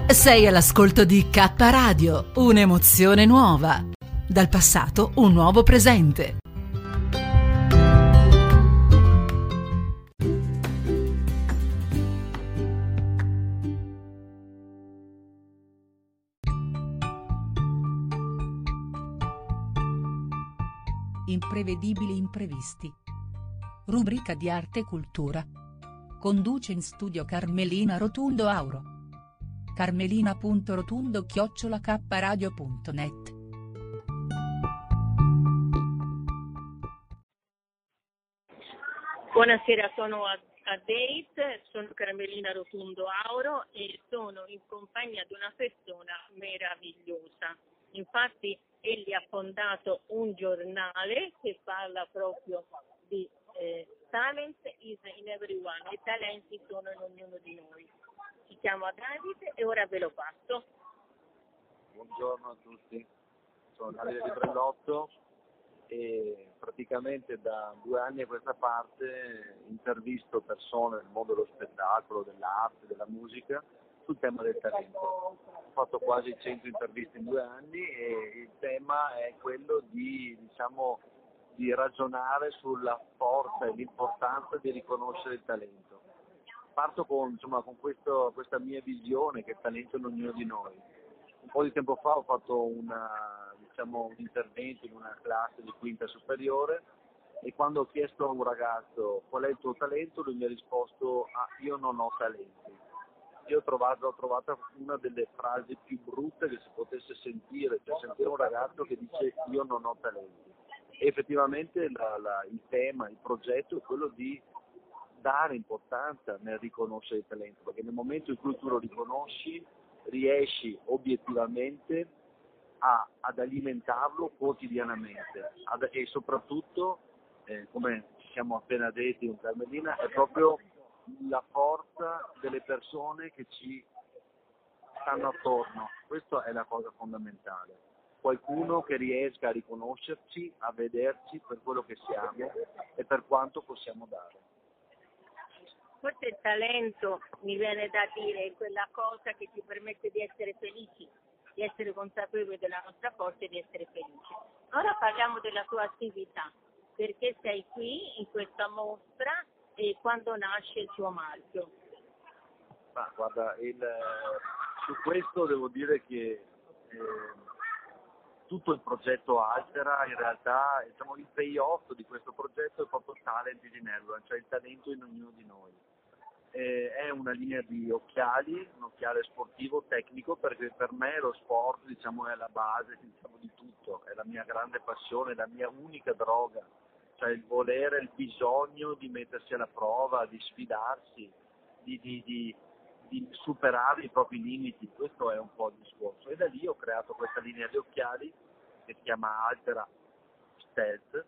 Sei all'ascolto di K Radio, un'emozione nuova. Dal passato un nuovo presente. Imprevedibili imprevisti. Rubrica di arte e cultura. Conduce in studio Carmelina Rotundo Auro. carmelina.rotundo@kradio.net. Buonasera, sono a Date, sono Carmelina Rotundo Auro e sono in compagnia di una persona meravigliosa. Infatti egli ha fondato un giornale che parla proprio di talent is in everyone, i talenti sono in ognuno di noi. Si chiama Davide e ora ve lo passo. Buongiorno a tutti, sono Davide Di Brellotto e praticamente da 2 anni a questa parte intervisto persone del mondo dello spettacolo, dell'arte, della musica sul tema del talento. Ho fatto quasi 100 interviste in 2 anni e il tema è quello di ragionare sulla forza e l'importanza di riconoscere il talento. Parto con questa mia visione che il talento è in ognuno di noi. Un po' di tempo fa ho fatto un intervento in una classe di quinta superiore e quando ho chiesto a un ragazzo qual è il tuo talento, lui mi ha risposto io non ho talenti. Io l'ho trovata una delle frasi più brutte che si potesse sentire, cioè sentire un ragazzo che dice io non ho talenti. E effettivamente il tema, il progetto è quello di dare importanza nel riconoscere il talento, perché nel momento in cui tu lo riconosci riesci obiettivamente ad alimentarlo quotidianamente e soprattutto, come ci siamo appena detti con Carmelina, è proprio la forza delle persone che ci stanno attorno. Questa è la cosa fondamentale. Qualcuno che riesca a riconoscerci, a vederci per quello che siamo e per quanto possiamo dare. Forse il talento, mi viene da dire, è quella cosa che ti permette di essere felici, di essere consapevoli della nostra forza e di essere felici. Ora parliamo della tua attività, perché sei qui in questa mostra e quando nasce il tuo marchio. Ma guarda, su questo devo dire che tutto il progetto Altera, in realtà il payoff di questo progetto è proprio Talent is in Everyone, cioè il talento in ognuno di noi. È una linea di occhiali, un occhiale sportivo tecnico, perché per me lo sport è la base di tutto, è la mia grande passione, la mia unica droga, cioè il volere, il bisogno di mettersi alla prova, di sfidarsi, di superare i propri limiti. Questo è un po' il discorso e da lì ho creato questa linea di occhiali che si chiama Altera Stealth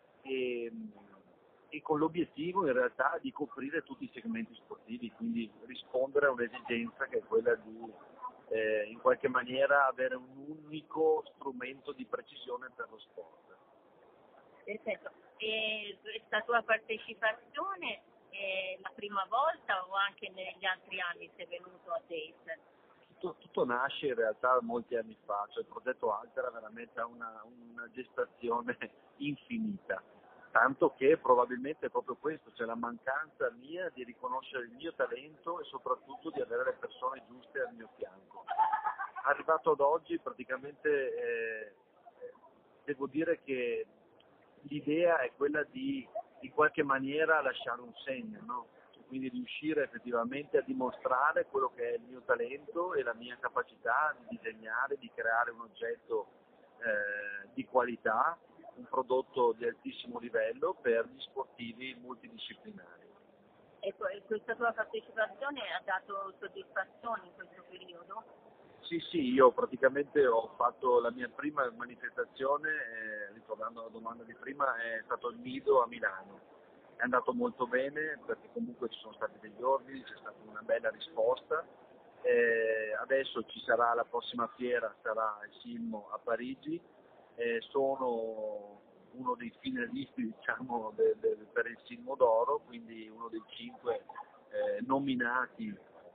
e con l'obiettivo in realtà di coprire tutti i segmenti sportivi, quindi rispondere a un'esigenza che è quella di in qualche maniera avere un unico strumento di precisione per lo sport. Perfetto. E questa tua partecipazione è la prima volta o anche negli altri anni sei venuto a Date? Tutto nasce in realtà molti anni fa, cioè il progetto Altera veramente ha una gestazione infinita, tanto che probabilmente è proprio questo, cioè la mancanza mia di riconoscere il mio talento e soprattutto di avere le persone giuste al mio fianco. Arrivato ad oggi praticamente devo dire che l'idea è quella di qualche maniera lasciare un segno, no? Quindi riuscire effettivamente a dimostrare quello che è il mio talento e la mia capacità di disegnare, di creare un oggetto di qualità, un prodotto di altissimo livello per gli sportivi multidisciplinari. Ecco, e questa tua partecipazione ha dato soddisfazione in questo periodo? Sì, io praticamente ho fatto la mia prima manifestazione, ritornando alla domanda di prima, è stato il Nido a Milano. È andato molto bene perché comunque ci sono stati degli ordini, c'è stata una bella risposta. Adesso ci sarà la prossima fiera, sarà il Silmo a Parigi. Sono uno dei finalisti per il Silmo d'Oro, quindi uno dei 5 nominati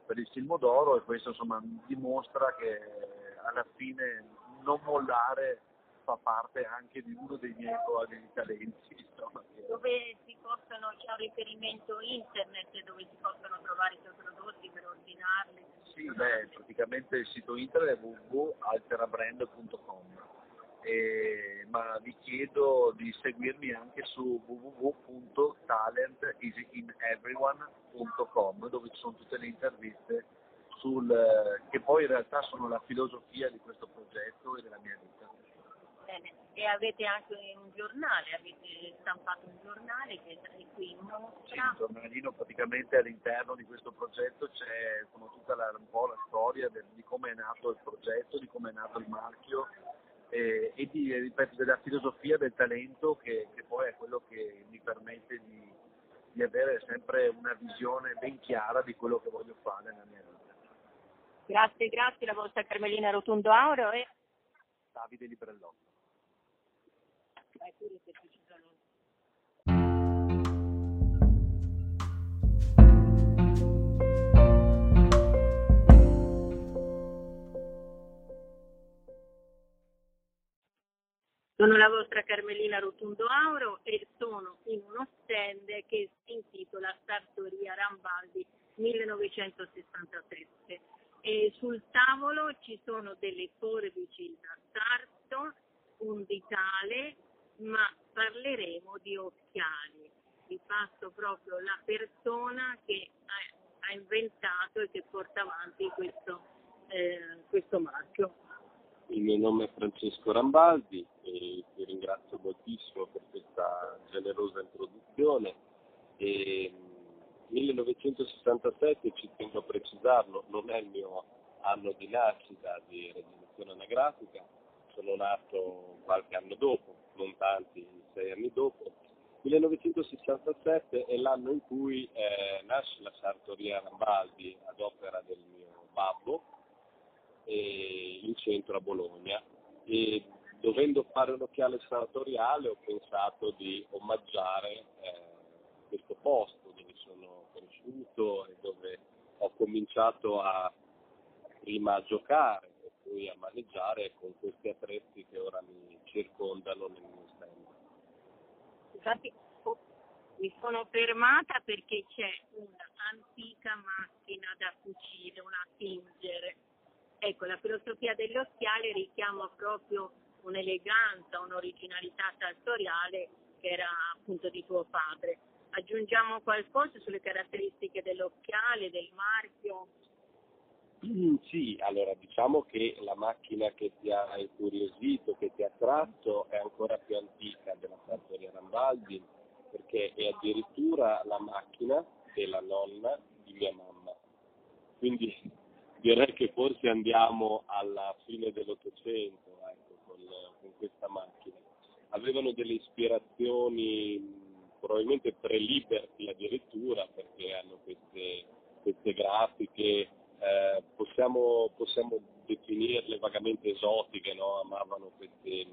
per il Silmo d'Oro, e questo insomma dimostra che alla fine non mollare fa parte anche di uno dei miei probabili talenti. Insomma. Dove si possono, c'è un riferimento internet dove si possono trovare i tuoi prodotti per ordinarli? Sì, praticamente il sito internet è www.alterabrand.com, ma vi chiedo di seguirmi anche su www.talentisinEveryone.com, dove ci sono tutte le interviste che poi in realtà sono la filosofia di questo progetto e della mia vita. Bene. E avete anche un giornale, avete stampato un giornale che è qui in Sì, mostra. il giornalino praticamente all'interno di questo progetto c'è tutta un po' la storia di come è nato il progetto, di come è nato il marchio e ripeto, della filosofia del talento che poi è quello che mi permette di avere sempre una visione ben chiara di quello che voglio fare nella mia vita. Grazie, la vostra Carmelina Rotundo Auro e Davide Librellotto. vai pure se ci sono. Sono la vostra Carmelina Rotundo Auro e sono in uno stand che si intitola Sartoria Rambaldi 1967. E sul tavolo ci sono delle forbici da sarto, un ditale, ma parleremo di occhiali. Vi passo proprio la persona che ha inventato e che porta avanti questo marchio. Il mio nome è Francesco Rambaldi e ti ringrazio moltissimo per questa generosa introduzione. 1967, ci tengo a precisarlo, non è il mio anno di nascita di registrazione anagrafica, sono nato qualche anno dopo, non tanti, 6 anni dopo. 1967 è l'anno in cui nasce la Sartoria Rambaldi ad opera del mio babbo, in centro a Bologna, e dovendo fare un occhiale sartoriale ho pensato di omaggiare questo posto dove sono cresciuto e dove ho cominciato prima a giocare e poi a maneggiare con questi attrezzi che ora mi circondano nel mio stand. Infatti mi sono fermata perché c'è un'antica macchina da cucire, una Singer. Ecco, la filosofia degli occhiali richiama proprio un'eleganza, un'originalità sartoriale che era appunto di tuo padre. Aggiungiamo qualcosa sulle caratteristiche dell'occhiale, del marchio? Sì, allora diciamo che la macchina che ti ha incuriosito, che ti ha attratto, è ancora più antica della Sartoria Rambaldi, perché è addirittura la macchina della nonna di mia mamma. Quindi direi che forse andiamo alla fine dell'Ottocento, ecco, con questa macchina. Avevano delle ispirazioni probabilmente pre-Liberty addirittura, perché hanno queste grafiche, possiamo definirle vagamente esotiche, no? Amavano questi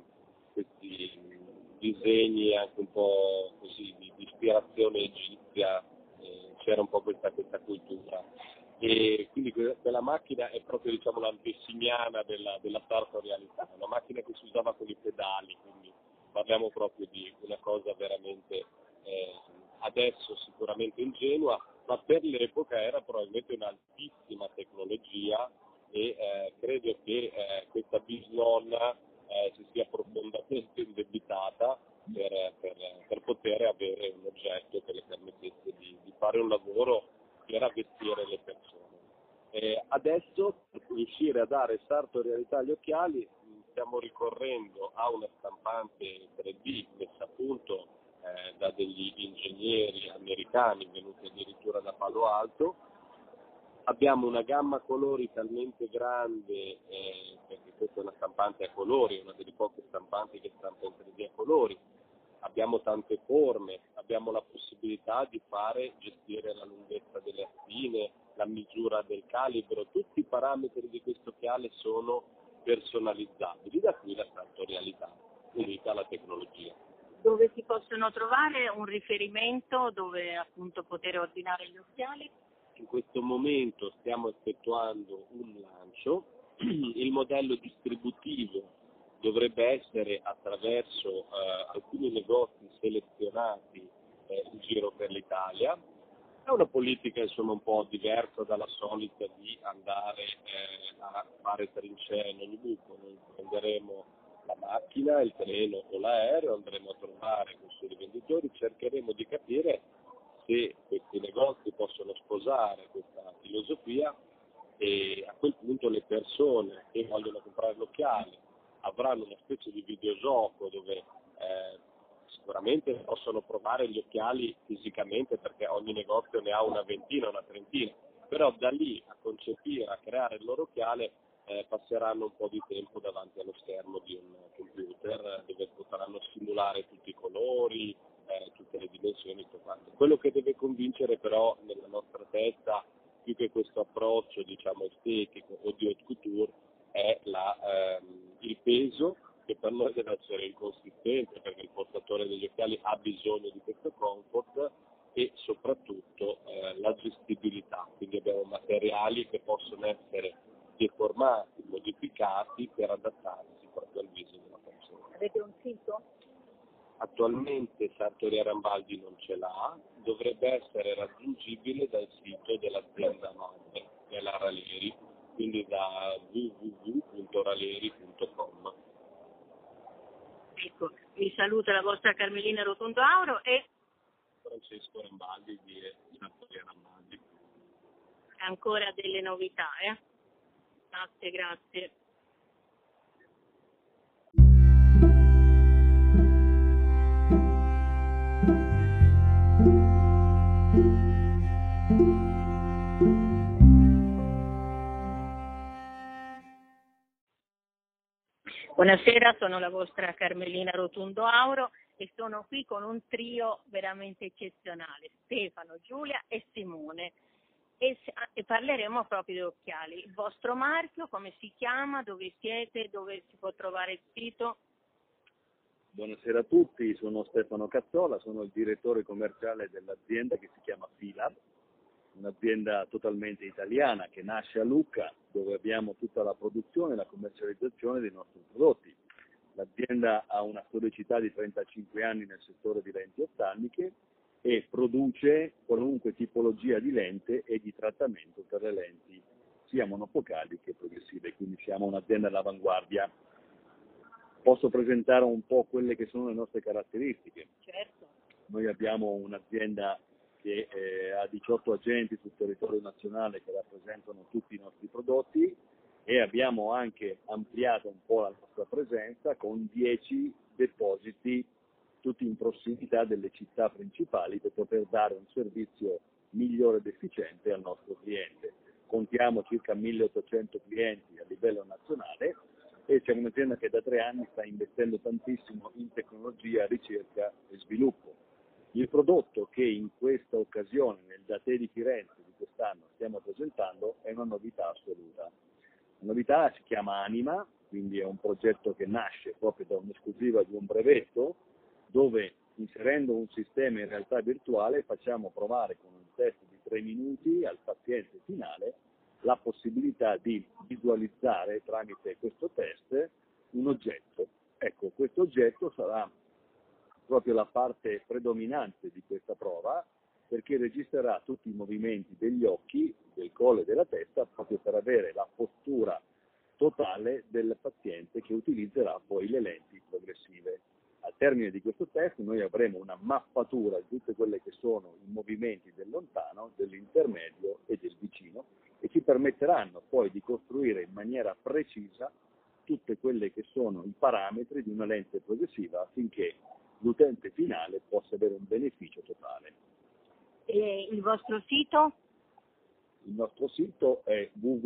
disegni anche un po' così di ispirazione egizia, c'era un po' questa cultura. E quindi quella macchina è proprio, diciamo, l'antesignana della sartorialità, una macchina che si usava con i pedali, quindi parliamo proprio di una cosa veramente adesso sicuramente ingenua, ma per l'epoca era probabilmente un'altissima tecnologia e credo che questa bisnonna si sia profondamente indebitata per poter avere un oggetto che le permettesse di fare un lavoro che era vestire le persone. Adesso, per riuscire a dare sartorialità agli occhiali, stiamo ricorrendo a una stampante 3D messa a punto da degli ingegneri americani venuti addirittura da Palo Alto. Abbiamo una gamma colori talmente grande, perché questa è una stampante a colori, una delle poche stampanti che stampa in 3D a colori. Abbiamo tante forme, abbiamo la possibilità di gestire la lunghezza delle astine, la misura del calibro, tutti i parametri di questo occhiale sono personalizzabili, da qui la sartorialità unita alla tecnologia. Dove si possono trovare un riferimento dove appunto poter ordinare gli occhiali? in questo momento stiamo effettuando un lancio, il modello distributivo dovrebbe essere attraverso alcuni negozi selezionati in giro per l'Italia. È una politica insomma un po' diversa dalla solita di andare a fare trincee in ogni buco. Noi prenderemo la macchina, il treno o l'aereo, andremo a trovare questi rivenditori, cercheremo di capire se questi negozi possono sposare questa filosofia e a quel punto le persone che vogliono comprare l'occhiale avranno una specie di videogioco dove sicuramente possono provare gli occhiali fisicamente perché ogni negozio ne ha una ventina, una trentina, però da lì a concepire, a creare il loro occhiale passeranno un po' di tempo davanti allo schermo di un computer dove potranno simulare tutti i colori, tutte le dimensioni. Quello che deve convincere però nella nostra testa, più che questo approccio diciamo estetico o di haute couture, è il peso, che per noi deve essere inconsistente perché il portatore degli occhiali ha bisogno di questo comfort, e soprattutto la gestibilità, quindi abbiamo materiali che possono essere deformati, modificati per adattarsi proprio al viso della persona. Avete un sito? Attualmente Sartoria Rambaldi non ce l'ha, dovrebbe essere raggiungibile dal sito dell'azienda madre, che è la Raleri, quindi da www.raleri.com. Ecco, vi saluta la vostra Carmelina Rotondo Auro e Francesco Rambaldi di Sartoria Rambaldi. ancora delle novità, Grazie. Buonasera, sono la vostra Carmelina Rotondo Auro e sono qui con un trio veramente eccezionale, Stefano, Giulia e Simone, e parleremo proprio di occhiali. Il vostro marchio, come si chiama, dove siete, dove si può trovare il sito? Buonasera a tutti, sono Stefano Cazzola, sono il direttore commerciale dell'azienda che si chiama Filab, un'azienda totalmente italiana che nasce a Lucca, dove abbiamo tutta la produzione e la commercializzazione dei nostri prodotti. L'azienda ha una storicità di 35 anni nel settore di lenti oftalmiche e produce qualunque tipologia di lente e di trattamento per le lenti, sia monofocali che progressive, quindi siamo un'azienda all'avanguardia. Posso presentare un po' quelle che sono le nostre caratteristiche? Certo. Noi abbiamo un'azienda che ha 18 agenti sul territorio nazionale che rappresentano tutti i nostri prodotti e abbiamo anche ampliato un po' la nostra presenza con 10 depositi tutti in prossimità delle città principali per poter dare un servizio migliore ed efficiente al nostro cliente. Contiamo circa 1800 clienti a livello nazionale e siamo un'azienda che da 3 anni sta investendo tantissimo in tecnologia, ricerca e sviluppo. Il prodotto che in questa occasione, nel Date di Firenze di quest'anno, stiamo presentando è una novità assoluta. La novità si chiama Anima, quindi è un progetto che nasce proprio da un'esclusiva di un brevetto, dove inserendo un sistema in realtà virtuale facciamo provare con un test di 3 minuti al paziente finale la possibilità di visualizzare tramite questo test un oggetto. Ecco, questo oggetto sarà proprio la parte predominante di questa prova, perché registrerà tutti i movimenti degli occhi, del collo e della testa, proprio per avere la postura totale del paziente che utilizzerà poi le lenti progressive. Al termine di questo test noi avremo una mappatura di tutte quelle che sono i movimenti del lontano, dell'intermedio e del vicino, e ci permetteranno poi di costruire in maniera precisa tutte quelle che sono i parametri di una lente progressiva affinché l'utente finale possa avere un beneficio totale. E il vostro sito? Il nostro sito è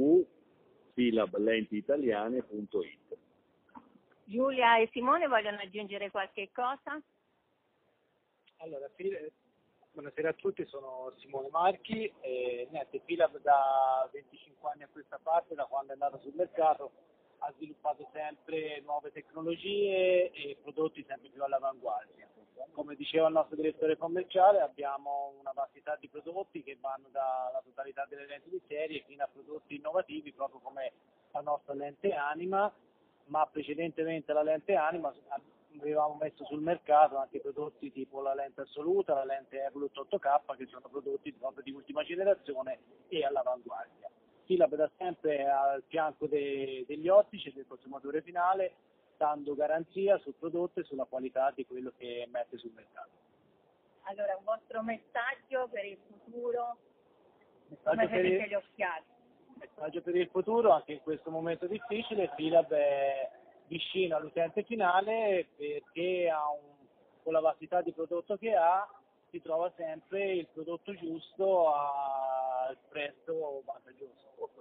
www.filablentiitaliane.it. Giulia e Simone vogliono aggiungere qualche cosa? Allora, buonasera a tutti, sono Simone Marchi e Filab da 25 anni a questa parte, da quando è andato sul mercato, ha sviluppato sempre nuove tecnologie e prodotti sempre più all'avanguardia. Come diceva il nostro direttore commerciale, abbiamo una vastità di prodotti che vanno dalla totalità delle lenti di serie fino a prodotti innovativi, proprio come la nostra lente Anima, ma precedentemente alla lente Anima avevamo messo sul mercato anche prodotti tipo la lente assoluta, la lente Evolut 8K, che sono prodotti proprio di ultima generazione e all'avanguardia. Philips da sempre al fianco degli ottici e del consumatore finale, dando garanzia sul prodotto e sulla qualità di quello che mette sul mercato. Allora, un vostro messaggio per il futuro, Messaggio come vedete gli occhiali? Messaggio per il futuro, anche in questo momento difficile, Philips è vicino all'utente finale perché con la vastità di prodotto che ha, si trova sempre il prodotto giusto al prezzo vantaggioso.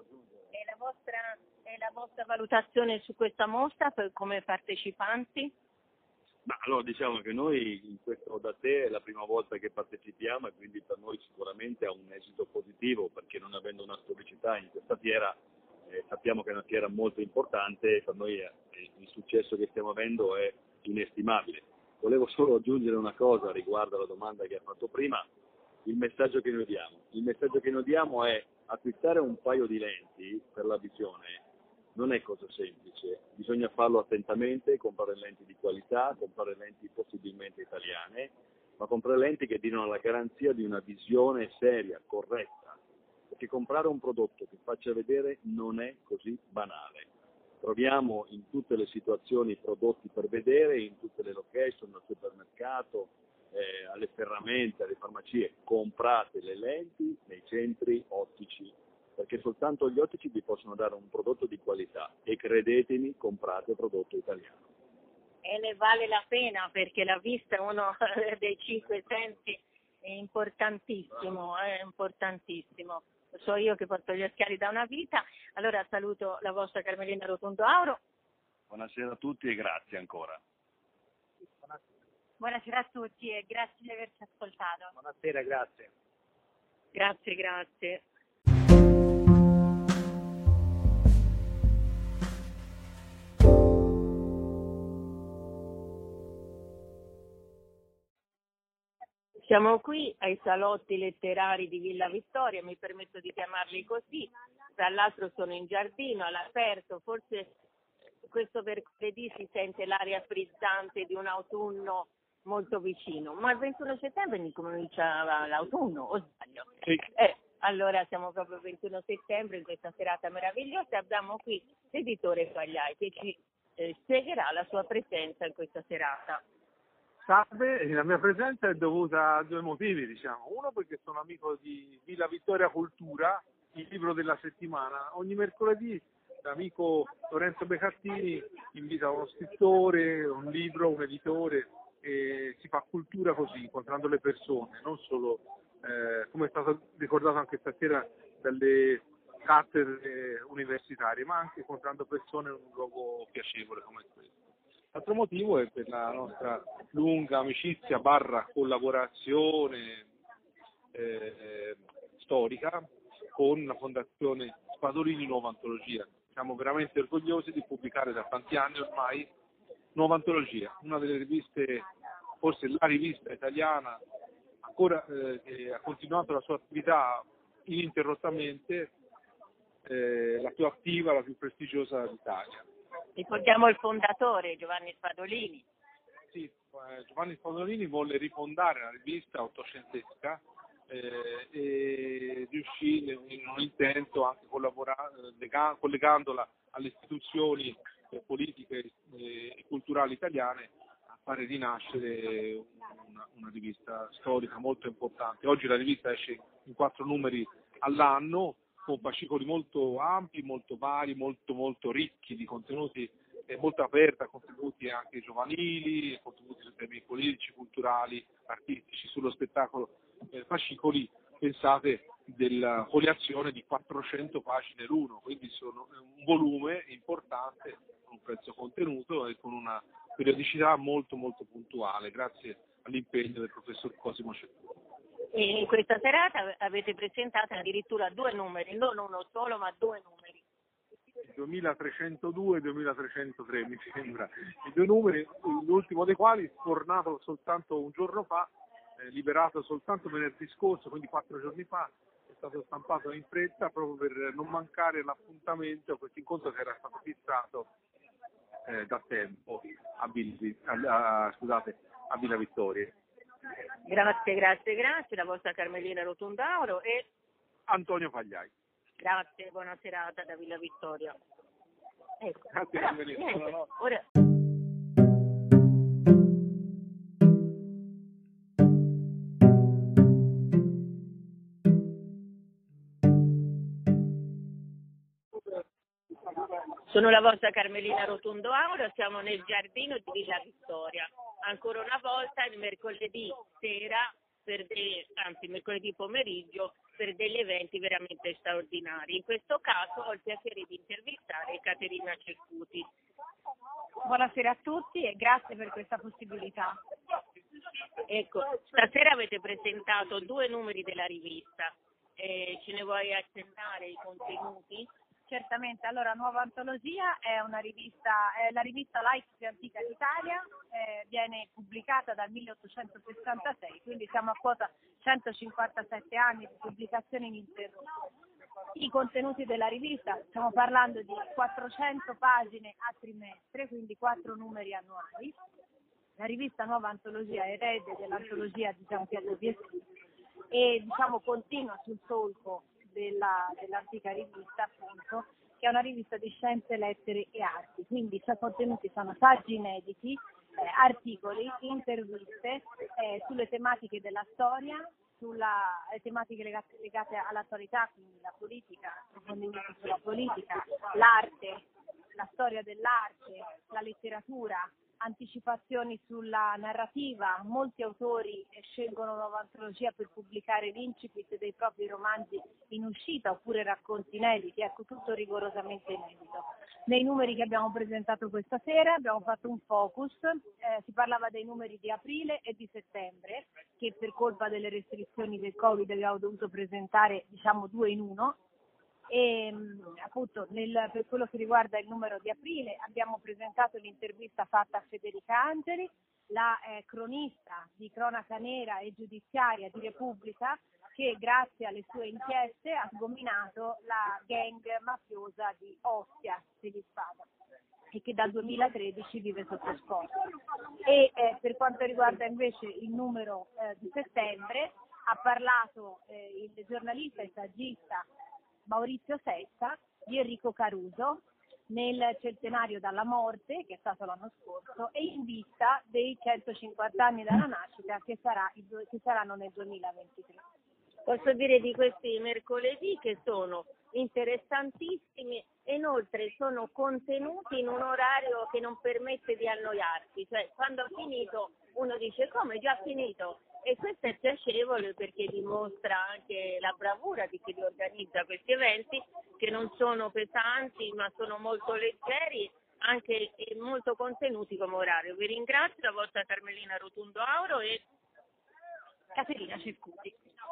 E la vostra valutazione su questa mostra come partecipanti? Ma allora diciamo che noi in questo da te è la prima volta che partecipiamo e quindi per noi sicuramente ha un esito positivo, perché non avendo una storicità in questa fiera sappiamo che è una fiera molto importante e per noi il successo che stiamo avendo è inestimabile. Volevo solo aggiungere una cosa riguardo alla domanda che ha fatto prima, il messaggio che noi diamo. Il messaggio che noi diamo è acquistare un paio di lenti per la visione non è cosa semplice, bisogna farlo attentamente, comprare lenti di qualità, comprare lenti possibilmente italiane, ma comprare lenti che diano la garanzia di una visione seria, corretta, perché comprare un prodotto che faccia vedere non è così banale. Troviamo in tutte le situazioni prodotti per vedere, in tutte le location, al supermercato, alle ferramente, alle farmacie, comprate le lenti nei centri ottici, perché soltanto gli ottici vi possono dare un prodotto di qualità e credetemi, comprate prodotto italiano. E ne vale la pena, perché la vista è uno dei 5 sensi, è importantissimo, So io che porto gli occhiali da una vita. Allora saluto la vostra Carmelina Rotundo Auro. Buonasera a tutti e grazie ancora. Buonasera a tutti e grazie di averci ascoltato. Buonasera, grazie. Grazie. Siamo qui ai salotti letterari di Villa Vittoria, mi permetto di chiamarli così, tra l'altro sono in giardino, all'aperto, forse questo mercoledì si sente l'aria frizzante di un autunno molto vicino, ma il 21 settembre comincia l'autunno, o sbaglio? Sì. Allora siamo proprio il 21 settembre in questa serata meravigliosa e abbiamo qui l'editore Quagliai che ci spiegherà la sua presenza in questa serata. Salve, la mia presenza è dovuta a due motivi, diciamo. Uno perché sono amico di Villa Vittoria Cultura, il libro della settimana. Ogni mercoledì l'amico Lorenzo Becattini invita uno scrittore, un libro, un editore e si fa cultura così, incontrando le persone, non solo, come è stato ricordato anche stasera, dalle cattedre universitarie, ma anche incontrando persone in un luogo piacevole come questo. L'altro motivo è per la nostra lunga amicizia / collaborazione storica con la Fondazione Spadolini Nuova Antologia. Siamo veramente orgogliosi di pubblicare da tanti anni ormai Nuova Antologia, una delle riviste, forse la rivista italiana ancora che ha continuato la sua attività ininterrottamente, la più attiva, la più prestigiosa d'Italia. Ricordiamo il fondatore, Giovanni Spadolini. Sì, Giovanni Spadolini volle rifondare la rivista ottocentesca e riuscì in un intento anche collegandola alle istituzioni politiche e culturali italiane a fare rinascere una rivista storica molto importante. Oggi la rivista esce in 4 numeri all'anno, con fascicoli molto ampi, molto vari, molto ricchi di contenuti, molto aperta a contenuti anche giovanili, contenuti su temi politici, culturali, artistici, sullo spettacolo, fascicoli pensate della foliazione di 400 pagine l'uno, quindi sono un volume importante, con un prezzo contenuto e con una periodicità molto puntuale, grazie all'impegno del professor Cosimo Cecconi. E in questa serata avete presentato addirittura 2 numeri, non uno solo ma 2 numeri. 2302 e 2303 mi sembra, i due numeri, l'ultimo dei quali sfornato soltanto un giorno fa, liberato soltanto venerdì scorso, quindi 4 giorni fa, è stato stampato in fretta proprio per non mancare l'appuntamento, questo incontro che era stato fissato da tempo a Villa Vittoria. Grazie, la vostra Carmelina Rotundauro e Antonio Pagliai. grazie, buona serata da Villa Vittoria. Ecco. Grazie Carmelina. Ora... Sono la vostra Carmelina Rotundo Auro, siamo nel giardino di Villa Vittoria. Ancora una volta il mercoledì sera, mercoledì pomeriggio, per degli eventi veramente straordinari. In questo caso ho il piacere di intervistare Caterina Cercuti. Buonasera a tutti e grazie per questa possibilità. Ecco, stasera avete presentato 2 numeri della rivista. Ce ne vuoi accennare i contenuti? Certamente, allora Nuova Antologia è la rivista laica più antica d'Italia, viene pubblicata dal 1866, quindi siamo a quota 157 anni di pubblicazione ininterrotta. I contenuti della rivista, stiamo parlando di 400 pagine a trimestre, quindi 4 numeri annuali. La rivista Nuova Antologia è erede dell'antologia di Gian Pietro Bieschi e continua sul solco dell'antica rivista, appunto, che è una rivista di scienze, lettere e arti, quindi i suoi contenuti sono saggi inediti, articoli, interviste sulle tematiche della storia, sulle tematiche legate all'attualità, quindi la politica, approfondimenti sulla politica, l'arte, la storia dell'arte, la letteratura, anticipazioni sulla narrativa. Molti autori scelgono Nuova Antologia per pubblicare l'incipit dei propri romanzi in uscita oppure racconti inediti, ecco, tutto rigorosamente inedito. Nei numeri che abbiamo presentato questa sera abbiamo fatto un focus, si parlava dei numeri di aprile e di settembre, che per colpa delle restrizioni del Covid abbiamo dovuto presentare 2 in 1. E appunto per quello che riguarda il numero di aprile abbiamo presentato l'intervista fatta a Federica Angeli, la cronista di cronaca nera e giudiziaria di Repubblica, che grazie alle sue inchieste ha sgominato la gang mafiosa di Ostia degli Spada e che dal 2013 vive sotto scorta. E per quanto riguarda invece il numero di settembre ha parlato il giornalista e saggista Maurizio Sessa di Enrico Caruso nel centenario dalla morte, che è stato l'anno scorso, e in vista dei 150 anni dalla nascita che saranno nel 2023. Posso dire di questi mercoledì che sono interessantissimi e inoltre sono contenuti in un orario che non permette di annoiarsi, cioè quando ho finito uno dice come è già finito? E questo è piacevole perché dimostra anche la bravura di chi li organizza questi eventi, che non sono pesanti ma sono molto leggeri, anche molto contenuti come orario. Vi ringrazio, la vostra Carmelina Rotundo Auro e Caterina Cercuti.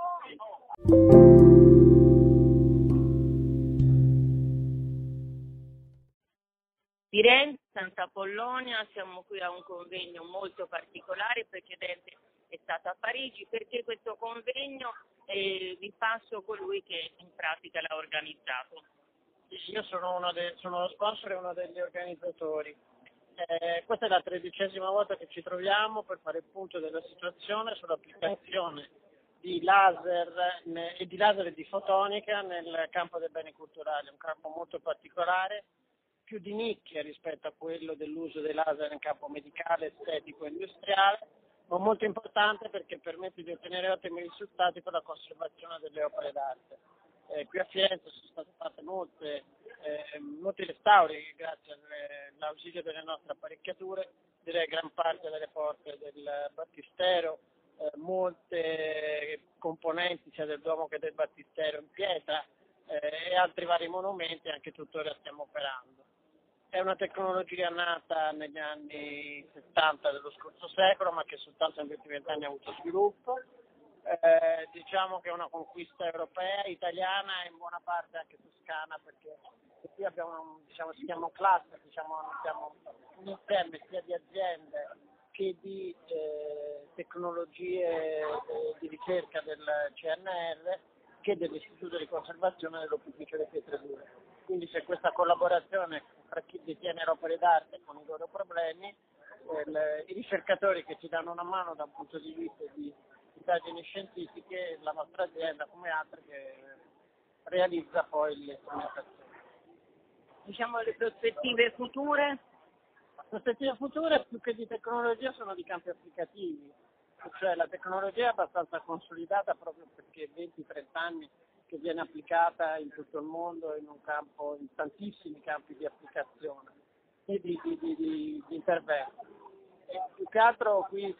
Firenze, Santa Apollonia, siamo qui a un convegno molto particolare, il precedente è stato a Parigi. Perché questo convegno? Vi passo colui che in pratica l'ha organizzato. Io sono lo sponsor e uno degli organizzatori. Questa è la 13ª volta che ci troviamo per fare il punto della situazione sull'applicazione di laser e di fotonica nel campo dei beni culturali, un campo molto particolare, più di nicchia rispetto a quello dell'uso dei laser nel campo medicale, estetico e industriale, ma molto importante perché permette di ottenere ottimi risultati per la conservazione delle opere d'arte. Qui a Firenze sono state fatte molti restauri grazie all'ausilio delle nostre apparecchiature, direi gran parte delle porte del Battistero, molte componenti sia del Duomo che del Battistero in pietra e altri vari monumenti anche tuttora stiamo operando. È una tecnologia nata negli anni 70 dello scorso secolo, ma che soltanto negli ultimi 20 anni ha avuto sviluppo. Diciamo che è una conquista europea, italiana e in buona parte anche toscana, perché qui abbiamo si chiama un cluster, abbiamo un insieme sia di aziende che di tecnologie di ricerca del CNR che dell'Istituto di Conservazione dell'Opificio delle Pietre Dure. Quindi c'è questa collaborazione tra chi detiene opere d'arte con i loro problemi, i ricercatori che ci danno una mano da un punto di vista di indagini scientifiche e la nostra azienda come altre che realizza poi le strumentazioni. Diciamo le prospettive future? Prospettive future più che di tecnologia sono di campi applicativi, cioè la tecnologia è abbastanza consolidata proprio perché 20-30 anni che viene applicata in tutto il mondo in tantissimi campi di applicazione e di intervento. E più che altro qui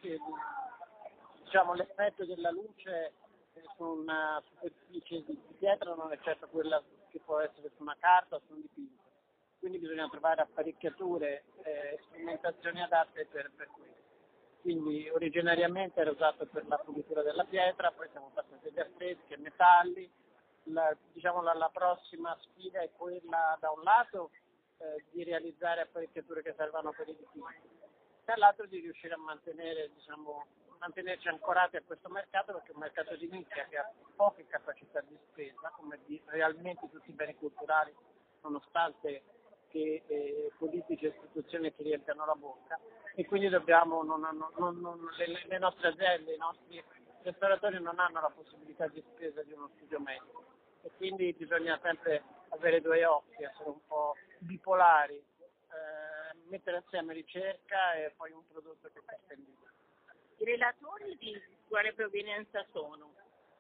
l'effetto della luce su una superficie di pietra non è certo quella che può essere su una carta o su un dipinto. Quindi bisogna trovare apparecchiature e strumentazioni adatte per questo. Quindi originariamente era usato per la pulitura della pietra, poi siamo passati agli affreschi, ai metalli. La prossima sfida è quella da un lato di realizzare apparecchiature che servano per i dipinti, dall'altro di riuscire a mantenerci ancorati a questo mercato, perché è un mercato di nicchia che ha poche capacità di spesa, come realmente tutti i beni culturali, nonostante che politici e istituzioni ci riempiano la bocca, e quindi le nostre aziende, i nostri restauratori non hanno la possibilità di spesa di uno studio medico, e quindi bisogna sempre avere due occhi, essere un po' bipolari, mettere assieme ricerca e poi un prodotto che costa in vita. I relatori di quale provenienza sono?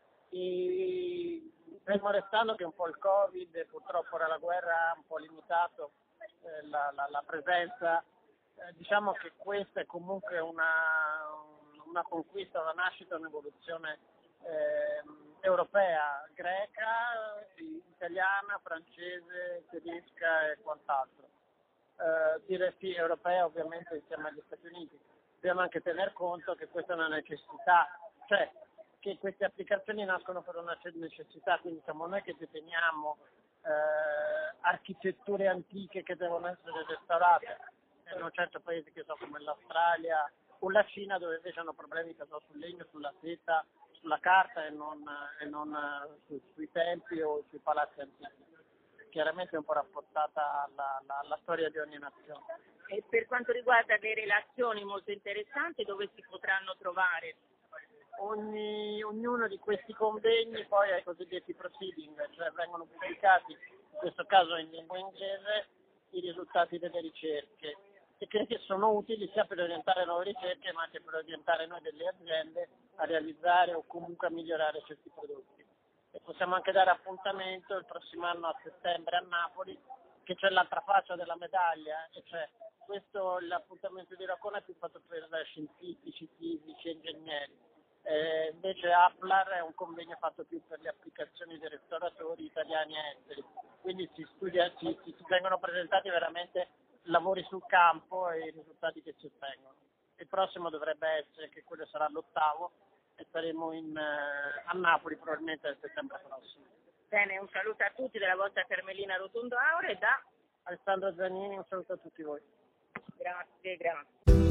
Fermo restando che un po' il Covid e purtroppo la guerra ha un po' limitato la presenza, diciamo che questa è comunque una conquista, una nascita, un'evoluzione europea, greca, italiana, francese, tedesca e quant'altro. Dire sì, europea ovviamente insieme agli Stati Uniti. Dobbiamo anche tener conto che questa è una necessità, cioè che queste applicazioni nascono per una necessità, quindi siamo noi che deteniamo architetture antiche che devono essere restaurate, non certo paesi che sono come l'Australia o la Cina, dove invece hanno problemi che sono sul legno, sulla seta, sulla carta e non sui templi o sui palazzi antichi. Chiaramente è un po' rapportata alla storia di ogni nazione. E per quanto riguarda le relazioni molto interessanti, dove si potranno trovare? Ognuno di questi convegni poi ha i cosiddetti proceeding, cioè vengono pubblicati, in questo caso in lingua inglese, i risultati delle ricerche, e che sono utili sia per orientare nuove ricerche ma anche per orientare noi delle aziende a realizzare o comunque a migliorare certi prodotti. E possiamo anche dare appuntamento il prossimo anno a settembre a Napoli, che c'è l'altra faccia della medaglia, e cioè l'appuntamento di Racona è più fatto per scientifici, fisici, ingegneri. Invece Aplar è un convegno fatto più per le applicazioni dei restauratori italiani e esteri, quindi si vengono presentati veramente lavori sul campo e i risultati che ci ottengono. Il prossimo dovrebbe essere, che quello sarà l'8º, e saremo a Napoli probabilmente nel settembre prossimo. Bene, un saluto a tutti della vostra Carmelina Rotundo Auro e da Alessandro Zanini, un saluto a tutti voi. Grazie.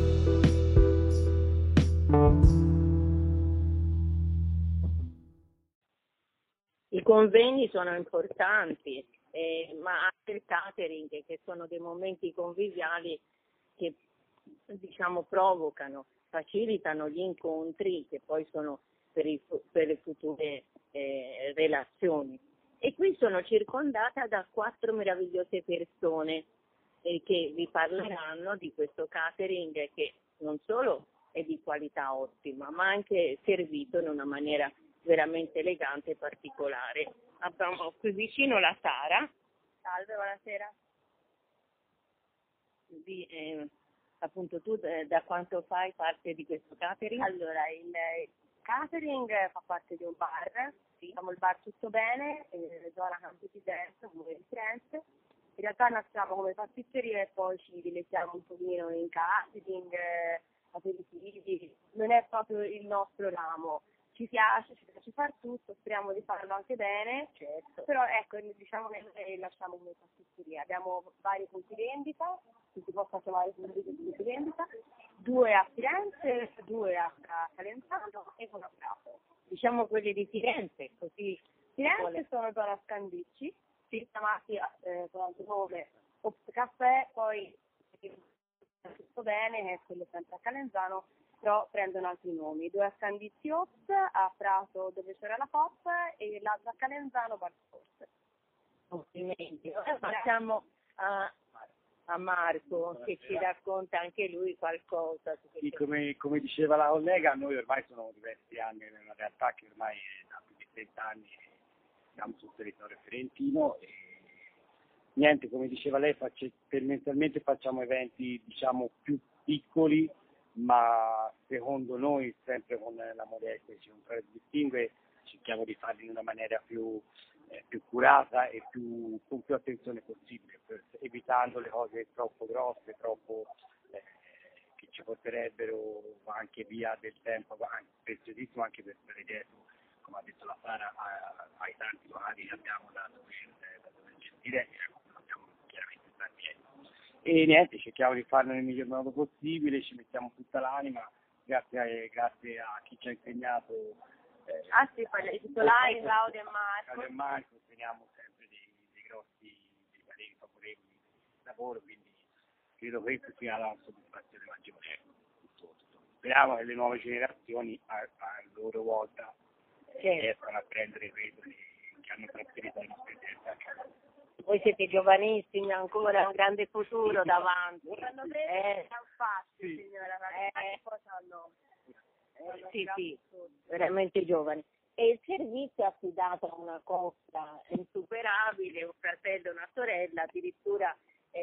I convegni sono importanti, ma anche il catering, che sono dei momenti conviviali che provocano, facilitano gli incontri che poi sono per le future relazioni. E qui sono circondata da 4 meravigliose persone che vi parleranno di questo catering che non solo è di qualità ottima, ma anche servito in una maniera veramente elegante e particolare. Abbiamo qui vicino la Sara. Salve, buonasera. Appunto tu da quanto fai parte di questo catering? Allora, il catering fa parte di un bar, siamo il bar Tutto Bene, zona Campi di Firenze, comune di Firenze. In realtà nasciamo come pasticceria e poi ci dilettiamo un pochino in catering, aperitivi, non è proprio il nostro ramo. ci piace far tutto, speriamo di farlo anche bene, certo. Però ecco, diciamo che lasciamo come pasticceria. Abbiamo vari punti vendita, si possono trovare punti vendita, 2 a Firenze, 2 a Calenzano e 1 a Prato. Diciamo quelli di Firenze, così. Firenze sono Donna Scandicci, chiamati con altro nome Ops Caffè, poi tutto bene, che è quello sempre a Calenzano, però prendono altri nomi. 2 a Scandicci Ops, a Prato dove c'era la Pop e l'altro a Calenzano Bar Sport. Complimenti. Passiamo a Marco che ci racconta anche lui qualcosa. Sì, come diceva la collega, noi ormai sono diversi anni nella realtà che ormai da più di 30 anni siamo sul territorio fiorentino e niente, come diceva lei, tendenzialmente facciamo eventi diciamo più piccoli, ma secondo noi sempre con la modestia che ci contraddistingue cerchiamo di farli in una maniera più curata e con più attenzione possibile, evitando le cose troppo grosse, troppo che ci porterebbero anche via del tempo, preziosissimo anche per stare dietro, come ha detto la Sara, ai tanti locali che abbiamo da dover gestire, abbiamo chiaramente stare dietro. E niente, cerchiamo di farlo nel miglior modo possibile, ci mettiamo tutta l'anima, grazie a chi ci ha insegnato. Sì, poi i titolari, Claudio e Marco, teniamo sempre dei grossi, dei pareri favorevoli di lavoro, quindi credo che questo sia la soddisfazione maggiore. Speriamo che le nuove generazioni a loro volta riescano a prendere quello che hanno trasferito le nostre teste. Voi siete giovanissimi ancora, un grande futuro davanti. Hanno preso Sì. signora, poi hanno Sì, veramente giovani. E il servizio è affidato a una coppia insuperabile, un fratello e una sorella, addirittura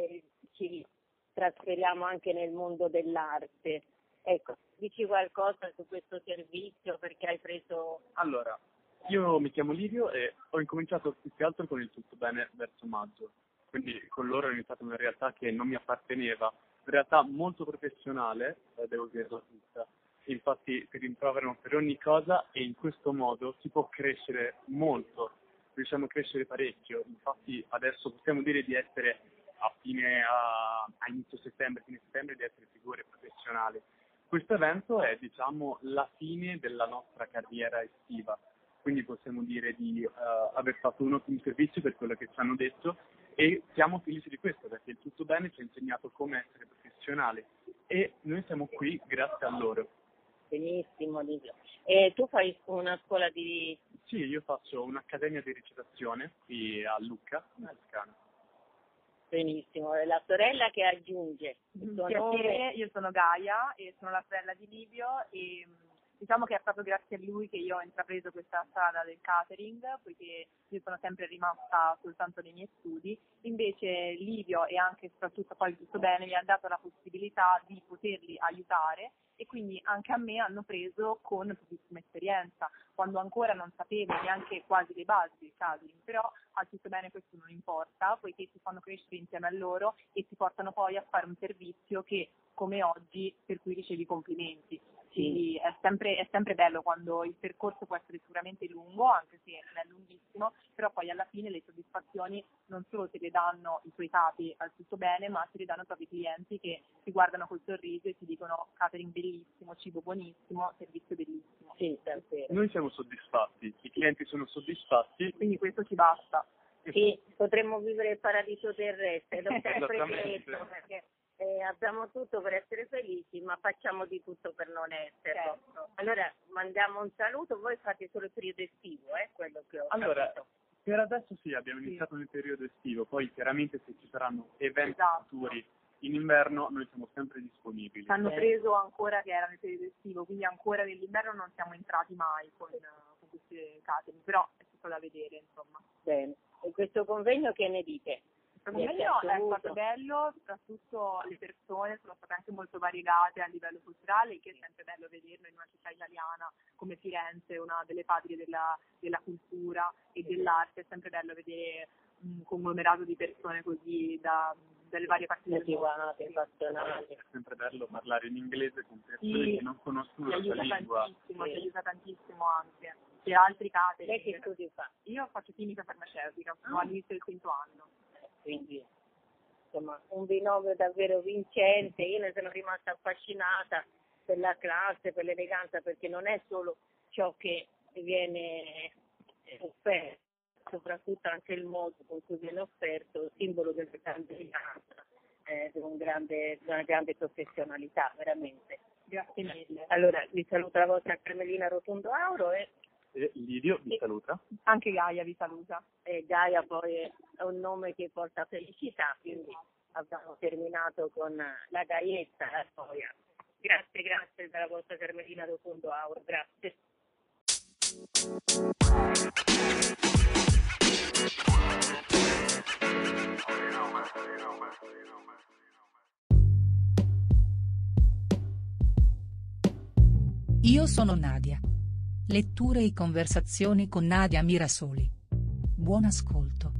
ci trasferiamo anche nel mondo dell'arte. Ecco, dici qualcosa su questo servizio, perché hai preso... Allora, io mi chiamo Livio e ho incominciato più che altro con il Tutto Bene verso maggio, quindi con loro ho iniziato una realtà che non mi apparteneva, una realtà molto professionale, devo dirlo tutta. Infatti si rimproverano per ogni cosa e in questo modo si può crescere molto, riusciamo a crescere parecchio. Infatti adesso possiamo dire di essere a inizio settembre, fine settembre, di essere figure professionali. Questo evento è diciamo la fine della nostra carriera estiva, quindi possiamo dire di aver fatto un ottimo servizio per quello che ci hanno detto e siamo felici di questo perché il Tutto Bene ci ha insegnato come essere professionali e noi siamo qui grazie a loro. Benissimo, Livio. E tu fai una scuola di... Sì, io faccio un'accademia di recitazione qui a Lucca, in Toscana. Benissimo, e la sorella che aggiunge il tuo nome? Io sono Gaia e sono la sorella di Livio e diciamo che è proprio grazie a lui che io ho intrapreso questa strada del catering, poiché io sono sempre rimasta soltanto nei miei studi, invece Livio e anche soprattutto poi Tutto Bene mi ha dato la possibilità di poterli aiutare e quindi anche a me hanno preso con pochissima esperienza, quando ancora non sapevo neanche quasi le basi del catering, però a Tutto Bene questo non importa, poiché si fanno crescere insieme a loro e si portano poi a fare un servizio che come oggi per cui ricevi complimenti. Quindi è sempre bello quando il percorso può essere sicuramente lungo, anche se non è lunghissimo, però poi alla fine le soddisfazioni non solo te le danno i tuoi capi al Tutto Bene, ma te le danno proprio i clienti che ti guardano col sorriso e ti dicono catering bellissimo, cibo buonissimo, servizio bellissimo. Sì, davvero. Noi siamo soddisfatti, i clienti sono soddisfatti. Quindi questo ci basta. Sì, potremmo vivere il paradiso terrestre, l'ho sempre detto, perché abbiamo tutto per essere felici, ma facciamo di tutto per non esserlo. Certo. Allora mandiamo un saluto, voi fate solo il periodo estivo, quello che ho capito. Per adesso sì, abbiamo iniziato nel periodo estivo, poi chiaramente se ci saranno eventi futuri in inverno noi siamo sempre disponibili. Ci hanno preso ancora che era nel periodo estivo, quindi ancora nell'inverno non siamo entrati mai con queste catering, però è tutto da vedere, insomma. Bene, e questo convegno che ne dite? Il convegno è stato bello, soprattutto le persone sono state anche molto variegate a livello culturale, che è sempre bello vederlo in una città italiana come Firenze, una delle patrie della cultura e dell'arte, è sempre bello vedere un conglomerato di persone così da dalle varie parti del mondo. motivate, appassionate. È sempre bello parlare in inglese con persone che non conoscono la tua lingua. Ci aiuta tantissimo anche. Per altri casi. Lei che studi fa? Io faccio chimica farmaceutica, sono all'inizio del quinto anno. Quindi, insomma, un binomio davvero vincente. Io ne sono rimasta affascinata per la classe, per l'eleganza, perché non è solo ciò che viene offerto, soprattutto anche il modo con cui viene offerto, simbolo della grande eleganza, di una grande professionalità, veramente. Grazie mille. Allora, vi saluta la vostra Carmelina Rotundo Auro e Lidio vi saluta. Anche Gaia vi saluta. Gaia poi è un nome che porta felicità, quindi abbiamo terminato con la gaiezza, la gioia. Grazie della vostra Carmelina Rotundo Auro, grazie. Io sono Nadia. Letture e conversazioni con Nadia Mirasoli. Buon ascolto.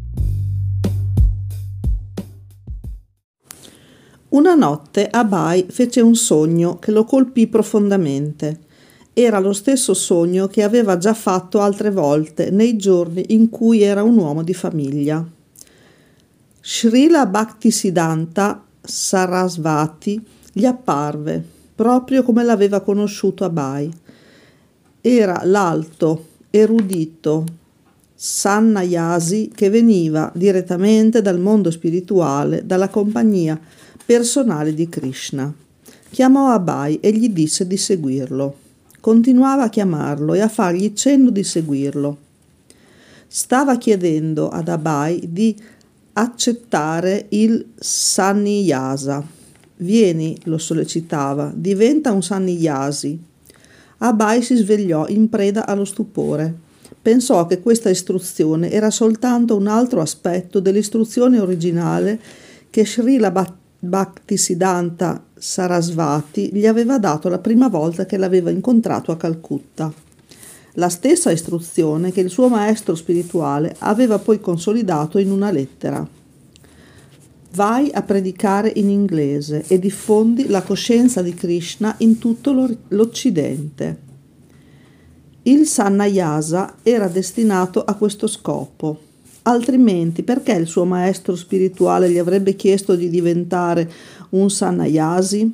Una notte Abai fece un sogno che lo colpì profondamente. Era lo stesso sogno che aveva già fatto altre volte nei giorni in cui era un uomo di famiglia. Srila Bhaktisiddhanta Sarasvati gli apparve, proprio come l'aveva conosciuto Abai. Era l'alto, erudito Sannayasi che veniva direttamente dal mondo spirituale, dalla compagnia personale di Krishna. Chiamò Abai e gli disse di seguirlo. Continuava a chiamarlo e a fargli cenno di seguirlo. Stava chiedendo ad Abai di accettare il sannyasa. Vieni, lo sollecitava, diventa un sannyasi. Abai si svegliò in preda allo stupore. Pensò che questa istruzione era soltanto un altro aspetto dell'istruzione originale che Srila Bhaktisiddhanta Sarasvati gli aveva dato la prima volta che l'aveva incontrato a Calcutta. La stessa istruzione che il suo maestro spirituale aveva poi consolidato in una lettera. Vai a predicare in inglese e diffondi la coscienza di Krishna in tutto l'Occidente. Il sannyasa era destinato a questo scopo. Altrimenti perché il suo maestro spirituale gli avrebbe chiesto di diventare un sannyasi?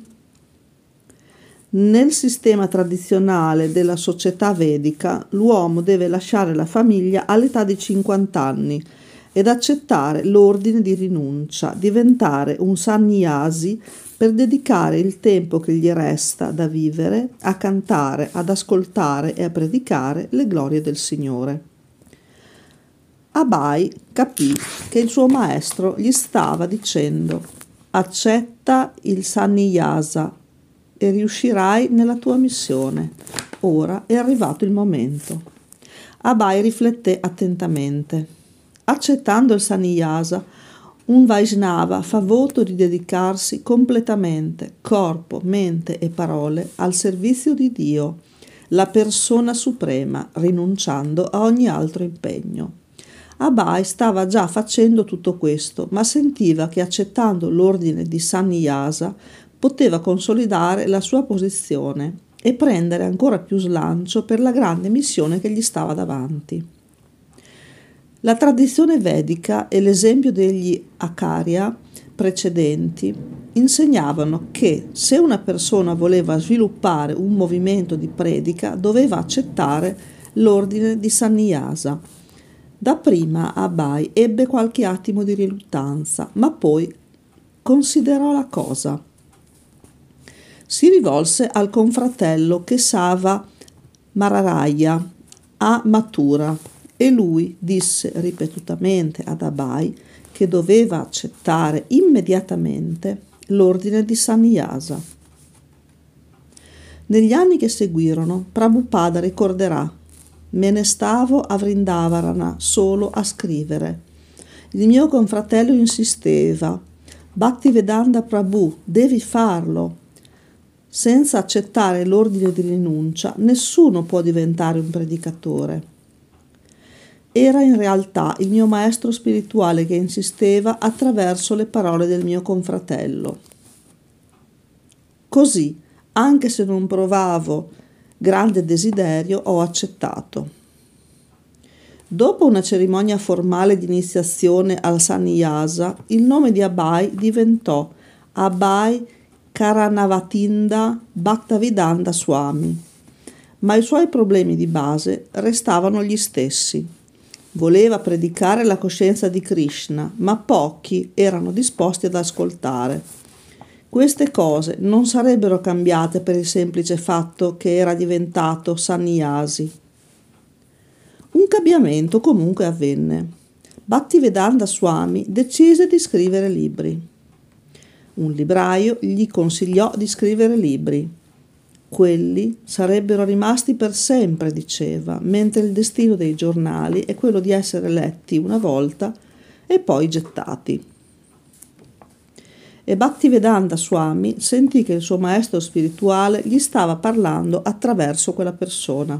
Nel sistema tradizionale della società vedica, l'uomo deve lasciare la famiglia all'età di 50 anni ed accettare l'ordine di rinuncia, diventare un sannyasi per dedicare il tempo che gli resta da vivere a cantare, ad ascoltare e a predicare le glorie del Signore. Abai capì che il suo maestro gli stava dicendo: accetta il sannyasa e riuscirai nella tua missione. Ora è arrivato il momento. Abai rifletté attentamente. Accettando il sannyasa, un Vaishnava fa voto di dedicarsi completamente, corpo, mente e parole, al servizio di Dio, la persona suprema, rinunciando a ogni altro impegno. Abai stava già facendo tutto questo, ma sentiva che accettando l'ordine di sannyasa poteva consolidare la sua posizione e prendere ancora più slancio per la grande missione che gli stava davanti. La tradizione vedica e l'esempio degli Acharya precedenti insegnavano che se una persona voleva sviluppare un movimento di predica doveva accettare l'ordine di sannyasa. Dapprima Abai ebbe qualche attimo di riluttanza, ma poi considerò la cosa. Si rivolse al confratello Kesava Mararaya a Mathura e lui disse ripetutamente ad Abai che doveva accettare immediatamente l'ordine di sannyasa. Negli anni che seguirono, Prabhupada ricorderà: me ne stavo a Vrindavarana solo a scrivere. Il mio confratello insisteva: Bhaktivedanta Prabhu, devi farlo. Senza accettare l'ordine di rinuncia, nessuno può diventare un predicatore. era in realtà il mio maestro spirituale che insisteva attraverso le parole del mio confratello. Così, anche se non provavo grande desiderio, ho accettato. Dopo una cerimonia formale di iniziazione al Sannyasa, il nome di Abhay diventò Abhay Karanavatinda Bhaktavedanta Swami, ma i suoi problemi di base restavano gli stessi. Voleva predicare la coscienza di Krishna, ma pochi erano disposti ad ascoltare. Queste cose non sarebbero cambiate per il semplice fatto che era diventato sannyasi. Un cambiamento comunque avvenne. Bhaktivedanta Swami decise di scrivere libri. Un libraio gli consigliò di scrivere libri. Quelli sarebbero rimasti per sempre, diceva, mentre il destino dei giornali è quello di essere letti una volta e poi gettati. E Bhaktivedanta Swami sentì che il suo maestro spirituale gli stava parlando attraverso quella persona.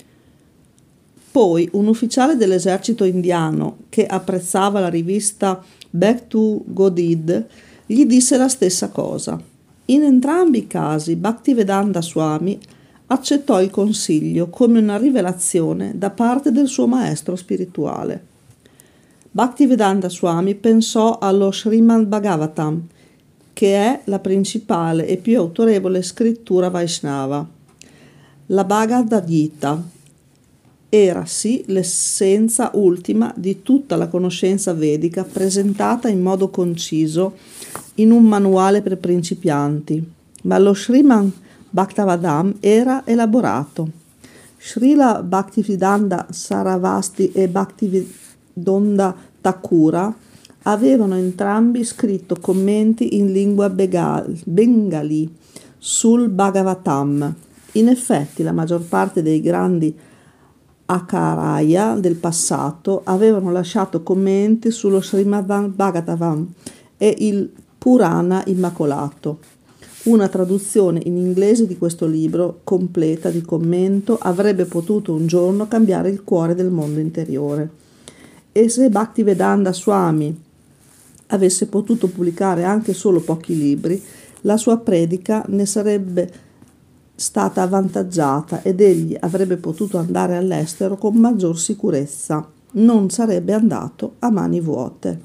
Poi un ufficiale dell'esercito indiano che apprezzava la rivista Back to Godid gli disse la stessa cosa. In entrambi i casi Bhaktivedanta Swami accettò il consiglio come una rivelazione da parte del suo maestro spirituale. Bhaktivedanta Swami pensò allo Srimad Bhagavatam, che è la principale e più autorevole scrittura Vaishnava. La Bhagavad Gita era sì l'essenza ultima di tutta la conoscenza vedica presentata in modo conciso in un manuale per principianti, ma lo Srimad Bhagavatam era elaborato. Srila Bhaktivedanta Sarasvati e Bhaktivedanta Thakura avevano entrambi scritto commenti in lingua bengali sul Bhagavatam. In effetti la maggior parte dei grandi Acharya del passato avevano lasciato commenti sullo Srimad Bhagavatam e il Purana Immacolato. Una traduzione in inglese di questo libro, completa di commento, avrebbe potuto un giorno cambiare il cuore del mondo interiore. E se Bhaktivedanta Swami avesse potuto pubblicare anche solo pochi libri, la sua predica ne sarebbe stata avvantaggiata ed egli avrebbe potuto andare all'estero con maggior sicurezza. Non sarebbe andato a mani vuote.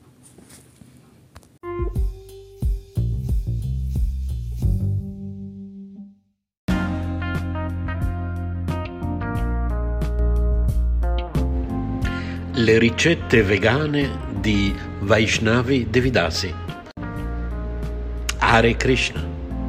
Le ricette vegane di Vaishnavi Devidasi. Hare Krishna.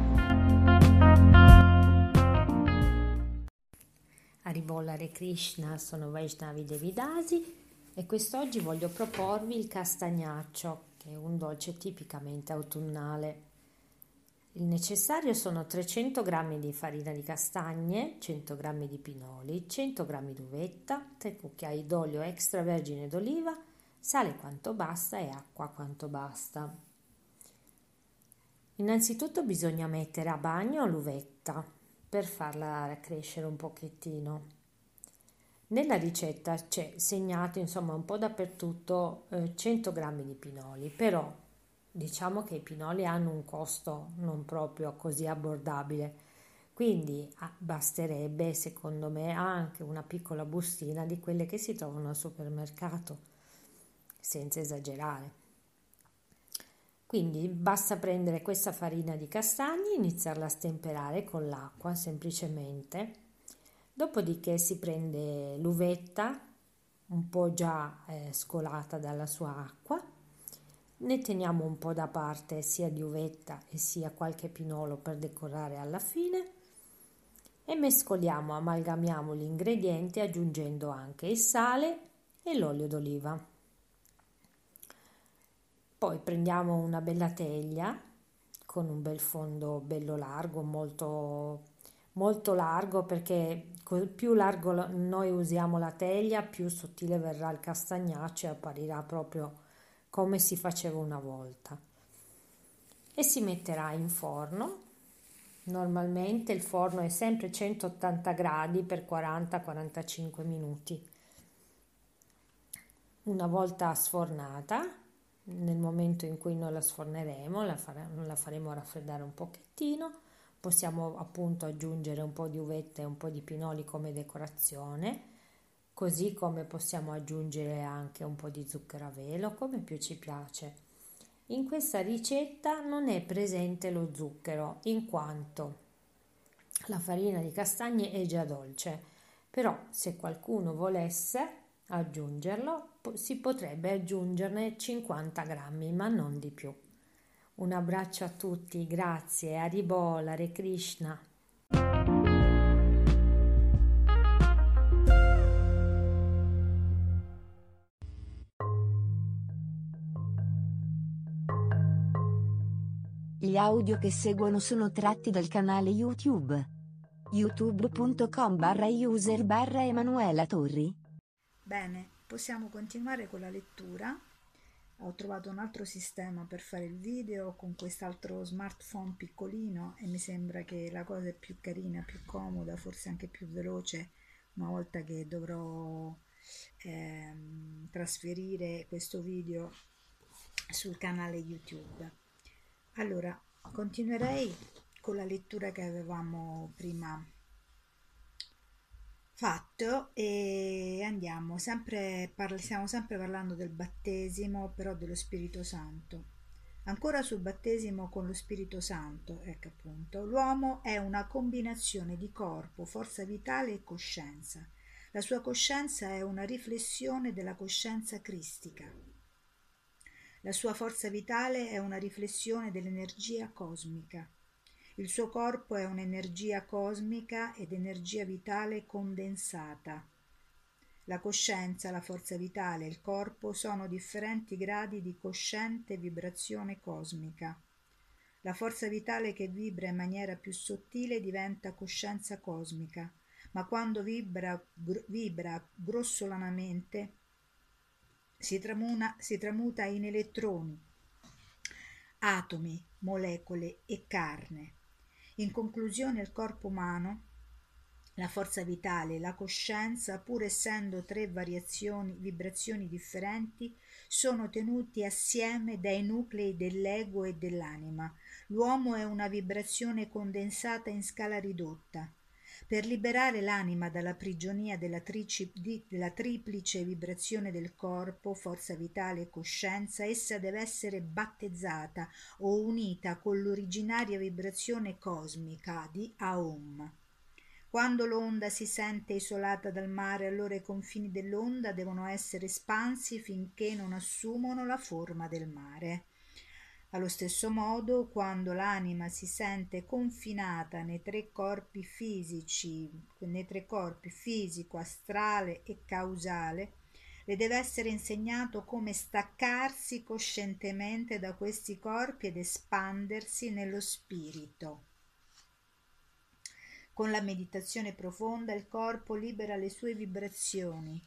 Arrivo Hare Krishna, sono Vaishnavi Devidasi e quest'oggi voglio proporvi il castagnaccio, che è un dolce tipicamente autunnale. Il necessario sono 300 g di farina di castagne, 100 g di pinoli, 100 g d'uvetta, 3 cucchiai d'olio extravergine d'oliva, sale quanto basta e acqua quanto basta. Innanzitutto bisogna mettere a bagno l'uvetta per farla crescere un pochettino. Nella ricetta c'è segnato un po' dappertutto 100 g di pinoli, però diciamo che i pinoli hanno un costo non proprio così abbordabile, quindi basterebbe secondo me anche una piccola bustina di quelle che si trovano al supermercato, senza esagerare. Quindi basta prendere questa farina di castagni, iniziarla a stemperare con l'acqua semplicemente, dopodiché si prende l'uvetta un po' già scolata dalla sua acqua. Ne teniamo un po' da parte sia di uvetta e sia qualche pinolo per decorare alla fine e mescoliamo, amalgamiamo gli ingredienti aggiungendo anche il sale e l'olio d'oliva. Poi prendiamo una bella teglia con un bel fondo bello largo, molto, molto largo, perché più largo noi usiamo la teglia, più sottile verrà il castagnaccio e apparirà proprio come si faceva una volta, e si metterà in forno. Normalmente il forno è sempre 180 gradi per 40-45 minuti. una volta sfornata, nel momento in cui noi la sforneremo, la faremo raffreddare un pochettino, possiamo appunto aggiungere un po' di uvetta e un po' di pinoli come decorazione, così come possiamo aggiungere anche un po' di zucchero a velo, come più ci piace. In questa ricetta non è presente lo zucchero, in quanto la farina di castagne è già dolce, però se qualcuno volesse aggiungerlo, si potrebbe aggiungerne 50 grammi, ma non di più. Un abbraccio a tutti, grazie, Haribol, Hare Krishna. Gli audio che seguono sono tratti dal canale YouTube youtube.com/user/Emanuela Torri. Bene, possiamo continuare con la lettura. Ho trovato un altro sistema per fare il video con quest'altro smartphone piccolino e mi sembra che la cosa è più carina, più comoda, forse anche più veloce una volta che dovrò trasferire questo video sul canale YouTube. Allora, continuerei con la lettura che avevamo prima fatto e andiamo stiamo sempre parlando del battesimo, però dello Spirito Santo. Ancora sul battesimo con lo Spirito Santo, ecco appunto, l'uomo è una combinazione di corpo, forza vitale e coscienza. La sua coscienza è una riflessione della coscienza cristica. La sua forza vitale è una riflessione dell'energia cosmica. Il suo corpo è un'energia cosmica ed energia vitale condensata. La coscienza, la forza vitale e il corpo sono differenti gradi di cosciente vibrazione cosmica. La forza vitale che vibra in maniera più sottile diventa coscienza cosmica, ma quando vibra grossolanamente si tramuta in elettroni, atomi, molecole e carne. In conclusione, il corpo umano, la forza vitale e la coscienza, pur essendo tre vibrazioni differenti, sono tenuti assieme dai nuclei dell'ego e dell'anima. L'uomo è una vibrazione condensata in scala ridotta. Per liberare l'anima dalla prigionia della triplice vibrazione del corpo, forza vitale e coscienza, essa deve essere battezzata o unita con l'originaria vibrazione cosmica di Aum. Quando l'onda si sente isolata dal mare, allora i confini dell'onda devono essere espansi finché non assumono la forma del mare. Allo stesso modo, quando l'anima si sente confinata nei tre corpi fisico, astrale e causale, le deve essere insegnato come staccarsi coscientemente da questi corpi ed espandersi nello spirito. Con la meditazione profonda il corpo libera le sue vibrazioni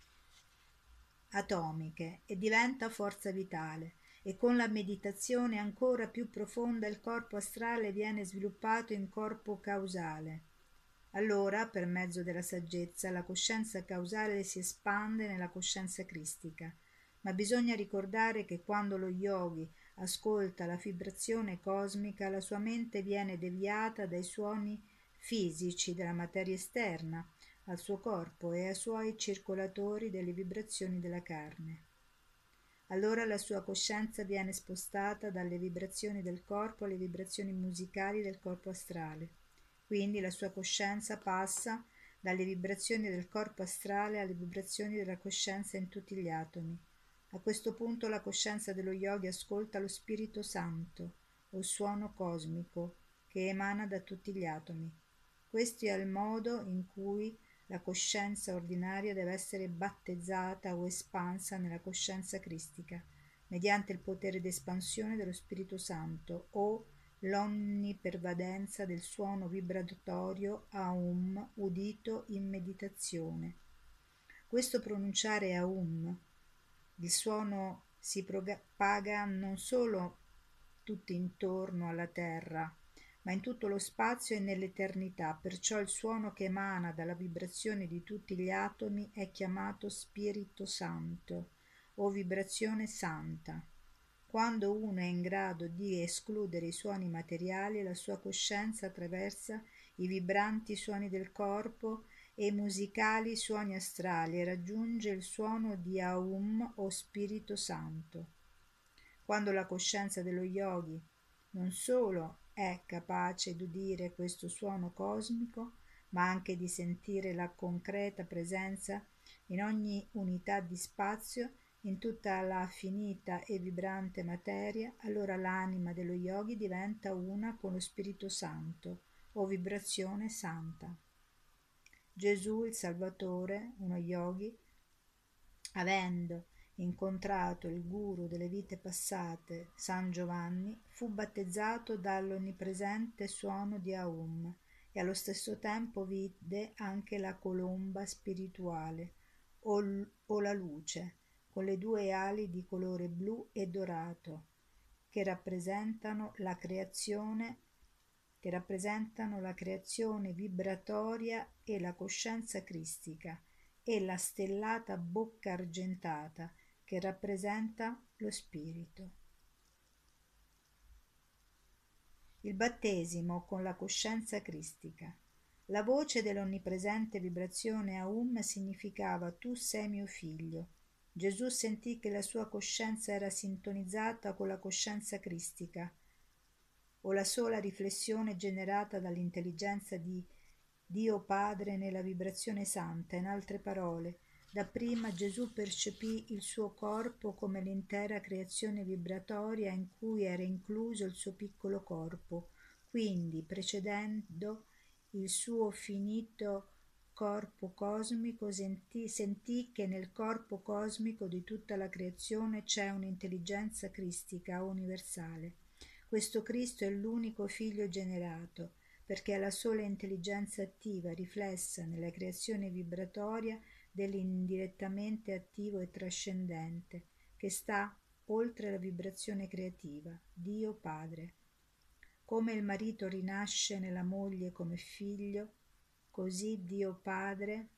atomiche e diventa forza vitale. E con la meditazione ancora più profonda il corpo astrale viene sviluppato in corpo causale. Allora, per mezzo della saggezza, la coscienza causale si espande nella coscienza cristica. Ma bisogna ricordare che quando lo yogi ascolta la vibrazione cosmica, la sua mente viene deviata dai suoni fisici della materia esterna al suo corpo e ai suoi circolatori delle vibrazioni della carne. Allora la sua coscienza viene spostata dalle vibrazioni del corpo alle vibrazioni musicali del corpo astrale. Quindi la sua coscienza passa dalle vibrazioni del corpo astrale alle vibrazioni della coscienza in tutti gli atomi. A questo punto la coscienza dello yogi ascolta lo Spirito Santo, o suono cosmico, che emana da tutti gli atomi. Questo è il modo in cui la coscienza ordinaria deve essere battezzata o espansa nella coscienza cristica, mediante il potere d'espansione dello Spirito Santo o l'onnipervadenza del suono vibratorio Aum udito in meditazione. Questo pronunciare Aum, il suono si propaga non solo tutto intorno alla terra, ma in tutto lo spazio e nell'eternità, perciò il suono che emana dalla vibrazione di tutti gli atomi è chiamato Spirito Santo. o vibrazione santa. Quando uno è in grado di escludere i suoni materiali, la sua coscienza attraversa i vibranti suoni del corpo e i musicali suoni astrali e raggiunge il suono di Aum o Spirito Santo. Quando la coscienza dello yogi non solo è capace di udire questo suono cosmico, ma anche di sentire la concreta presenza in ogni unità di spazio, in tutta la finita e vibrante materia, allora l'anima dello yogi diventa una con lo Spirito Santo o vibrazione santa. Gesù, il Salvatore, uno yogi, avendo incontrato il guru delle vite passate, San Giovanni, fu battezzato dall'onnipresente suono di Aum e allo stesso tempo vide anche la colomba spirituale o la luce, con le due ali di colore blu e dorato, che rappresentano la creazione vibratoria e la coscienza cristica, e la stellata bocca argentata, che rappresenta lo spirito. Il battesimo con la coscienza cristica. La voce dell'onnipresente vibrazione Aum significava: tu sei mio figlio. Gesù sentì che la sua coscienza era sintonizzata con la coscienza cristica, o la sola riflessione generata dall'intelligenza di Dio Padre nella vibrazione santa. In altre parole, dapprima Gesù percepì il suo corpo come l'intera creazione vibratoria in cui era incluso il suo piccolo corpo, quindi precedendo il suo finito corpo cosmico sentì che nel corpo cosmico di tutta la creazione c'è un'intelligenza cristica universale. Questo Cristo è l'unico figlio generato, perché è la sola intelligenza attiva riflessa nella creazione vibratoria dell'indirettamente attivo e trascendente, che sta oltre la vibrazione creativa, Dio Padre. Come il marito rinasce nella moglie come figlio, così Dio Padre,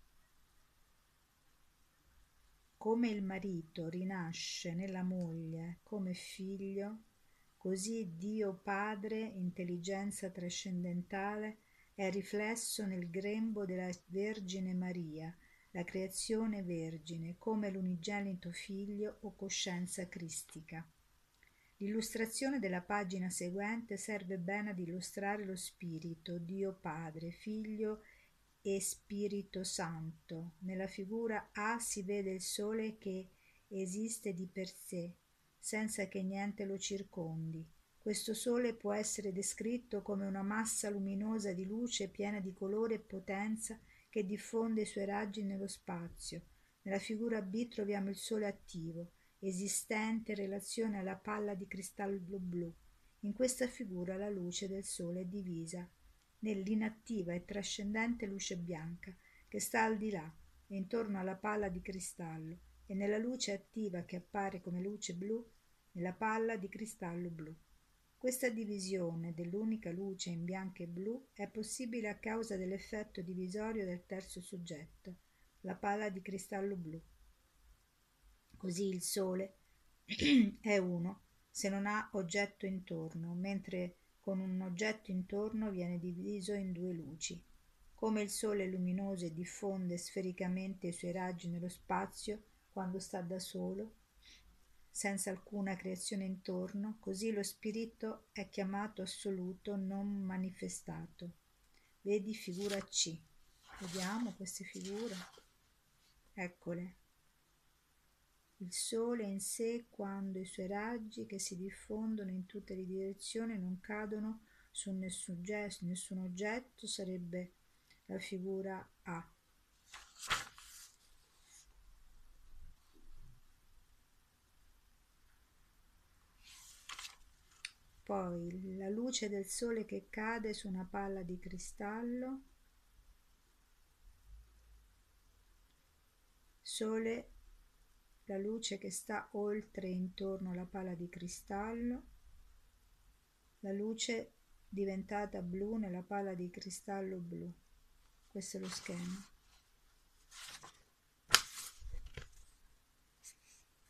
come il marito rinasce nella moglie come figlio, così Dio Padre, intelligenza trascendentale, è riflesso nel grembo della Vergine Maria, la creazione vergine, come l'unigenito figlio o coscienza cristica. L'illustrazione della pagina seguente serve bene ad illustrare lo Spirito, Dio Padre, Figlio e Spirito Santo. Nella figura A si vede il Sole che esiste di per sé, senza che niente lo circondi. Questo Sole può essere descritto come una massa luminosa di luce piena di colore e potenza che diffonde i suoi raggi nello spazio. Nella figura B troviamo il Sole attivo, esistente in relazione alla palla di cristallo blu. In questa figura la luce del Sole è divisa nell'inattiva e trascendente luce bianca che sta al di là e intorno alla palla di cristallo, e nella luce attiva che appare come luce blu nella palla di cristallo blu. Questa divisione dell'unica luce in bianco e blu è possibile a causa dell'effetto divisorio del terzo soggetto, la palla di cristallo blu. Così il Sole è uno se non ha oggetto intorno, mentre con un oggetto intorno viene diviso in due luci. Come il Sole è luminoso e diffonde sfericamente i suoi raggi nello spazio quando sta da solo, senza alcuna creazione intorno, così lo spirito è chiamato assoluto non manifestato. Vedi figura C. Vediamo queste figure. Eccole. Il Sole in sé, quando i suoi raggi che si diffondono in tutte le direzioni non cadono su nessun oggetto, sarebbe la figura A. Poi la luce del Sole che cade su una palla di cristallo, Sole, la luce che sta oltre e intorno alla palla di cristallo, la luce diventata blu nella palla di cristallo blu. Questo è lo schema.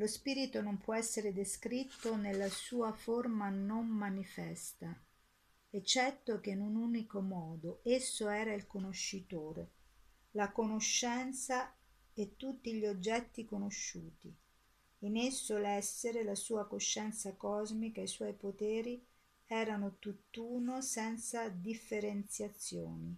Lo spirito non può essere descritto nella sua forma non manifesta, eccetto che in un unico modo. Esso era il conoscitore, la conoscenza e tutti gli oggetti conosciuti. In esso l'essere, la sua coscienza cosmica, i suoi poteri erano tutt'uno senza differenziazioni.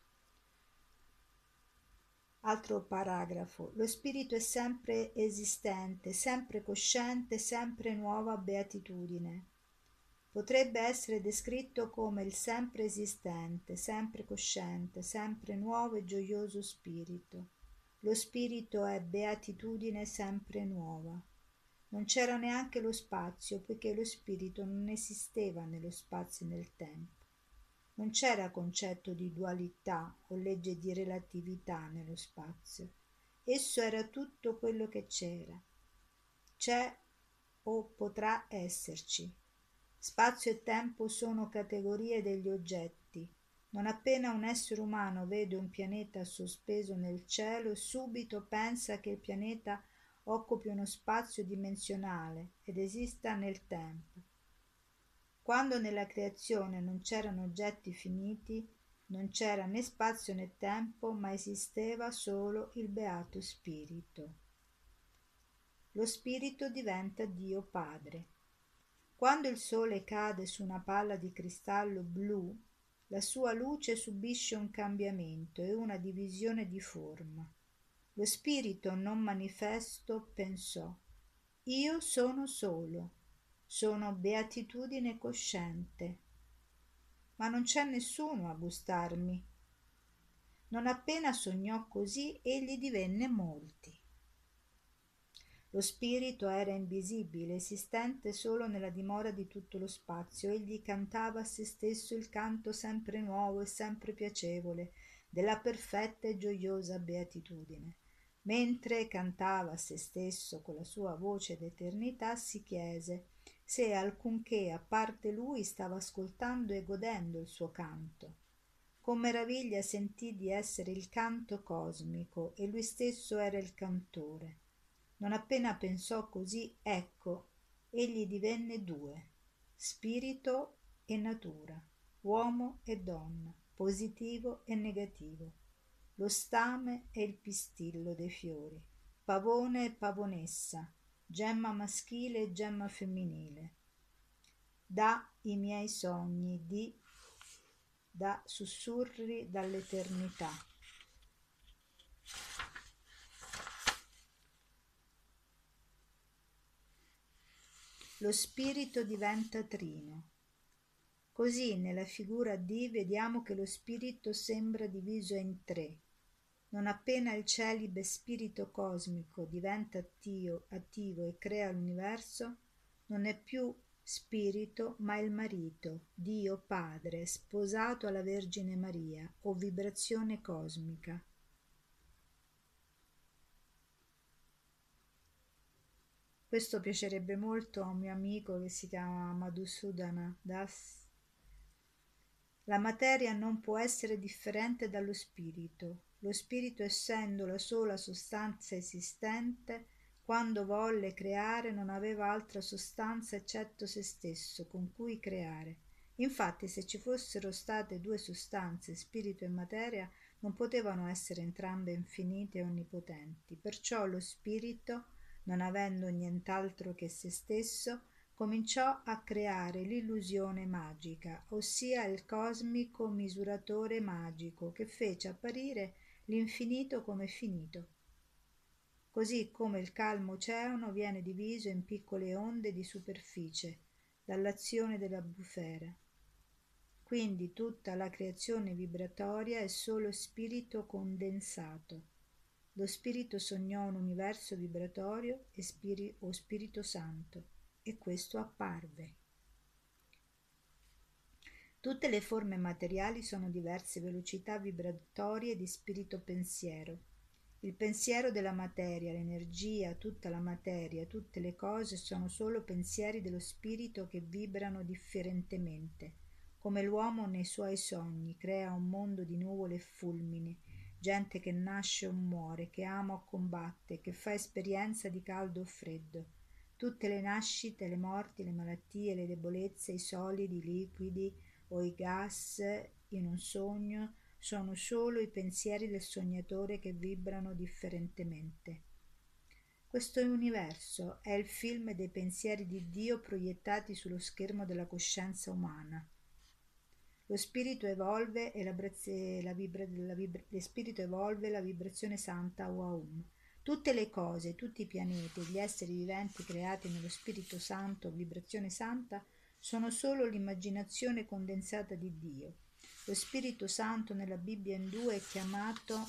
Altro paragrafo. Lo spirito è sempre esistente, sempre cosciente, sempre nuova beatitudine. Potrebbe essere descritto come il sempre esistente, sempre cosciente, sempre nuovo e gioioso spirito. Lo spirito è beatitudine sempre nuova. Non c'era neanche lo spazio, poiché lo spirito non esisteva nello spazio e nel tempo. Non c'era concetto di dualità o legge di relatività nello spazio. Esso era tutto quello che c'era. C'è o potrà esserci. Spazio e tempo sono categorie degli oggetti. Non appena un essere umano vede un pianeta sospeso nel cielo, subito pensa che il pianeta occupi uno spazio dimensionale ed esista nel tempo. Quando nella creazione non c'erano oggetti finiti, non c'era né spazio né tempo, ma esisteva solo il Beato Spirito. Lo Spirito diventa Dio Padre. Quando il sole cade su una palla di cristallo blu, la sua luce subisce un cambiamento e una divisione di forma. Lo spirito non manifesto pensò: io sono solo, sono beatitudine cosciente, ma non c'è nessuno a gustarmi. Non appena sognò così, egli divenne molti. Lo spirito era invisibile, esistente solo nella dimora di tutto lo spazio. Egli cantava a se stesso il canto sempre nuovo e sempre piacevole della perfetta e gioiosa beatitudine. Mentre cantava a se stesso con la sua voce d'eternità, si chiese se alcunché a parte lui stava ascoltando e godendo il suo canto. Con meraviglia sentì di essere il canto cosmico e lui stesso era il cantore. Non appena pensò così, ecco, egli divenne due, spirito e natura, uomo e donna, positivo e negativo, lo stame e il pistillo dei fiori, pavone e pavonessa, gemma maschile e gemma femminile. Da i miei sogni da sussurri dall'eternità. Lo spirito diventa trino. Così nella figura D vediamo che lo spirito sembra diviso in tre. Non appena il celibe spirito cosmico diventa attivo e crea l'universo, non è più spirito ma il marito, Dio Padre, sposato alla Vergine Maria, o vibrazione cosmica. Questo piacerebbe molto a un mio amico che si chiama Madhusudana Das. La materia non può essere differente dallo spirito. Lo spirito, essendo la sola sostanza esistente, quando volle creare non aveva altra sostanza eccetto se stesso con cui creare. Infatti, se ci fossero state due sostanze, spirito e materia, non potevano essere entrambe infinite e onnipotenti. Perciò lo spirito, non avendo nient'altro che se stesso, cominciò a creare l'illusione magica, ossia il cosmico misuratore magico che fece apparire l'infinito come finito. Così come il calmo oceano viene diviso in piccole onde di superficie dall'azione della bufera. Quindi tutta la creazione vibratoria è solo spirito condensato. Lo spirito sognò un universo vibratorio o Spirito Santo, e questo apparve. Tutte le forme materiali sono diverse velocità vibratorie di spirito pensiero. Il pensiero della materia, l'energia, tutta la materia, tutte le cose sono solo pensieri dello spirito che vibrano differentemente, come l'uomo nei suoi sogni crea un mondo di nuvole e fulmini, gente che nasce o muore, che ama o combatte, che fa esperienza di caldo o freddo. Tutte le nascite, le morti, le malattie, le debolezze, i solidi, i liquidi o i gas in un sogno sono solo i pensieri del sognatore che vibrano differentemente. Questo universo è il film dei pensieri di Dio proiettati sullo schermo della coscienza umana. Lo spirito evolve e la vibrazione santa o Aum. Tutte le cose, tutti i pianeti, gli esseri viventi creati nello Spirito Santo, vibrazione santa, sono solo l'immaginazione condensata di Dio. Lo Spirito Santo nella Bibbia indù è chiamato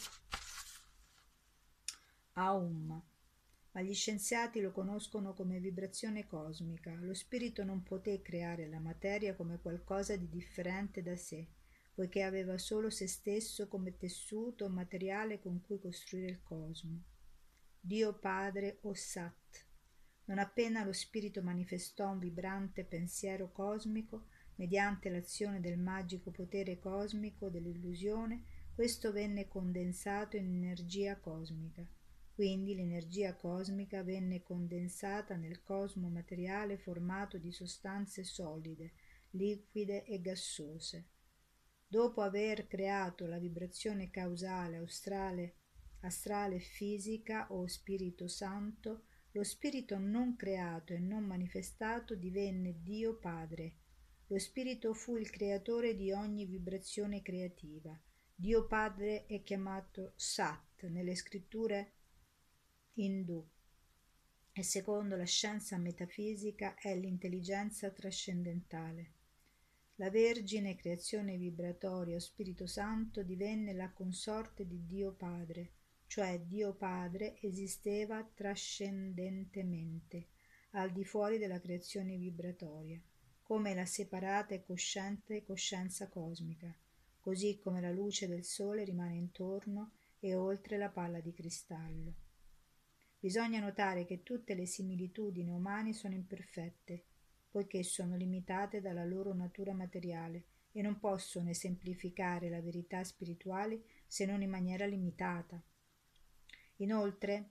Aum, ma gli scienziati lo conoscono come vibrazione cosmica. Lo spirito non poté creare la materia come qualcosa di differente da sé, poiché aveva solo se stesso come tessuto materiale con cui costruire il cosmo. Dio Padre o Sat. Non appena lo spirito manifestò un vibrante pensiero cosmico, mediante l'azione del magico potere cosmico dell'illusione, questo venne condensato in energia cosmica. Quindi l'energia cosmica venne condensata nel cosmo materiale formato di sostanze solide, liquide e gassose. Dopo aver creato la vibrazione causale astrale e fisica o Spirito Santo, lo spirito non creato e non manifestato divenne Dio Padre. Lo spirito fu il creatore di ogni vibrazione creativa. Dio Padre è chiamato Sat nelle scritture indù e secondo la scienza metafisica è l'intelligenza trascendentale. La Vergine, creazione vibratoria o Spirito Santo, divenne la consorte di Dio Padre, cioè Dio Padre esisteva trascendentemente, al di fuori della creazione vibratoria, come la separata e cosciente coscienza cosmica, così come la luce del sole rimane intorno e oltre la palla di cristallo. Bisogna notare che tutte le similitudini umane sono imperfette, poiché sono limitate dalla loro natura materiale e non possono esemplificare la verità spirituale se non in maniera limitata. Inoltre,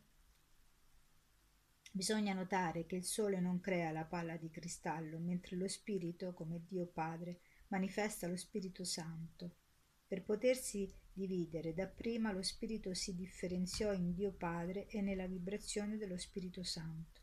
bisogna notare che il Sole non crea la palla di cristallo, mentre lo Spirito, come Dio Padre, manifesta lo Spirito Santo. Per potersi dividere, dapprima lo Spirito si differenziò in Dio Padre e nella vibrazione dello Spirito Santo.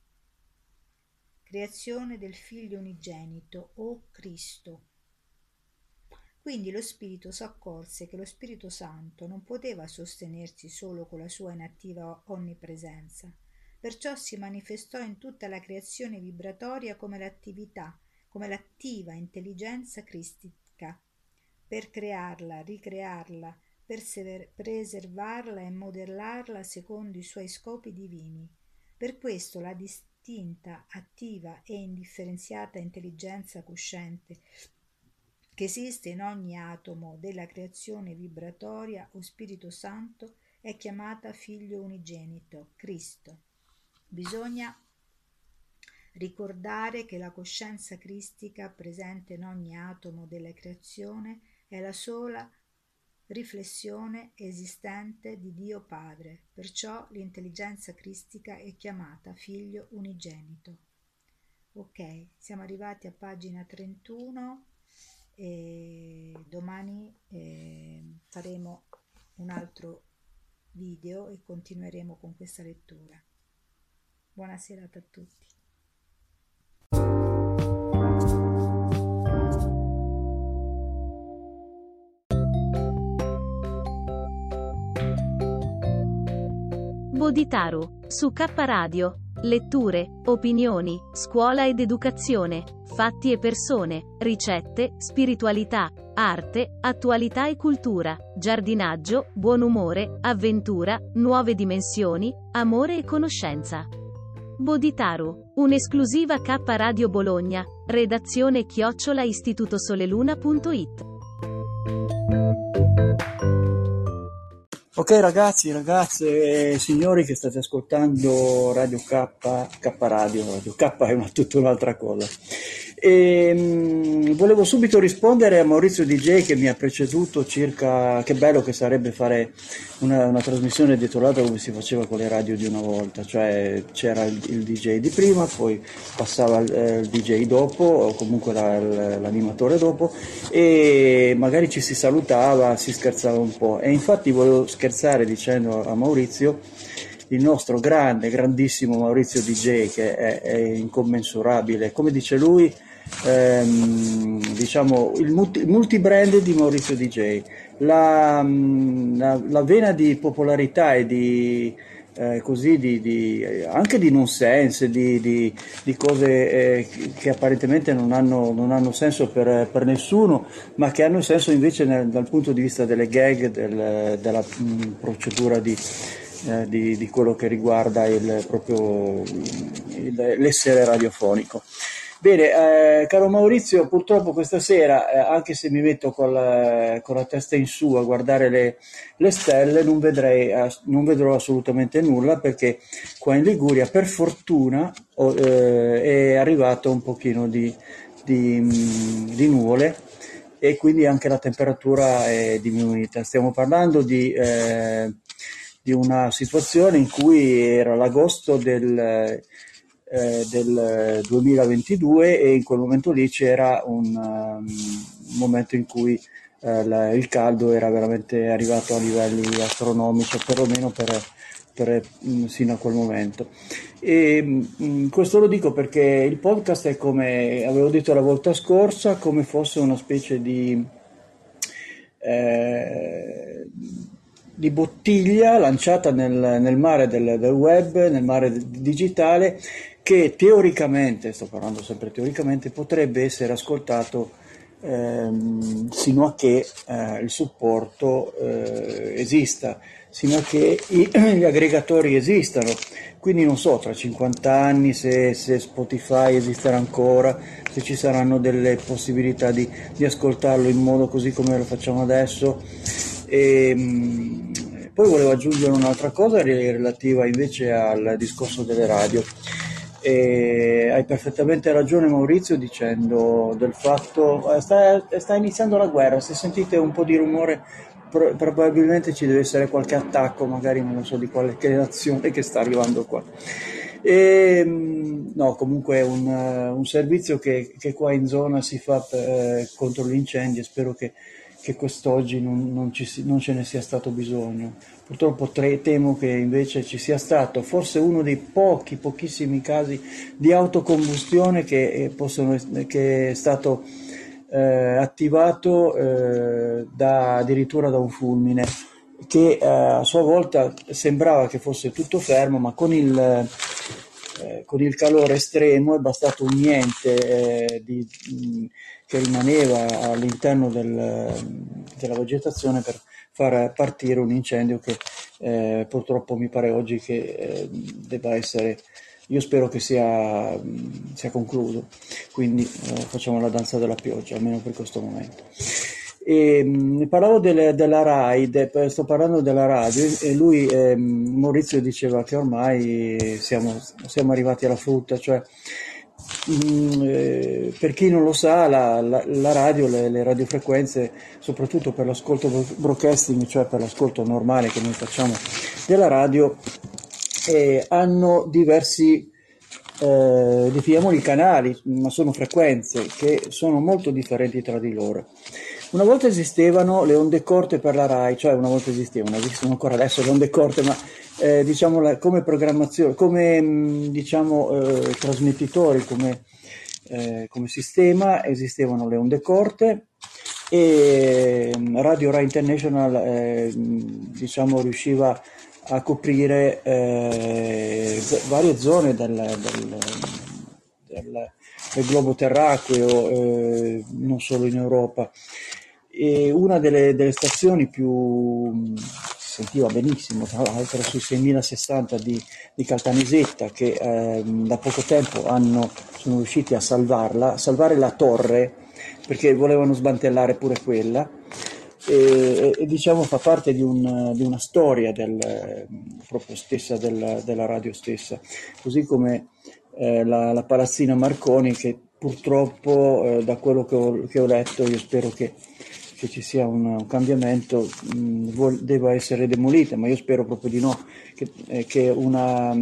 Creazione del Figlio unigenito o Cristo. Quindi lo Spirito s'accorse che lo Spirito Santo non poteva sostenersi solo con la sua inattiva onnipresenza, perciò si manifestò in tutta la creazione vibratoria come l'attiva intelligenza cristica, per crearla, ricrearla, preservarla e modellarla secondo i suoi scopi divini. Per questo la distinta, attiva e indifferenziata intelligenza cosciente che esiste in ogni atomo della creazione vibratoria o Spirito Santo è chiamata Figlio unigenito, Cristo. Bisogna ricordare che la coscienza cristica presente in ogni atomo della creazione è la sola riflessione esistente di Dio Padre, perciò l'intelligenza cristica è chiamata Figlio unigenito. Ok, siamo arrivati a pagina 31 e domani faremo un altro video e continueremo con questa lettura. Buona serata a tutti. Bodhitaru, su K Radio. Letture, opinioni, scuola ed educazione, fatti e persone, ricette, spiritualità, arte, attualità e cultura, giardinaggio, buon umore, avventura, nuove dimensioni, amore e conoscenza. Bodhitaru, un'esclusiva K Radio Bologna, redazione @istitutosoleluna.it. Ok ragazzi, ragazze, signori che state ascoltando Radio K Radio K è tutta un'altra cosa. Volevo subito rispondere a Maurizio DJ che mi ha preceduto circa che bello che sarebbe fare una trasmissione titolata come si faceva con le radio di una volta, cioè c'era il DJ di prima, poi passava il DJ dopo o comunque l'animatore dopo e magari ci si salutava, si scherzava un po', e infatti volevo scherzare dicendo a Maurizio, il nostro grandissimo Maurizio DJ, che è incommensurabile, come dice lui, diciamo il multibrand di Maurizio DJ, la vena di popolarità e di anche di nonsense, di cose che apparentemente non hanno senso per nessuno, ma che hanno senso invece dal punto di vista delle gag, della procedura di quello che riguarda l'essere radiofonico. Bene, caro Maurizio, purtroppo questa sera, anche se mi metto con la testa in su a guardare le stelle, non vedrò assolutamente nulla, perché qua in Liguria, per fortuna, è arrivato un pochino di nuvole e quindi anche la temperatura è diminuita. Stiamo parlando di una situazione in cui era l'agosto del 2022 e in quel momento lì c'era un momento in cui il caldo era veramente arrivato a livelli astronomici, perlomeno sino a quel momento. E questo lo dico perché il podcast è, come avevo detto la volta scorsa, come fosse una specie di bottiglia lanciata nel mare del web, nel mare digitale, che teoricamente, sto parlando sempre teoricamente, potrebbe essere ascoltato sino a che il supporto esista, sino a che gli aggregatori esistano. Quindi non so, tra 50 anni se Spotify esisterà ancora, se ci saranno delle possibilità di ascoltarlo in modo così come lo facciamo adesso. Poi volevo aggiungere un'altra cosa relativa invece al discorso delle radio. Hai perfettamente ragione Maurizio dicendo del fatto sta iniziando la guerra, se sentite un po' di rumore probabilmente ci deve essere qualche attacco, magari non so di quale nazione che sta arrivando qua. No, comunque è un servizio che qua in zona si fa contro gli incendi, e spero che quest'oggi non ce ne sia stato bisogno. Purtroppo temo che invece ci sia stato forse uno dei pochissimi casi di autocombustione che è stato attivato addirittura da un fulmine, che a sua volta sembrava che fosse tutto fermo, ma con il calore estremo è bastato un niente che rimaneva all'interno della vegetazione per far partire un incendio che purtroppo mi pare oggi che debba essere, io spero che sia concluso, quindi facciamo la danza della pioggia, almeno per questo momento. Parlavo della RAI, sto parlando della radio, e lui, Maurizio, diceva che ormai siamo arrivati alla frutta, cioè per chi non lo sa, la radio, le radiofrequenze, soprattutto per l'ascolto broadcasting, cioè per l'ascolto normale che noi facciamo della radio, hanno diversi definiamoli canali, ma sono frequenze che sono molto differenti tra di loro. Una volta esistevano le onde corte per la RAI, cioè esistono ancora adesso le onde corte, ma diciamo come programmazione, come trasmettitori, come sistema esistevano le onde corte, e Radio Rai International riusciva a coprire varie zone del globo terracqueo, non solo in Europa. E una delle stazioni si sentiva benissimo, tra l'altro, sui 6060 di Caltanissetta, che da poco tempo sono riusciti a salvare la torre, perché volevano smantellare pure quella, e fa parte di una storia proprio stessa della radio stessa, così come la Palazzina Marconi, che purtroppo da quello che ho letto, io spero che ci sia un cambiamento, debba essere demolita, ma io spero proprio di no, che una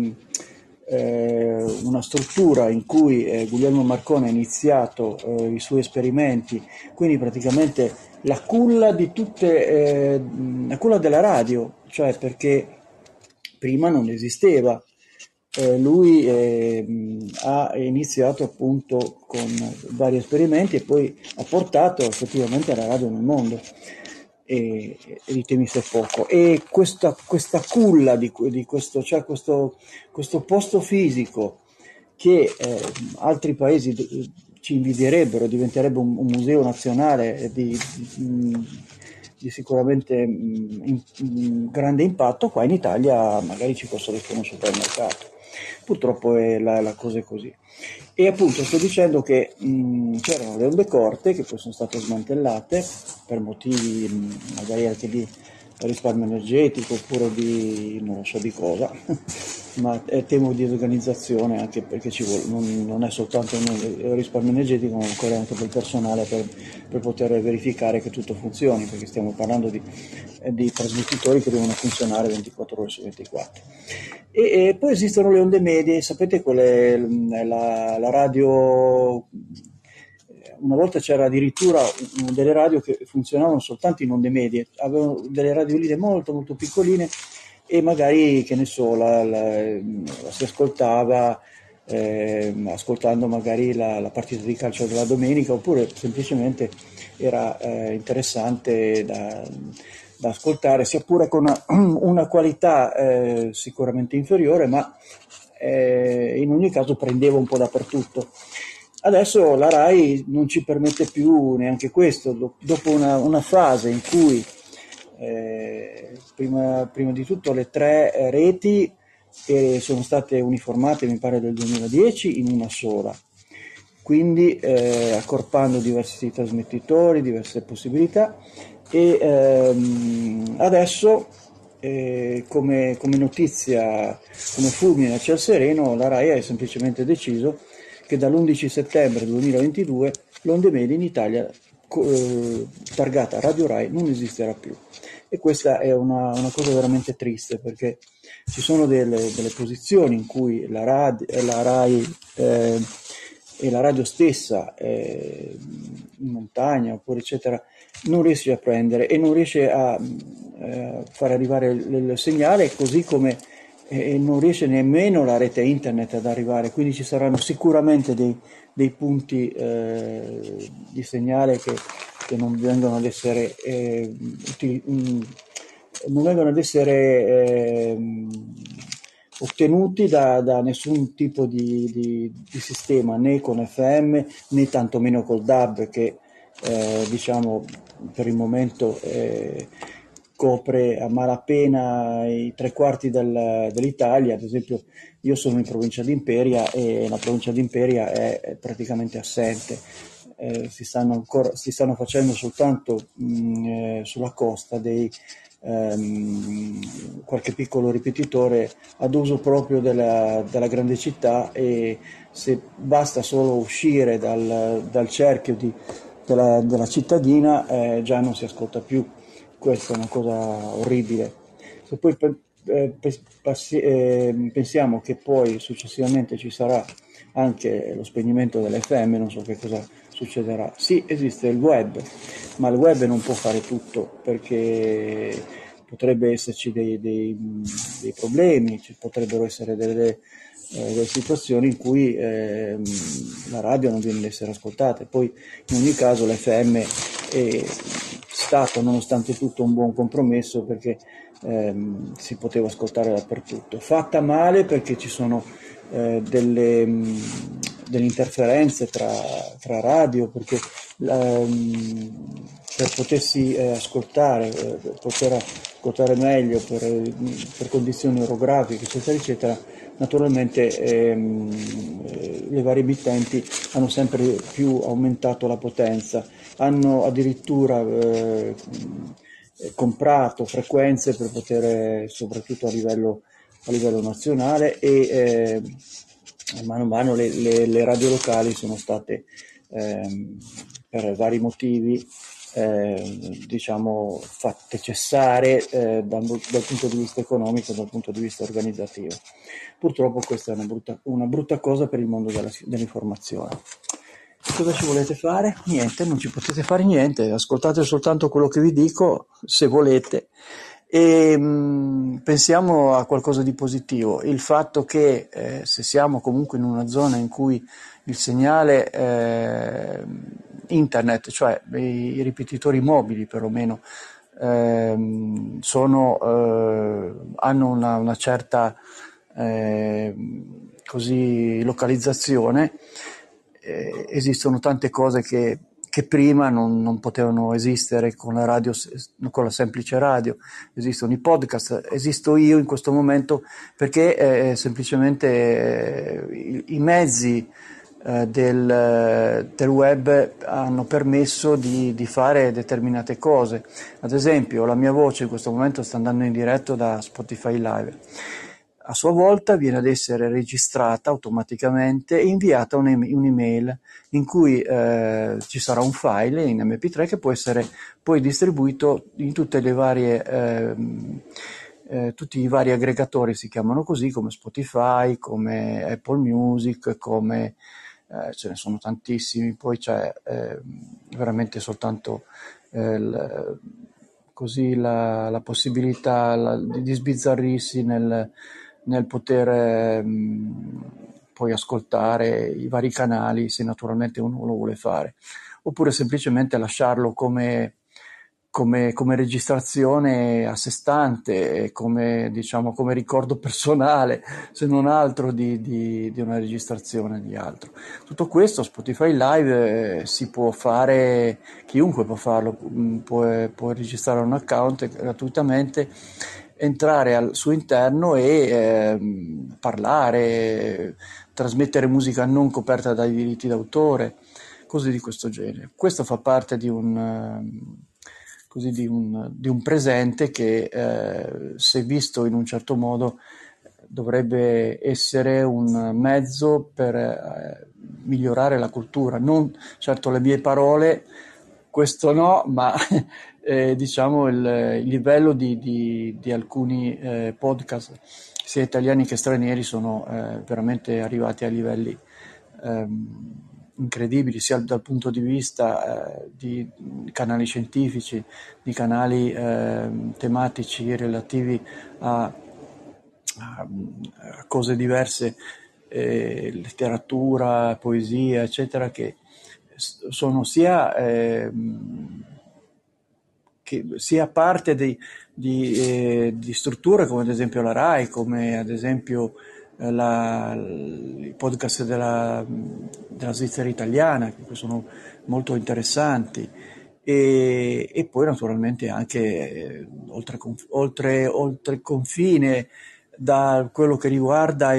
struttura in cui Guglielmo Marconi ha iniziato i suoi esperimenti, quindi praticamente la culla di tutte, la culla della radio, cioè perché prima non esisteva. Lui ha iniziato appunto con vari esperimenti e poi ha portato effettivamente la radio nel mondo, e ditemi se è poco. E questa culla di questo, cioè questo posto fisico che altri paesi ci invidierebbero, diventerebbe un museo nazionale di sicuramente grande impatto, qua in Italia magari ci costruiscono un supermercato. Purtroppo la cosa è così. E appunto sto dicendo che c'erano le onde corte che poi sono state smantellate per motivi magari anche di risparmio energetico oppure di non so di cosa, ma temo di organizzazione, anche perché ci vuole, non è soltanto un risparmio energetico, ma occorre anche del personale per poter verificare che tutto funzioni, perché stiamo parlando di trasmettitori che devono funzionare 24 ore su 24. E poi esistono le onde medie, sapete quelle, la radio. Una volta c'era addirittura delle radio che funzionavano soltanto in onde medie, avevano delle radioline molto molto piccoline e magari, che ne so, la si ascoltava ascoltando magari la partita di calcio della domenica, oppure semplicemente era interessante da ascoltare, sia pure con una qualità sicuramente inferiore, ma in ogni caso prendeva un po' dappertutto. Adesso la RAI non ci permette più neanche questo, dopo una fase in cui prima di tutto le 3 reti sono state uniformate, mi pare del 2010, in una sola, quindi accorpando diversi trasmettitori, diverse possibilità, e adesso come notizia, come fulmine a ciel sereno, la RAI ha semplicemente deciso che dall'11 settembre 2022 l'onde media in Italia targata Radio Rai non esisterà più. E questa è una cosa veramente triste, perché ci sono delle posizioni in cui la Rai e la radio stessa in montagna oppure eccetera non riesce a prendere e non riesce a far arrivare il segnale, così come non riesce nemmeno la rete internet ad arrivare, quindi ci saranno sicuramente dei punti di segnale che non vengono ad essere ottenuti da nessun tipo di sistema, né con FM né tantomeno col DAB, che diciamo per il momento copre a malapena i 3/4 dell'Italia. Ad esempio io sono in provincia di Imperia e la provincia di Imperia è praticamente assente, si stanno facendo soltanto sulla costa qualche piccolo ripetitore ad uso proprio della grande città, e se basta solo uscire dal cerchio della cittadina già non si ascolta più. Questa è una cosa orribile. Se poi pensiamo che poi successivamente ci sarà anche lo spegnimento dell'FM, non so che cosa succederà. Sì, esiste il web, ma il web non può fare tutto, perché potrebbe esserci dei problemi, ci potrebbero essere delle situazioni in cui la radio non viene ad essere ascoltata. Poi in ogni caso l'FM è stato, nonostante tutto, un buon compromesso, perché si poteva ascoltare dappertutto. Fatta male perché ci sono delle interferenze tra radio, perché per potersi ascoltare, poter ascoltare meglio per condizioni orografiche eccetera eccetera, naturalmente le varie emittenti hanno sempre più aumentato la potenza, hanno addirittura comprato frequenze per poter, soprattutto a livello nazionale, e mano a mano le radio locali sono state, per vari motivi, diciamo, fatte cessare dal punto di vista economico, dal punto di vista organizzativo. Purtroppo questa è una brutta cosa per il mondo dell'informazione. Cosa ci volete fare? Niente, non ci potete fare niente, ascoltate soltanto quello che vi dico, se volete. E pensiamo a qualcosa di positivo, il fatto che se siamo comunque in una zona in cui il segnale internet, cioè i ripetitori mobili perlomeno, hanno una certa così localizzazione, esistono tante cose che prima non potevano esistere con la radio, con la semplice radio. Esistono i podcast, esisto io in questo momento perché semplicemente i mezzi del web hanno permesso di fare determinate cose. Ad esempio, la mia voce in questo momento sta andando in diretto da Spotify Live. A sua volta viene ad essere registrata automaticamente e inviata un'email in cui ci sarà un file in MP3 che può essere poi distribuito in tutte le varie tutti i vari aggregatori, si chiamano così, come Spotify, come Apple Music, come ce ne sono tantissimi, poi c'è veramente soltanto così la possibilità di sbizzarrirsi nel poter poi ascoltare i vari canali, se naturalmente uno lo vuole fare, oppure semplicemente lasciarlo come registrazione a sé stante, come ricordo personale, se non altro di una registrazione di altro. Tutto questo Spotify Live si può fare, chiunque può farlo, può registrare un account gratuitamente, entrare al suo interno e parlare, trasmettere musica non coperta dai diritti d'autore, cose di questo genere. Questo fa parte di un presente che, se visto in un certo modo, dovrebbe essere un mezzo per migliorare la cultura. Non certo le mie parole, questo no, ma diciamo il livello di alcuni podcast, sia italiani che stranieri, sono veramente arrivati a livelli incredibili, sia dal punto di vista di canali scientifici, di canali tematici relativi a cose diverse, letteratura, poesia, eccetera, che sono sia parte di strutture come ad esempio la RAI, come ad esempio i podcast della Svizzera italiana, che sono molto interessanti, e poi naturalmente anche oltre confine, da quello che riguarda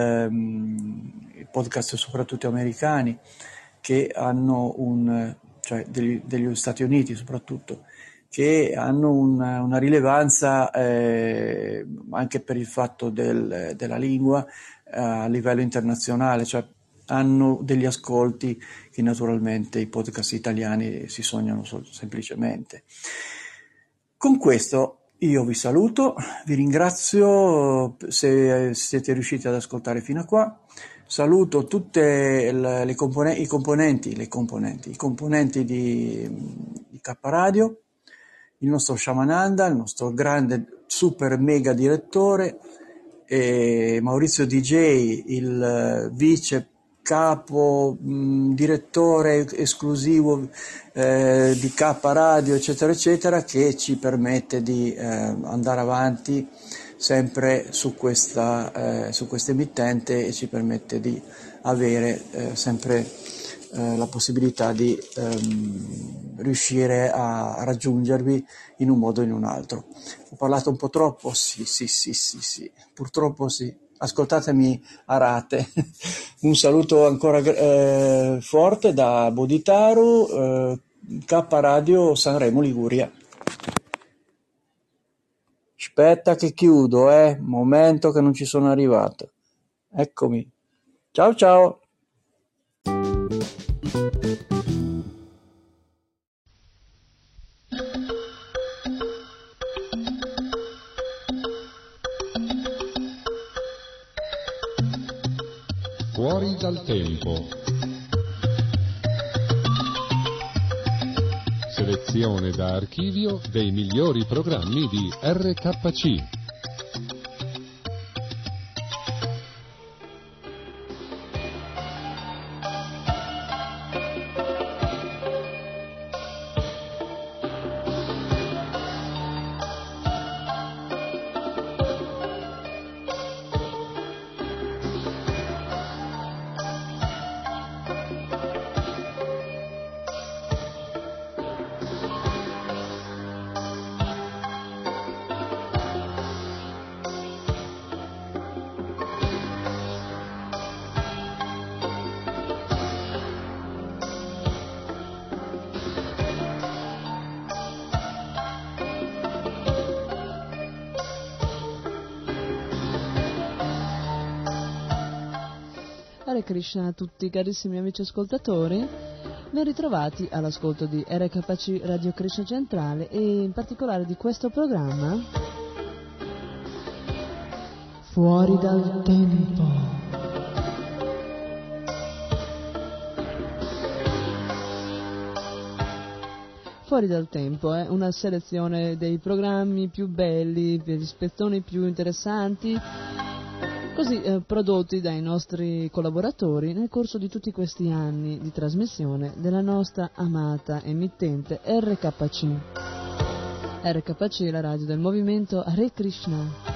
i podcast soprattutto americani, che hanno cioè degli Stati Uniti soprattutto, che hanno una rilevanza anche per il fatto della lingua a livello internazionale, cioè hanno degli ascolti che naturalmente i podcast italiani si sognano semplicemente. Con questo io vi saluto, vi ringrazio se siete riusciti ad ascoltare fino a qua. Saluto tutte i componenti di K Radio, il nostro Shamananda, il nostro grande super mega direttore, Maurizio DJ, il vice capo direttore esclusivo di K Radio, eccetera eccetera, che ci permette di andare avanti sempre su questa emittente e ci permette di avere sempre la possibilità di riuscire a raggiungervi in un modo o in un altro. Ho parlato un po' troppo? Sì, purtroppo sì. Ascoltatemi a rate. Un saluto ancora forte da Bodhitaru, K Radio Sanremo Liguria. Aspetta che chiudo, momento che non ci sono arrivato. Eccomi. Ciao ciao! Fuori dal tempo. Selezione da archivio dei migliori programmi di RKC. Hare Krishna a tutti carissimi amici ascoltatori, ben ritrovati all'ascolto di RKC Radio Krishna Centrale e in particolare di questo programma Fuori dal Tempo. Fuori dal Tempo è una selezione dei programmi più belli, degli spezzoni più interessanti, così prodotti dai nostri collaboratori nel corso di tutti questi anni di trasmissione della nostra amata emittente RKC. RKC è la radio del movimento Hare Krishna.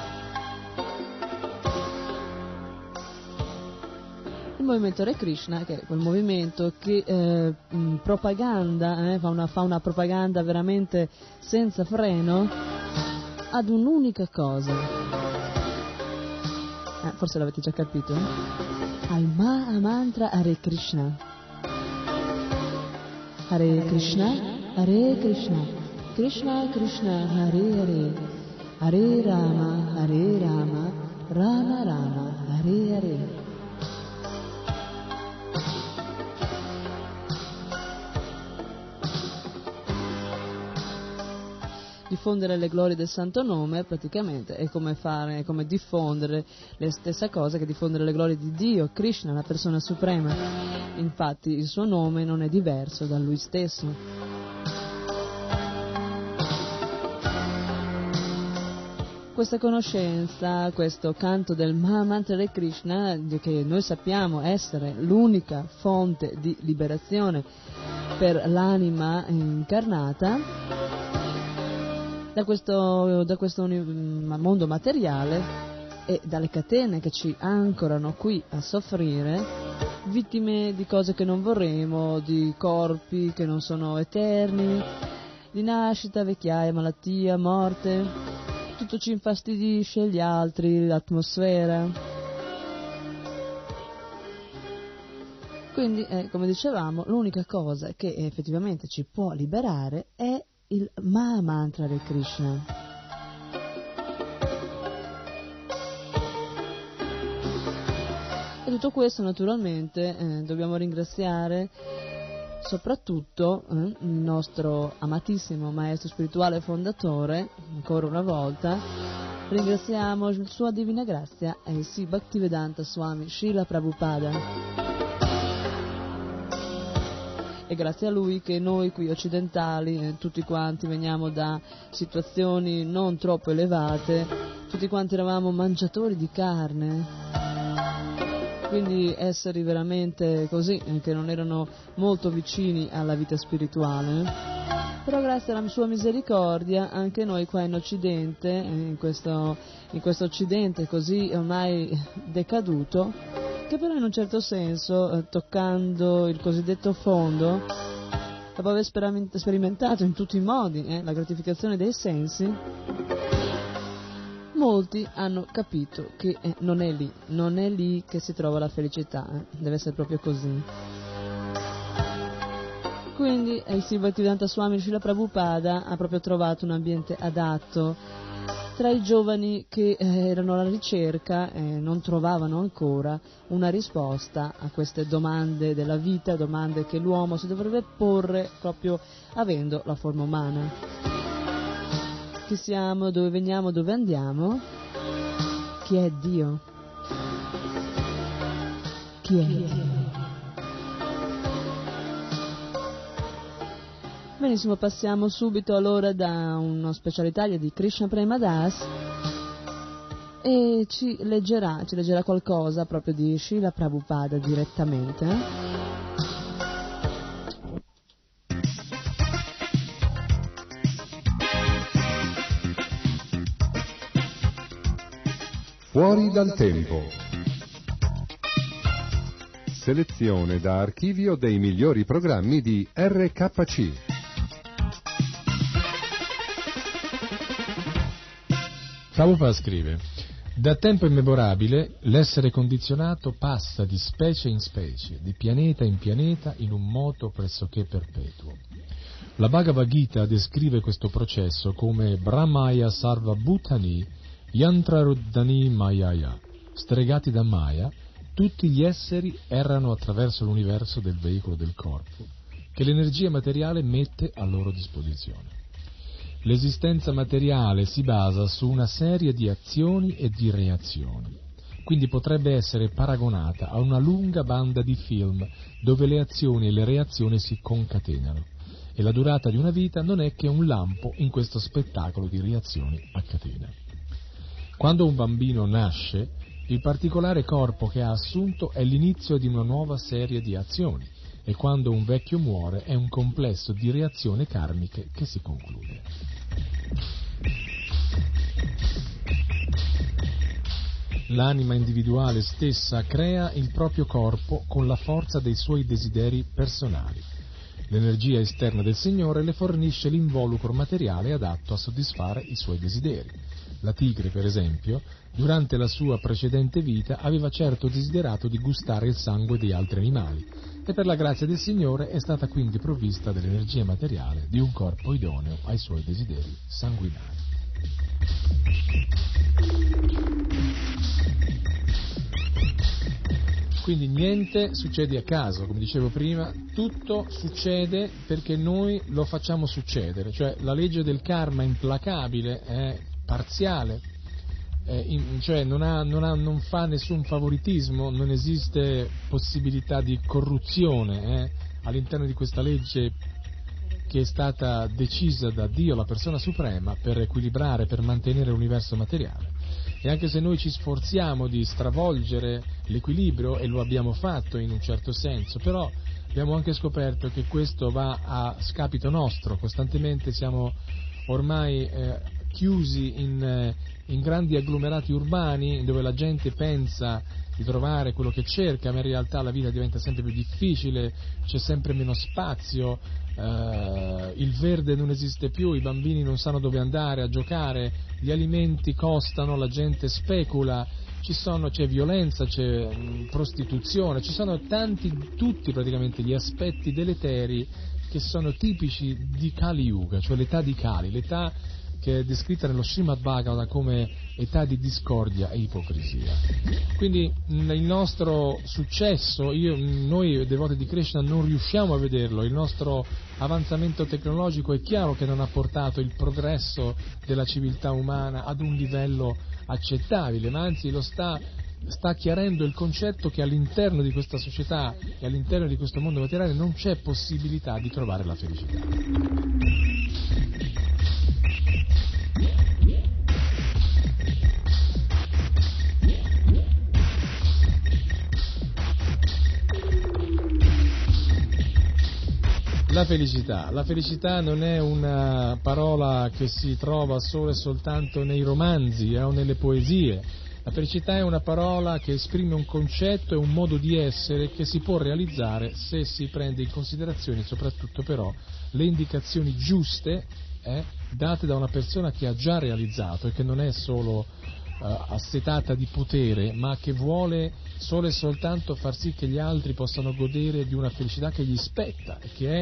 Il movimento Hare Krishna, che è quel movimento che propaganda, fa una propaganda veramente senza freno ad un'unica cosa. Forse l'avete già capito, al Mahamantra Hare Krishna. Hare Krishna, Hare Krishna, Krishna Krishna, Hare Hare, Hare Rama, Rama Rama, Hare Hare. Diffondere le glorie del santo nome praticamente è come diffondere le stesse cose che diffondere le glorie di Dio, Krishna, la persona suprema. Infatti il suo nome non è diverso da lui stesso. Questa conoscenza, questo canto del Mahamantra Hare Krishna, che noi sappiamo essere l'unica fonte di liberazione per l'anima incarnata, da questo mondo materiale e dalle catene che ci ancorano qui a soffrire, vittime di cose che non vorremmo, di corpi che non sono eterni, di nascita, vecchiaia, malattia, morte, tutto ci infastidisce, gli altri, l'atmosfera. Quindi, come dicevamo, l'unica cosa che effettivamente ci può liberare è il Mahamantra Hare Krishna. E tutto questo naturalmente dobbiamo ringraziare soprattutto il nostro amatissimo maestro spirituale fondatore, ancora una volta. Ringraziamo Sua Divina Grazia e Sri Bhaktivedanta Swami Srila Prabhupada. È grazie a lui che noi qui occidentali, tutti quanti veniamo da situazioni non troppo elevate, tutti quanti eravamo mangiatori di carne, quindi esseri veramente così, che non erano molto vicini alla vita spirituale. Però grazie alla sua misericordia anche noi qua in Occidente, in questo Occidente così ormai decaduto, che però in un certo senso, toccando il cosiddetto fondo, dopo aver sperimentato in tutti i modi la gratificazione dei sensi, molti hanno capito che non è lì che si trova la felicità, deve essere proprio così. Quindi il Sri Bhaktivedanta Swami Srila Prabhupada ha proprio trovato un ambiente adatto tra i giovani che erano alla ricerca e non trovavano ancora una risposta a queste domande della vita, domande che l'uomo si dovrebbe porre proprio avendo la forma umana. Chi siamo, dove veniamo, dove andiamo? Chi è Dio? Chi è Dio? Benissimo, passiamo subito allora da uno speciale Italia di Krishna Prema Das e ci leggerà qualcosa proprio di Srila Prabhupada direttamente. Fuori dal tempo. Selezione da archivio dei migliori programmi di RKC. Prabhupada scrive: da tempo immemorabile l'essere condizionato passa di specie in specie, di pianeta in pianeta in un moto pressoché perpetuo. La Bhagavad Gita descrive questo processo come Brahmaya Sarva Bhutani Yantraruddhani Mayaya. Stregati da Maya, tutti gli esseri errano attraverso l'universo del veicolo del corpo, che l'energia materiale mette a loro disposizione. L'esistenza materiale si basa su una serie di azioni e di reazioni, quindi potrebbe essere paragonata a una lunga banda di film dove le azioni e le reazioni si concatenano, e la durata di una vita non è che un lampo in questo spettacolo di reazioni a catena. Quando un bambino nasce, il particolare corpo che ha assunto è l'inizio di una nuova serie di azioni, e quando un vecchio muore è un complesso di reazioni karmiche che si conclude. L'anima individuale stessa crea il proprio corpo con la forza dei suoi desideri personali. L'energia esterna del Signore le fornisce l'involucro materiale adatto a soddisfare i suoi desideri. La tigre, per esempio, durante la sua precedente vita aveva certo desiderato di gustare il sangue di altri animali e per la grazia del Signore è stata quindi provvista dell'energia materiale di un corpo idoneo ai suoi desideri sanguinari. Quindi niente succede a caso, come dicevo prima, tutto succede perché noi lo facciamo succedere, cioè la legge del karma implacabile è parziale, cioè non fa nessun favoritismo, non esiste possibilità di corruzione all'interno di questa legge che è stata decisa da Dio, la persona suprema, per equilibrare, per mantenere l'universo materiale. E anche se noi ci sforziamo di stravolgere l'equilibrio, e lo abbiamo fatto in un certo senso, però abbiamo anche scoperto che questo va a scapito nostro, costantemente siamo ormai chiusi in grandi agglomerati urbani dove la gente pensa di trovare quello che cerca, ma in realtà la vita diventa sempre più difficile, c'è sempre meno spazio, il verde non esiste più, i bambini non sanno dove andare a giocare, gli alimenti costano, la gente specula, c'è violenza, c'è prostituzione, ci sono tutti praticamente gli aspetti deleteri che sono tipici di Kali Yuga, cioè l'età di Kali, l'età che è descritta nello Srimad Bhagavatam come età di discordia e ipocrisia. Quindi il nostro successo, noi devoti di Krishna non riusciamo a vederlo, il nostro avanzamento tecnologico è chiaro che non ha portato il progresso della civiltà umana ad un livello accettabile, ma anzi lo sta chiarendo il concetto che all'interno di questa società e all'interno di questo mondo materiale non c'è possibilità di trovare la felicità. La felicità non è una parola che si trova solo e soltanto nei romanzi o nelle poesie. La felicità è una parola che esprime un concetto e un modo di essere che si può realizzare se si prende in considerazione soprattutto però le indicazioni giuste date da una persona che ha già realizzato e che non è solo assetata di potere, ma che vuole solo e soltanto far sì che gli altri possano godere di una felicità che gli spetta e che è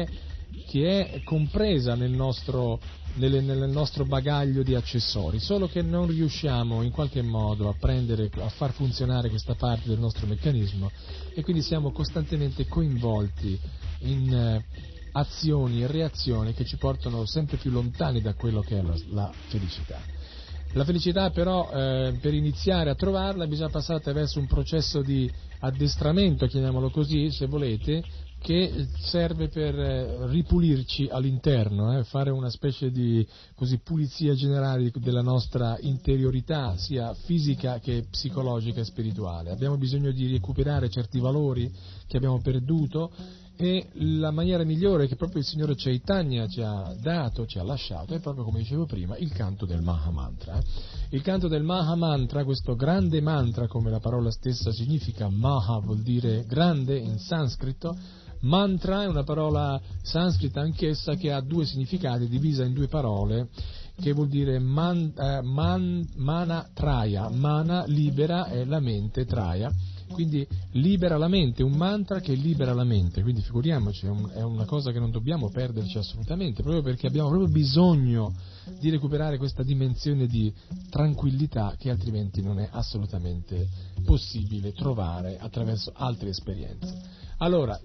che è compresa nel nostro bagaglio di accessori, solo che non riusciamo in qualche modo a far funzionare questa parte del nostro meccanismo, e quindi siamo costantemente coinvolti in azioni e reazioni che ci portano sempre più lontani da quello che è la felicità. La felicità però, per iniziare a trovarla, bisogna passare attraverso un processo di addestramento, chiamiamolo così, se volete, che serve per ripulirci all'interno, fare una specie di pulizia generale della nostra interiorità, sia fisica che psicologica e spirituale. Abbiamo bisogno di recuperare certi valori che abbiamo perduto, e la maniera migliore che proprio il Signore Chaitanya ci ha dato, ci ha lasciato, è proprio, come dicevo prima, il canto del Mahamantra. Il canto del Mahamantra, questo grande mantra, come la parola stessa significa, Maha vuol dire grande in sanscrito, mantra è una parola sanscrita anch'essa che ha due significati, divisa in due parole, che vuol dire mana traya, mana libera e la mente traya, quindi libera la mente, un mantra che libera la mente, quindi figuriamoci, è una cosa che non dobbiamo perderci assolutamente, proprio perché abbiamo proprio bisogno di recuperare questa dimensione di tranquillità che altrimenti non è assolutamente possibile trovare attraverso altre esperienze. Allora,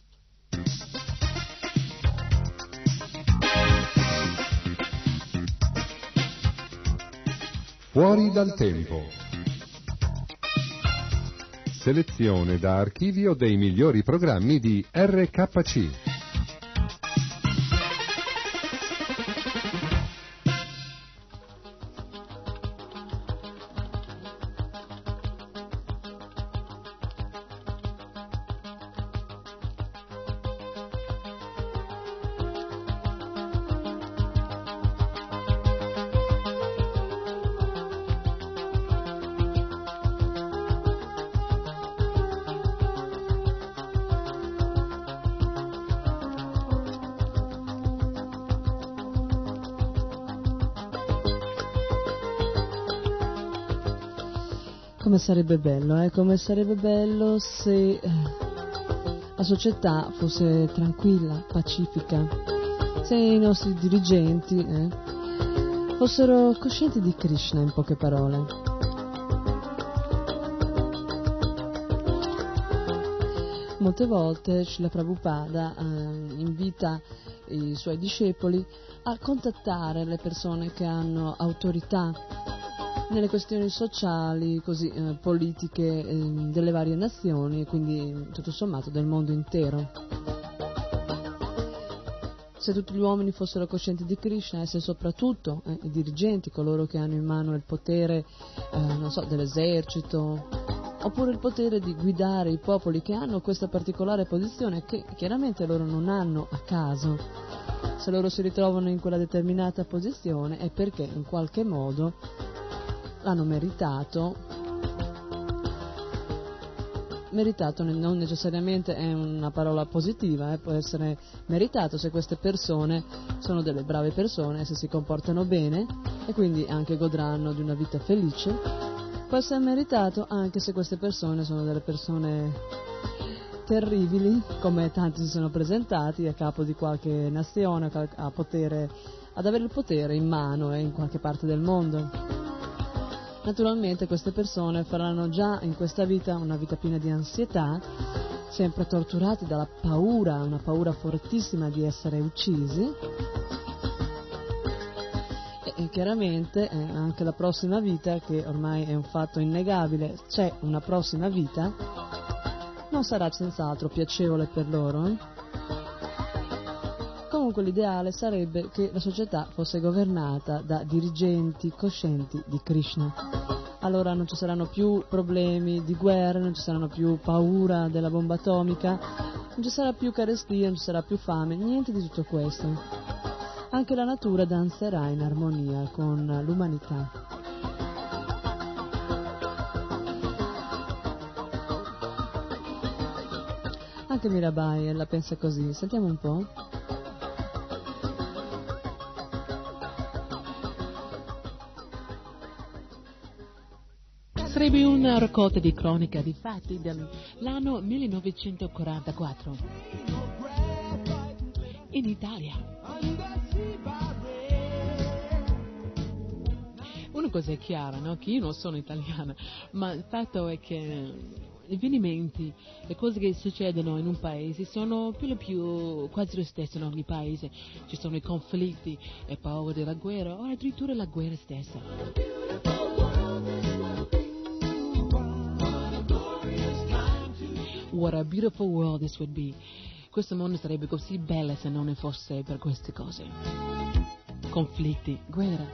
Fuori dal tempo. Selezione da archivio dei migliori programmi di RKC. Come sarebbe bello, come sarebbe bello se la società fosse tranquilla, pacifica, se i nostri dirigenti fossero coscienti di Krishna, in poche parole. Molte volte Srila Prabhupada invita i suoi discepoli a contattare le persone che hanno autorità nelle questioni sociali, politiche delle varie nazioni, e quindi tutto sommato del mondo intero. Se tutti gli uomini fossero coscienti di Krishna, e se soprattutto i dirigenti, coloro che hanno in mano il potere, dell'esercito, oppure il potere di guidare i popoli, che hanno questa particolare posizione che chiaramente loro non hanno a caso. Se loro si ritrovano in quella determinata posizione è perché in qualche modo l'hanno meritato non necessariamente è una parola positiva, può essere meritato se queste persone sono delle brave persone, se si comportano bene e quindi anche godranno di una vita felice. Può essere meritato anche se queste persone sono delle persone terribili, come tanti si sono presentati a capo di qualche nazione, ad avere il potere in mano in qualche parte del mondo. Naturalmente queste persone faranno già in questa vita una vita piena di ansietà, sempre torturati dalla paura, una paura fortissima di essere uccisi, e chiaramente anche la prossima vita, che ormai è un fatto innegabile, c'è una prossima vita, non sarà senz'altro piacevole per loro. Comunque l'ideale sarebbe che la società fosse governata da dirigenti coscienti di Krishna. Allora non ci saranno più problemi di guerra, non ci saranno più paura della bomba atomica, non ci sarà più carestia, non ci sarà più fame, niente di tutto questo. Anche la natura danzerà in armonia con l'umanità. Anche Mirabai la pensa così, sentiamo un po'. Sarebbe una raccolta di cronaca di fatti dell'anno 1944. in Italia. Una cosa è chiara, no? Che io non sono italiana, ma il fatto è che gli avvenimenti, le cose che succedono in un paese sono più quasi lo stesso in ogni paese. Ci sono i conflitti e paura della guerra o addirittura la guerra stessa. What a beautiful world this would be. Questo mondo sarebbe così bello se non ne fosse per queste cose. Conflitti, guerra,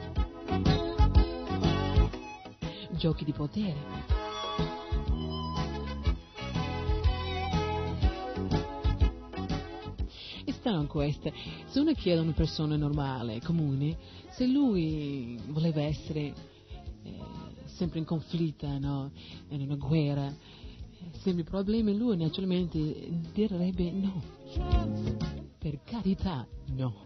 giochi di potere. E stanno queste. Se uno chiede a una persona normale, comune, se lui voleva essere sempre in conflitto, no? In una guerra, sempre problemi, lui naturalmente direbbe no. Per carità, no.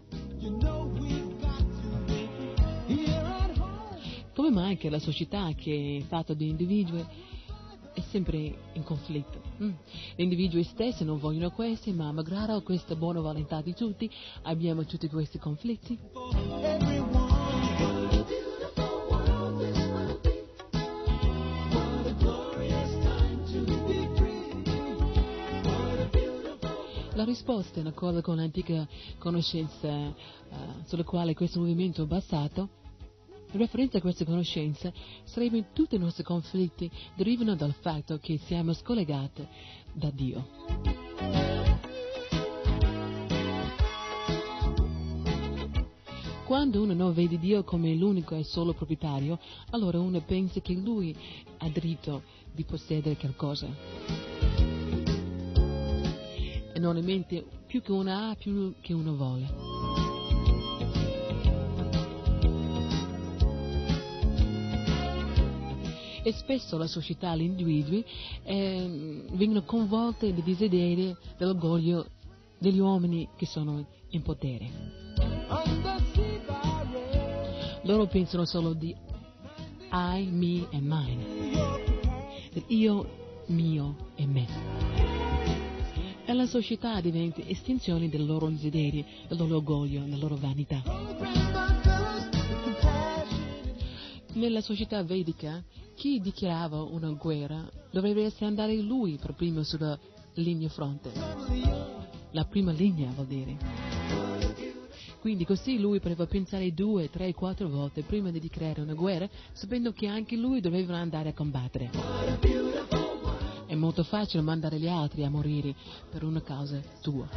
Come mai che la società che è fatta di individui è sempre in conflitto? Gli individui stessi non vogliono questo, ma malgrado questa buona volontà di tutti abbiamo tutti questi conflitti. La risposta è una cosa con l'antica conoscenza sulla quale questo movimento è basato. In referenza a questa conoscenza sarebbe che tutti i nostri conflitti derivano dal fatto che siamo scollegati da Dio. Quando uno non vede Dio come l'unico e solo proprietario, allora uno pensa che Lui ha diritto di possedere qualcosa. E non in mente più che uno ha, più che uno vuole. E spesso la società, gli individui vengono coinvolti dai desideri, dall'orgoglio degli uomini che sono in potere. Loro pensano solo di I, me and mine, io, mio e me. E la società diventa estinzione dei loro desideri, del loro orgoglio, della loro vanità. Nella società vedica, chi dichiarava una guerra dovrebbe andare lui per primo sulla linea fronte. La prima linea vuol dire. Quindi così lui poteva pensare 2, 3, 4 volte prima di dichiarare una guerra, sapendo che anche lui doveva andare a combattere. È molto facile mandare gli altri a morire per una causa tua.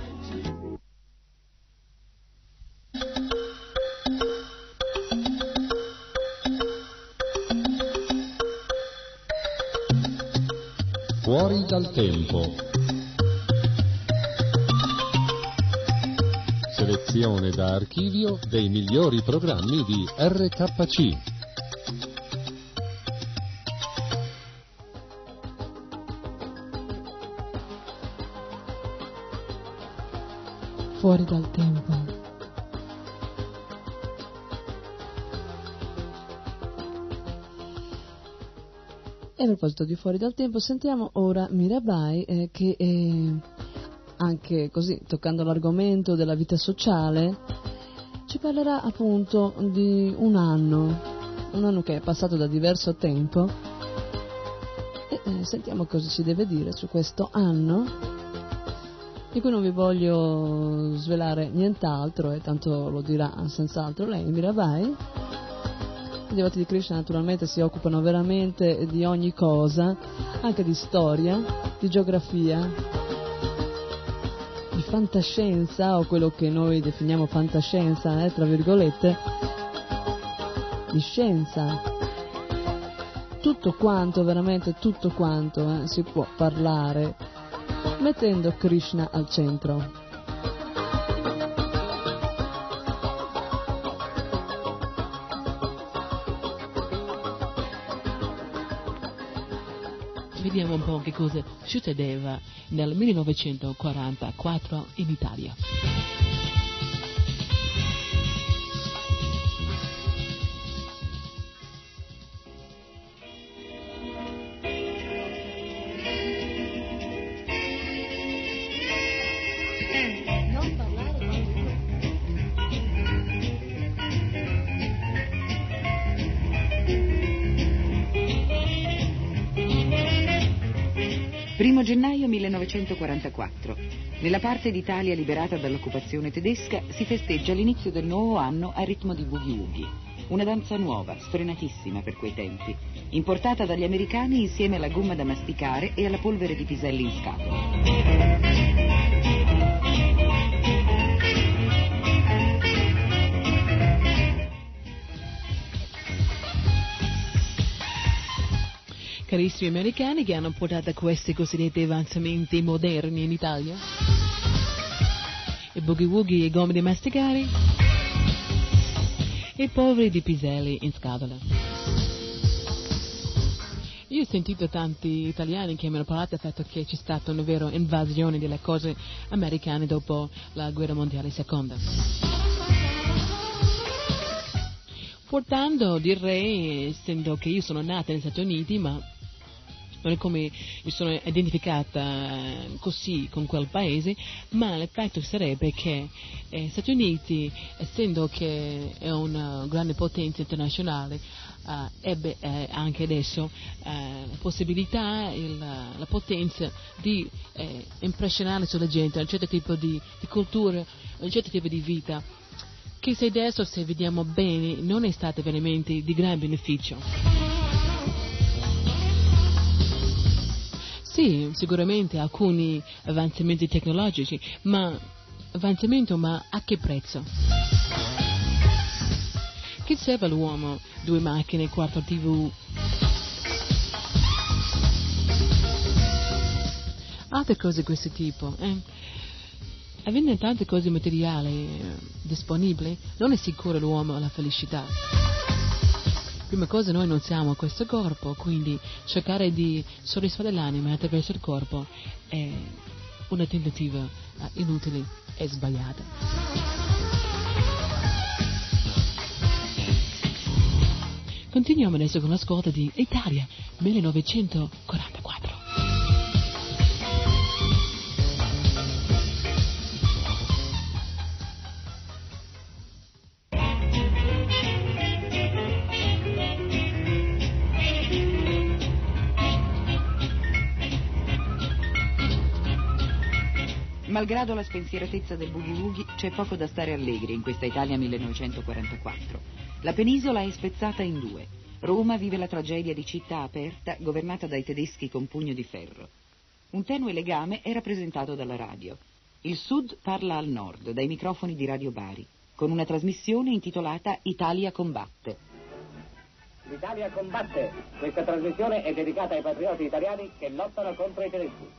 Fuori dal tempo. Selezione da archivio dei migliori programmi di RKC. Fuori dal tempo. E a proposito di fuori dal tempo, sentiamo ora Mirabai che anche così, toccando l'argomento della vita sociale, ci parlerà appunto di un anno che è passato da diverso tempo, e sentiamo cosa ci deve dire su questo anno, di cui non vi voglio svelare nient'altro, e tanto lo dirà senz'altro lei, Mirabai. I devoti di Krishna naturalmente si occupano veramente di ogni cosa, anche di storia, di geografia, di fantascienza, o quello che noi definiamo fantascienza, tra virgolette, di scienza. Tutto quanto, veramente tutto quanto si può parlare mettendo Krishna al centro. Vediamo un po' che cosa succedeva nel 1944 in Italia. Non parlare 1 gennaio 1944. Nella parte d'Italia liberata dall'occupazione tedesca si festeggia l'inizio del nuovo anno a ritmo di boogie-woogie. Una danza nuova, sfrenatissima per quei tempi, importata dagli americani insieme alla gomma da masticare e alla polvere di piselli in scatola. Carissimi americani che hanno portato questi cosiddetti avanzamenti moderni in Italia, i boogie-woogie e gomme di masticare, e polveri di piselli in scatola. Io ho sentito tanti italiani che mi hanno parlato del fatto che c'è stata una vera invasione delle cose americane dopo la guerra mondiale seconda. Portando, direi, essendo che io sono nata negli Stati Uniti, ma non è come mi sono identificata così con quel paese, ma il fatto sarebbe che gli Stati Uniti, essendo che è una grande potenza internazionale, ebbe anche adesso la possibilità, la potenza di impressionare sulla gente un certo tipo di cultura, un certo tipo di vita, che se adesso, se vediamo bene, non è stato veramente di gran beneficio. Sì, sicuramente alcuni avanzamenti tecnologici, ma a che prezzo? Che serve all'uomo 2 macchine, 4 TV? Altre cose di questo tipo, Avendo tante cose materiali disponibili, non è sicuro l'uomo alla felicità. Prima cosa, noi non siamo questo corpo, quindi cercare di soddisfare l'anima attraverso il corpo è una tentativa inutile e sbagliata. Continuiamo adesso con l'ascolto di Italia 1944. Malgrado la spensieratezza del boogie-woogie, c'è poco da stare allegri in questa Italia 1944. La penisola è spezzata in 2. Roma vive la tragedia di città aperta, governata dai tedeschi con pugno di ferro. Un tenue legame è rappresentato dalla radio. Il sud parla al nord, dai microfoni di Radio Bari, con una trasmissione intitolata Italia combatte. L'Italia combatte. Questa trasmissione è dedicata ai patrioti italiani che lottano contro i tedeschi.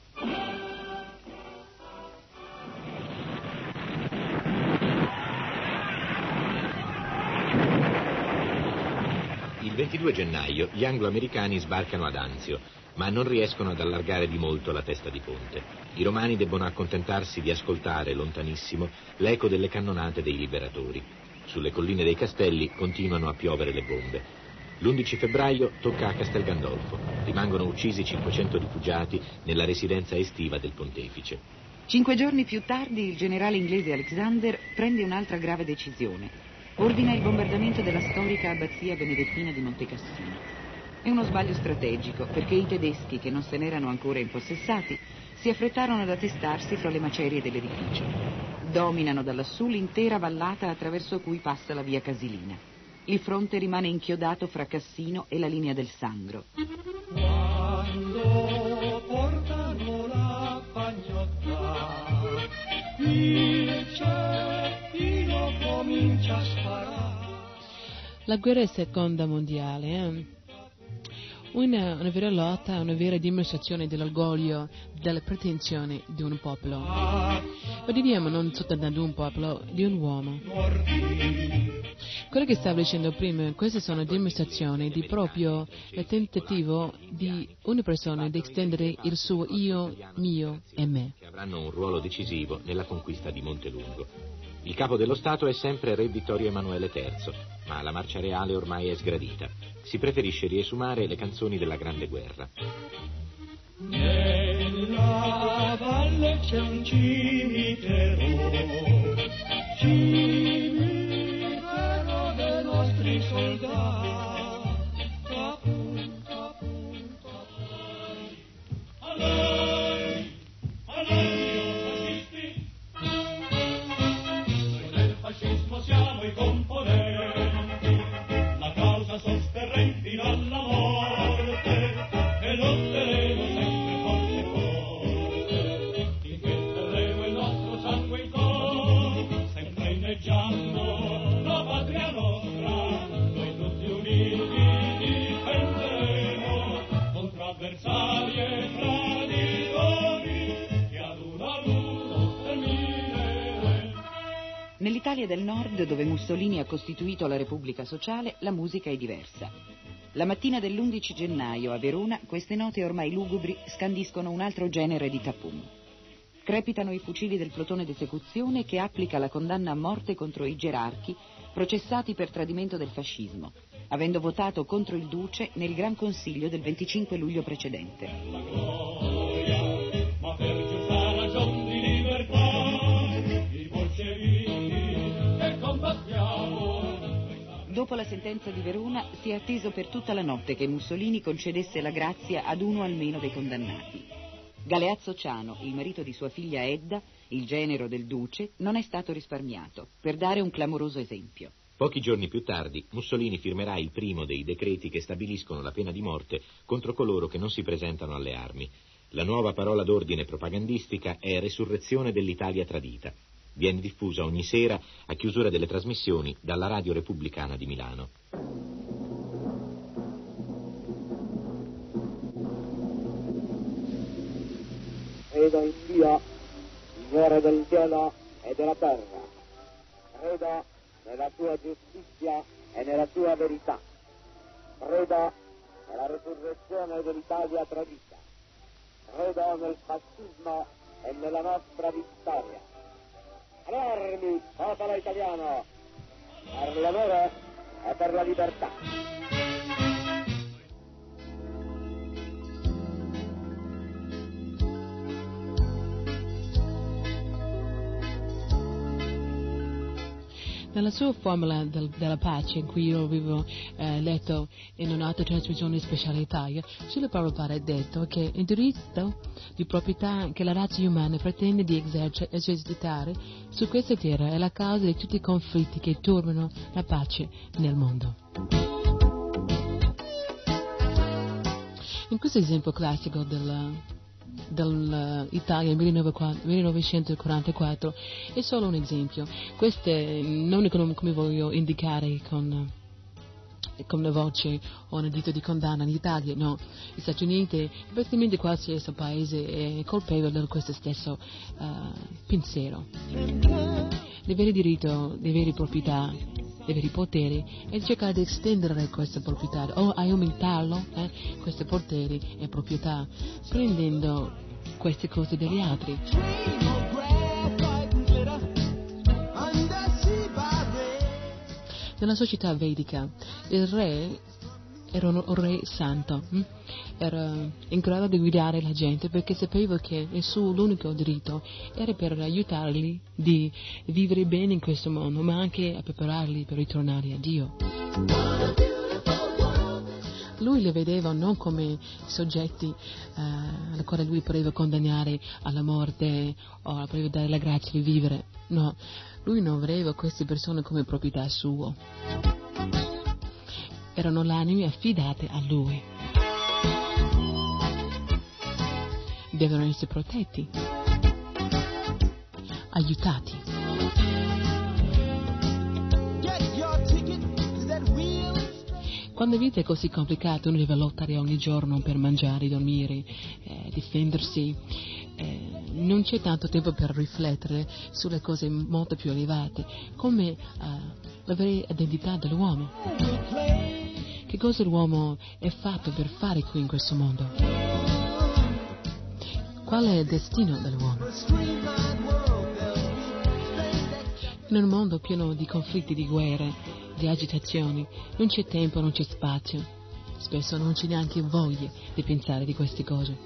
Il 22 gennaio gli anglo-americani sbarcano ad Anzio, ma non riescono ad allargare di molto la testa di ponte. I romani debbono accontentarsi di ascoltare, lontanissimo, l'eco delle cannonate dei liberatori. Sulle colline dei castelli continuano a piovere le bombe. L'11 febbraio tocca a Castel Gandolfo. Rimangono uccisi 500 rifugiati nella residenza estiva del pontefice. 5 giorni più tardi il generale inglese Alexander prende un'altra grave decisione. Ordina il bombardamento della storica abbazia benedettina di Montecassino. È uno sbaglio strategico, perché i tedeschi, che non se n'erano ancora impossessati, si affrettarono ad attestarsi fra le macerie dell'edificio. Dominano da lassù l'intera vallata attraverso cui passa la via Casilina. Il fronte rimane inchiodato fra Cassino e la linea del Sangro. Quando portano la pagnotta, il cecchino comincia a sparare. La guerra seconda mondiale, una vera lotta, una vera dimostrazione dell'orgoglio, delle pretensioni di un popolo. Ma diciamo non soltanto di un popolo, di un uomo. Quello che stavo dicendo prima, queste sono dimostrazioni di proprio il tentativo di una persona di estendere il suo io, mio e me. Che avranno un ruolo decisivo nella conquista di Montelungo. Il capo dello Stato è sempre Re Vittorio Emanuele III, ma la marcia reale ormai è sgradita. Si preferisce riesumare le canzoni della Grande Guerra. Nella valle c'è un cimitero, cimitero dei nostri soldati, appunto, appunto, appunto. fiancheggiando la patria nostra, noi tutti uniti difenderemo contro avversari e traditori che ad uno stermineremo. Nell'Italia del Nord, dove Mussolini ha costituito la Repubblica Sociale, la musica è diversa. La mattina dell'11 gennaio a Verona queste note ormai lugubri scandiscono un altro genere di tapum. Crepitano i fucili del plotone d'esecuzione che applica la condanna a morte contro i gerarchi processati per tradimento del fascismo, avendo votato contro il Duce nel Gran Consiglio del 25 luglio precedente. Ma per giusta ragion di libertà, i bolscevichi che combattiamo. Dopo la sentenza di Verona si è atteso per tutta la notte che Mussolini concedesse la grazia ad uno almeno dei condannati. Galeazzo Ciano, il marito di sua figlia Edda, il genero del Duce, non è stato risparmiato, per dare un clamoroso esempio. Pochi giorni più tardi, Mussolini firmerà il primo dei decreti che stabiliscono la pena di morte contro coloro che non si presentano alle armi. La nuova parola d'ordine propagandistica è resurrezione dell'Italia tradita. Viene diffusa ogni sera a chiusura delle trasmissioni dalla Radio Repubblicana di Milano. Credo in Dio, Signore del cielo e della terra. Credo nella tua giustizia e nella tua verità. Credo nella resurrezione dell'Italia tradita. Credo nel fascismo e nella nostra vittoria. Alle armi, popolo italiano, per l'onore e per la libertà. Nella sua formula della pace, in cui io avevo letto in un'altra trasmissione speciale Italia, Giulio Prabhupada ha detto che il diritto di proprietà che la razza umana pretende di esercitare su questa terra è la causa di tutti i conflitti che turbano la pace nel mondo. In questo esempio classico dell'Italia 1944 è solo un esempio. Questo non come voglio indicare con una voce o un dito di condanna in Italia, no. Gli Stati Uniti, praticamente qualsiasi paese è colpevole di questo stesso pensiero. Il vero diritto, le vere proprietà, i veri poteri e cercare di estendere questa proprietà o aumentarlo, questi poteri e proprietà, prendendo queste cose dagli altri. Nella società vedica il re era un re santo, era in grado di guidare la gente perché sapeva che il suo l'unico diritto era per aiutarli di vivere bene in questo mondo, ma anche a prepararli per ritornare a Dio. Lui li vedeva non come soggetti alla quale lui poteva condannare alla morte o poteva dare la grazia di vivere, no, lui non vedeva queste persone come proprietà sua. Erano l'anime affidate a lui. Devono essere protetti, aiutati. Quando la vita è così complicata, uno deve lottare ogni giorno per mangiare, dormire, difendersi. Non c'è tanto tempo per riflettere sulle cose molto più elevate, come la vera identità dell'uomo. Che cosa l'uomo è fatto per fare qui in questo mondo? Qual è il destino dell'uomo? In un mondo pieno di conflitti, di guerre, di agitazioni, non c'è tempo, non c'è spazio. Spesso non c'è neanche voglia di pensare di queste cose.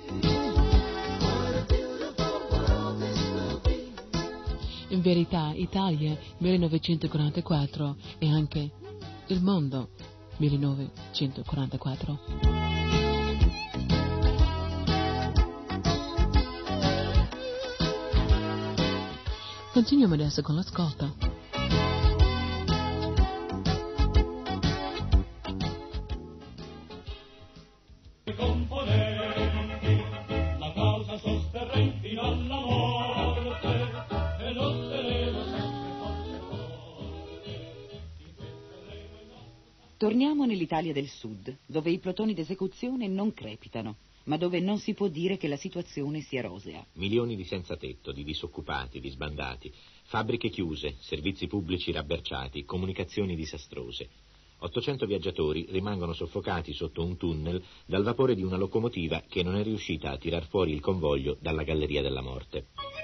In verità, Italia 1944 e anche il mondo 1944. Continuiamo adesso con l'ascolto. La causa sosterrei fino alla morte e lotteremo sempre forte. Torniamo nell'Italia del Sud, dove i plotoni d'esecuzione non crepitano, ma dove non si può dire che la situazione sia rosea. Milioni di senza tetto, di disoccupati, di sbandati, fabbriche chiuse, servizi pubblici rabberciati, comunicazioni disastrose. 800 viaggiatori rimangono soffocati sotto un tunnel dal vapore di una locomotiva che non è riuscita a tirar fuori il convoglio dalla galleria della morte.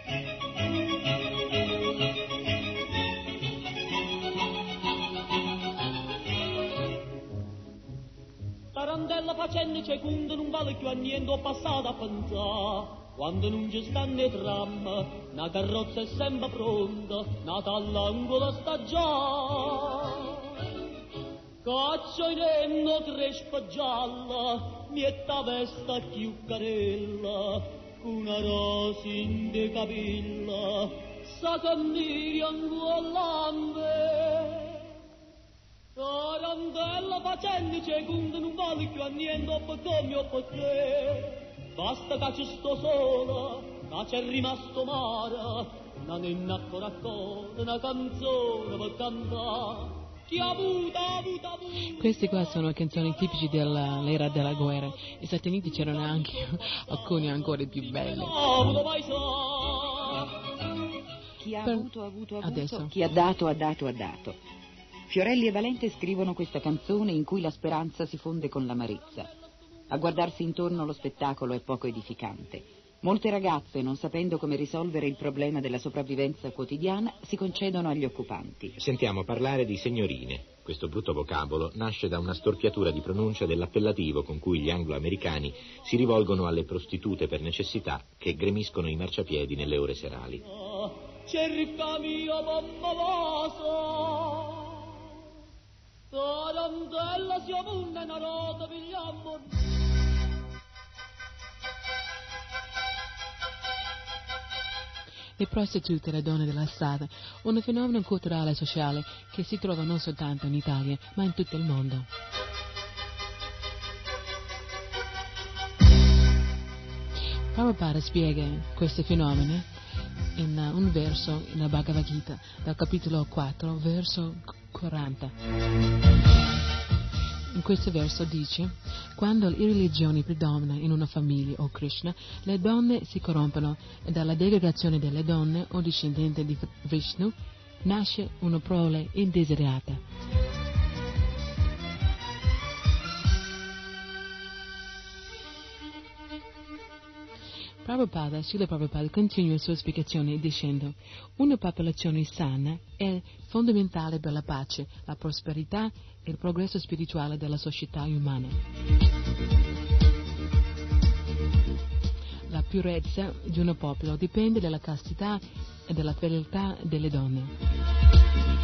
Tarantella facendo secondo non vale più a niente, ho passato a pensare. Quando non ci stanno i tram, una carrozza è sempre pronta, nata all'angolo sta già. Caccia in enno crespa gialla, mietta vesta chiuccarella, con una rosa in de capilla, sa cammiri anguollante. Tarantella facendo secondo non vale più a niente, o per come o per te. Basta che ci sto sola, che c'è rimasto mare, una nenna ancora accorda, una canzone per cantare. Queste qua sono canzoni tipici dell'era della guerra. Negli Stati Uniti c'erano anche alcune ancora più belle. Chi ha avuto, adesso. Chi ha dato, ha dato, ha dato. Fiorelli e Valente scrivono questa canzone in cui la speranza si fonde con l'amarezza. A guardarsi intorno lo spettacolo è poco edificante. Molte ragazze, non sapendo come risolvere il problema della sopravvivenza quotidiana, si concedono agli occupanti. Sentiamo parlare di signorine. Questo brutto vocabolo nasce da una storpiatura di pronuncia dell'appellativo con cui gli anglo-americani si rivolgono alle prostitute per necessità che gremiscono i marciapiedi nelle ore serali. Cerca mia mamma vasa, tarantella siamo una rota, pigliamo. Le prostitute, le donne della strada, un fenomeno culturale e sociale che si trova non soltanto in Italia, ma in tutto il mondo. Prabhupada spiega questi fenomeni in un verso nella Bhagavad Gita, dal capitolo 4, verso 40. In questo verso dice: quando l'irreligione predomina in una famiglia o Krishna, le donne si corrompono e dalla degradazione delle donne o discendente di Vishnu nasce una prole indesiderata. Srila Prabhupada continua la sua spiegazione dicendo: una popolazione sana è fondamentale per la pace, la prosperità e il progresso spirituale della società umana. La purezza di un popolo dipende dalla castità e dalla fedeltà delle donne.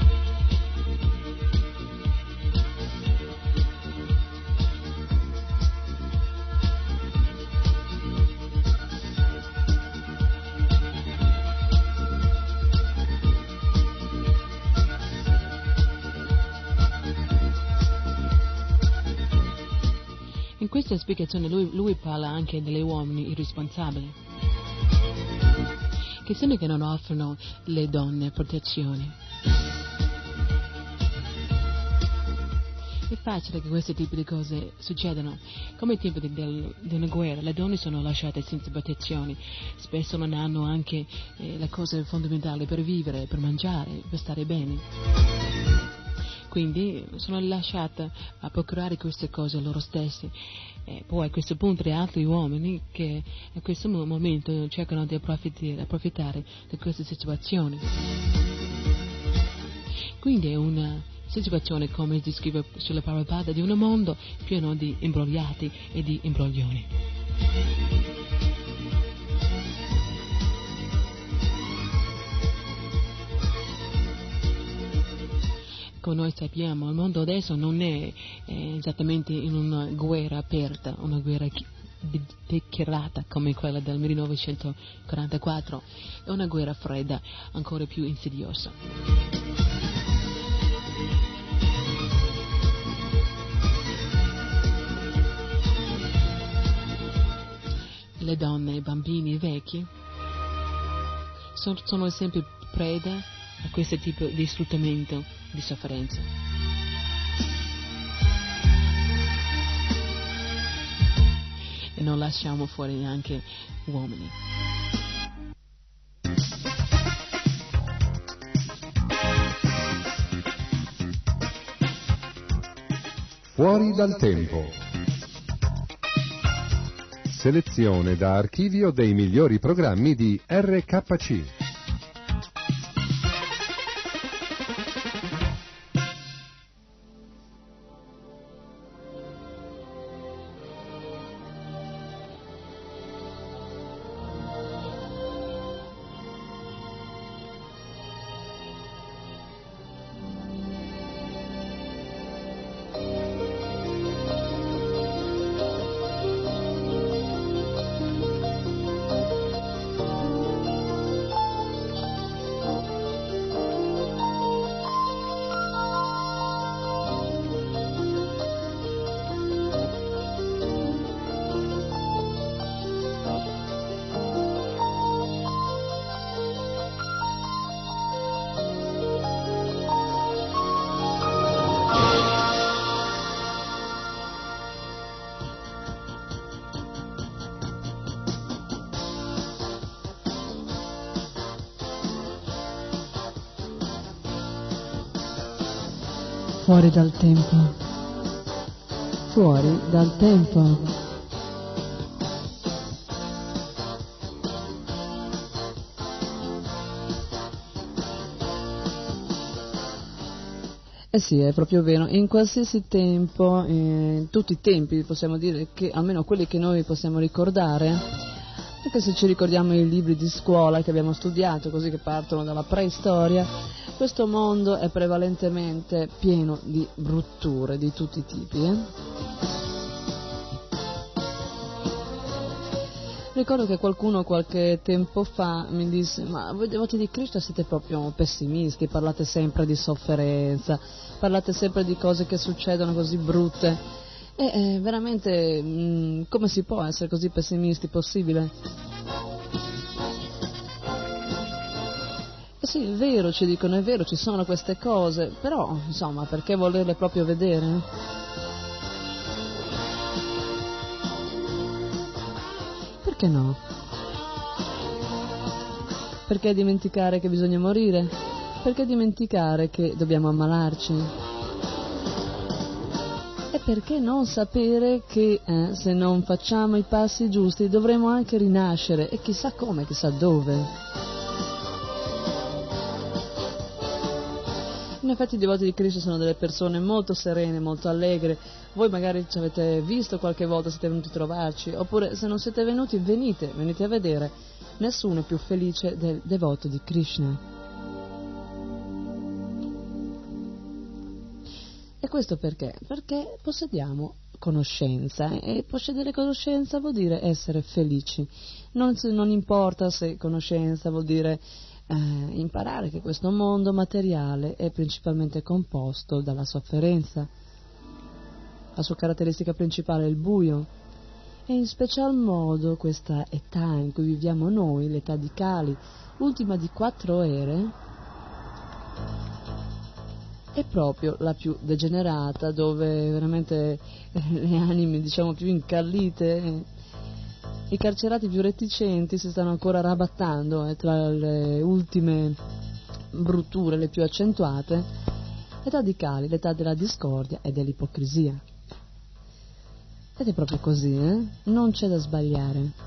In questa spiegazione lui parla anche degli uomini irresponsabili, che sono che non offrono le donne protezione. È facile che questo tipo di cose succedano. Come ai tempi di una guerra, le donne sono lasciate senza protezione, spesso non hanno anche le cose fondamentali per vivere, per mangiare, per stare bene. Quindi sono lasciate a procurare queste cose loro stesse. Poi a questo punto gli altri uomini che a questo momento cercano di approfittare di questa situazione. Quindi è una situazione, come descrive sulla Prabhupada, di un mondo pieno di imbrogliati e di imbroglioni. Come noi sappiamo, il mondo adesso non è esattamente in una guerra aperta, una guerra dichiarata come quella del 1944, è una guerra fredda, ancora più insidiosa. Le donne, i bambini, i vecchi sono sempre preda a questo tipo di sfruttamento, di sofferenza. e non lasciamo fuori neanche uomini. Fuori dal tempo. Selezione da archivio dei migliori programmi di RKC. Fuori dal tempo. Fuori dal tempo. Eh sì, è proprio vero, in qualsiasi tempo, in tutti i tempi possiamo dire che, almeno quelli che noi possiamo ricordare, anche se ci ricordiamo i libri di scuola che abbiamo studiato, così che partono dalla preistoria, questo mondo è prevalentemente pieno di brutture di tutti i tipi. Ricordo che qualcuno qualche tempo fa mi disse: ma voi devoti di Krishna siete proprio pessimisti, parlate sempre di sofferenza, parlate sempre di cose che succedono così brutte. E veramente come si può essere così pessimisti? Possibile? Sì, è vero, ci dicono, è vero, ci sono queste cose, però, insomma, perché volerle proprio vedere? Perché no? Perché dimenticare che bisogna morire? Perché dimenticare che dobbiamo ammalarci? E perché non sapere che se non facciamo i passi giusti dovremo anche rinascere, e chissà come, chissà dove. In effetti i devoti di Krishna sono delle persone molto serene, molto allegre. Voi magari ci avete visto qualche volta, siete venuti a trovarci, oppure se non siete venuti venite a vedere. Nessuno è più felice del devoto di Krishna. E questo perché? Perché possediamo conoscenza, e possedere conoscenza vuol dire essere felici. Non importa se conoscenza vuol dire imparare che questo mondo materiale è principalmente composto dalla sofferenza. La sua caratteristica principale è il buio, e in special modo questa età in cui viviamo noi, l'età di Kali, l'ultima di 4 ere, è proprio la più degenerata, dove veramente le anime, diciamo, più incallite, i carcerati più reticenti si stanno ancora rabattando, tra le ultime brutture, le più accentuate, l'età di Kali, l'età della discordia e dell'ipocrisia. Ed è proprio così, non c'è da sbagliare.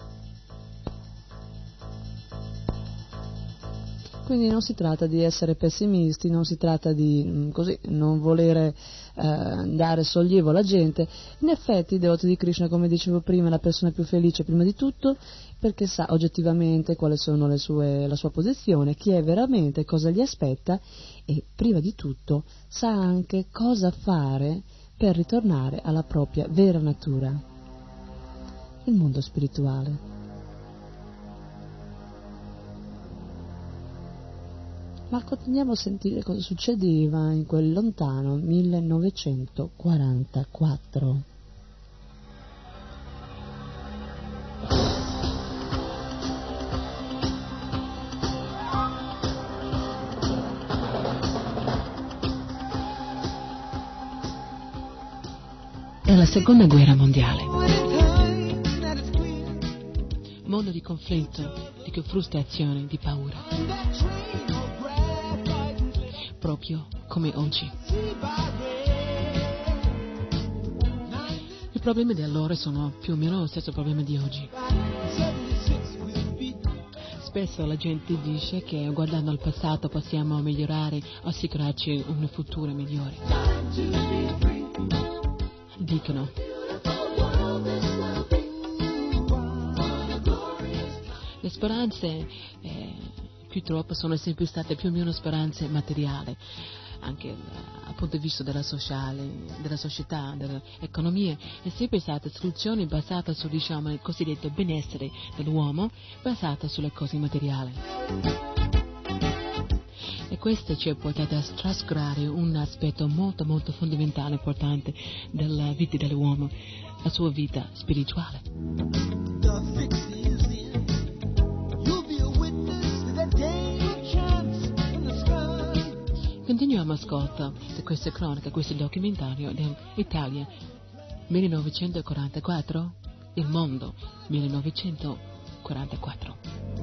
Quindi non si tratta di essere pessimisti, non si tratta di così non volere dare sollievo alla gente. In effetti il devoto di Krishna, come dicevo prima, è la persona più felice prima di tutto, perché sa oggettivamente quali sono la sua posizione, chi è veramente, cosa gli aspetta, e prima di tutto sa anche cosa fare per ritornare alla propria vera natura, il mondo spirituale. Ma continuiamo a sentire cosa succedeva in quel lontano 1944. È la seconda guerra mondiale. mondo di conflitto, di frustrazione, di paura. Proprio come oggi. I problemi di allora sono più o meno lo stesso problema di oggi. Spesso la gente dice che guardando al passato possiamo migliorare o assicurarci un futuro migliore. Dicono. Le speranze purtroppo sono sempre state più o meno speranze materiali, anche dal punto di vista della società, dell'economia, è sempre stata soluzione basata sul il cosiddetto benessere dell'uomo, basata sulle cose materiali. E questo ci ha portato a trascurare un aspetto molto molto fondamentale e importante della vita dell'uomo, la sua vita spirituale. Continuiamo ascolto di questa cronaca, questo documentario dell'Italia 1944, il mondo 1944.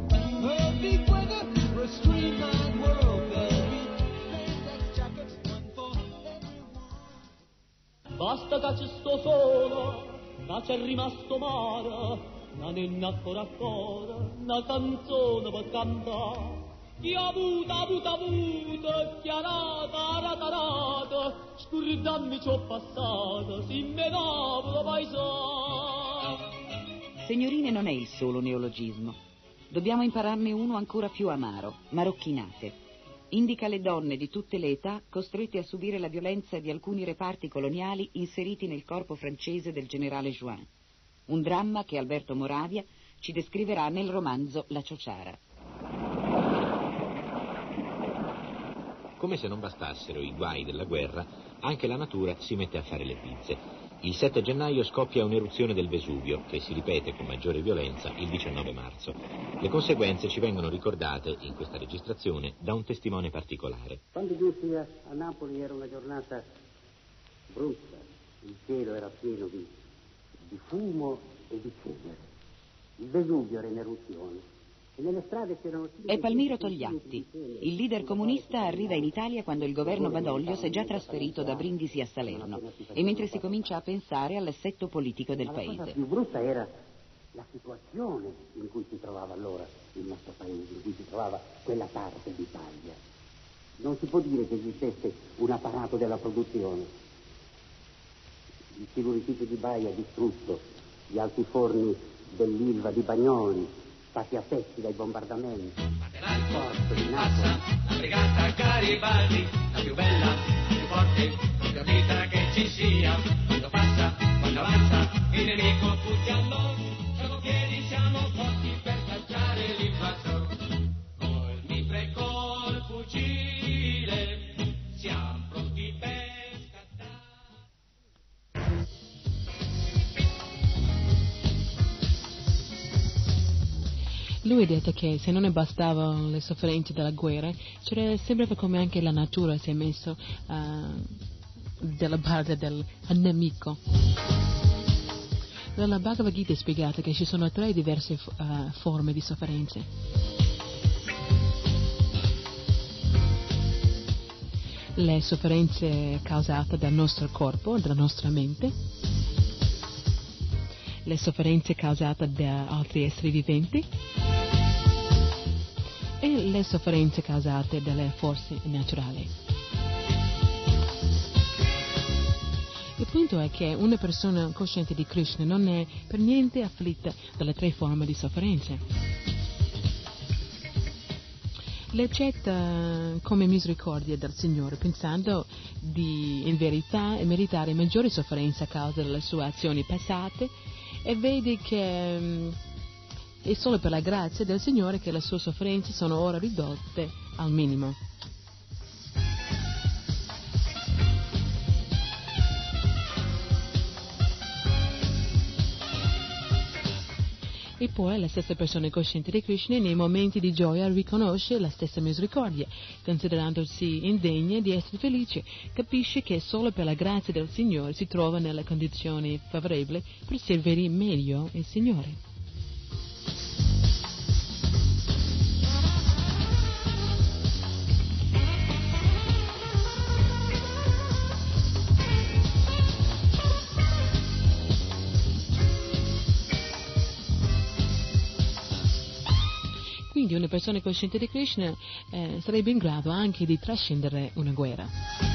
Basta che ci sto solo, ma c'è rimasto mare, ma ne è ancora una canzone per cantare. Chi ha avuto, chiarata, ratarata, scordammi ciò passato, si me lavoro paesano. Signorine non è il solo neologismo. Dobbiamo impararne uno ancora più amaro, marocchinate. Indica le donne di tutte le età costrette a subire la violenza di alcuni reparti coloniali inseriti nel corpo francese del generale Juin. Un dramma che Alberto Moravia ci descriverà nel romanzo La ciociara. Come se non bastassero i guai della guerra, anche la natura si mette a fare le bizze. Il 7 gennaio scoppia un'eruzione del Vesuvio, che si ripete con maggiore violenza il 19 marzo. Le conseguenze ci vengono ricordate, in questa registrazione, da un testimone particolare. Quando giunsi a Napoli era una giornata brutta, il cielo era pieno di fumo e di cenere. Il Vesuvio era in eruzione. È Palmiro Togliatti. Il leader comunista arriva in Italia quando il governo Badoglio si è già trasferito da Brindisi a Salerno e mentre si comincia a pensare all'assetto politico del paese. La cosa più brutta era la situazione in cui si trovava allora il nostro paese, in cui si trovava quella parte d'Italia. Non si può dire che esistesse un apparato della produzione. Il silurificio di Baia distrutto, gli alti forni dell'Ilva di Bagnoli fatti a pezzi dai bombardamenti. Il porto di Napoli. La brigata Garibaldi, la più bella, la più forte, più vita che ci sia. Quando passa, quando avanza, il nemico fugge a noi. Siamo piedi, siamo forti per cacciare l'invasore. Col mitra e col fucile, siamo pronti per Lui ha detto che se non ne bastavano le sofferenze della guerra, sembrava come anche la natura si è messa dalla parte del nemico. Nella Bhagavad Gita è spiegato che ci sono 3 diverse forme di sofferenze. Le sofferenze causate dal nostro corpo, dalla nostra mente, le sofferenze causate da altri esseri viventi e le sofferenze causate dalle forze naturali. Il punto è che una persona cosciente di Krishna non è per niente afflitta dalle 3 forme di sofferenze. Le accetta come misericordia del Signore, pensando di in verità meritare maggiore sofferenza a causa delle sue azioni passate, e vede che è solo per la grazia del Signore che le sue sofferenze sono ora ridotte al minimo. E poi la stessa persona cosciente di Krishna nei momenti di gioia riconosce la stessa misericordia, considerandosi indegna di essere felice, capisce che solo per la grazia del Signore si trova nelle condizioni favorevoli per servire meglio il Signore. quindi una persona cosciente di Krishna sarebbe in grado anche di trascendere una guerra.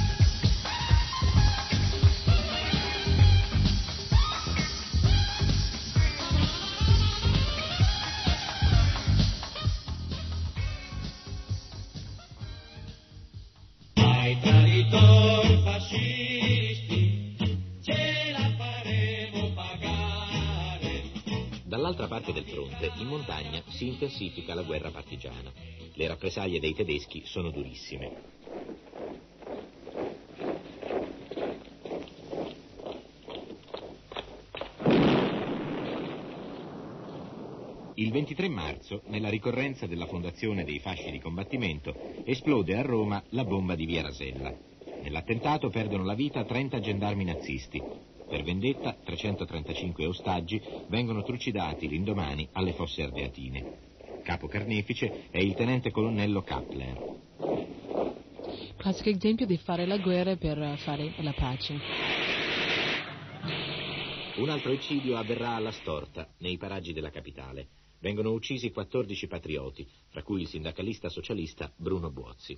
Ai traditori fascisti ce la faremo pagare. Dall'altra parte del fronte, in montagna, si intensifica la guerra partigiana. Le rappresaglie dei tedeschi sono durissime. Il 23 marzo, nella ricorrenza della fondazione dei fasci di combattimento, esplode a Roma la bomba di via Rasella. Nell'attentato perdono la vita 30 gendarmi nazisti. Per vendetta, 335 ostaggi vengono trucidati l'indomani alle Fosse Ardeatine. Capo carnefice è il tenente colonnello Kappler. Classico esempio di fare la guerra per fare la pace. Un altro eccidio avverrà alla Storta, nei paraggi della capitale. Vengono uccisi 14 patrioti, fra cui il sindacalista socialista Bruno Buozzi.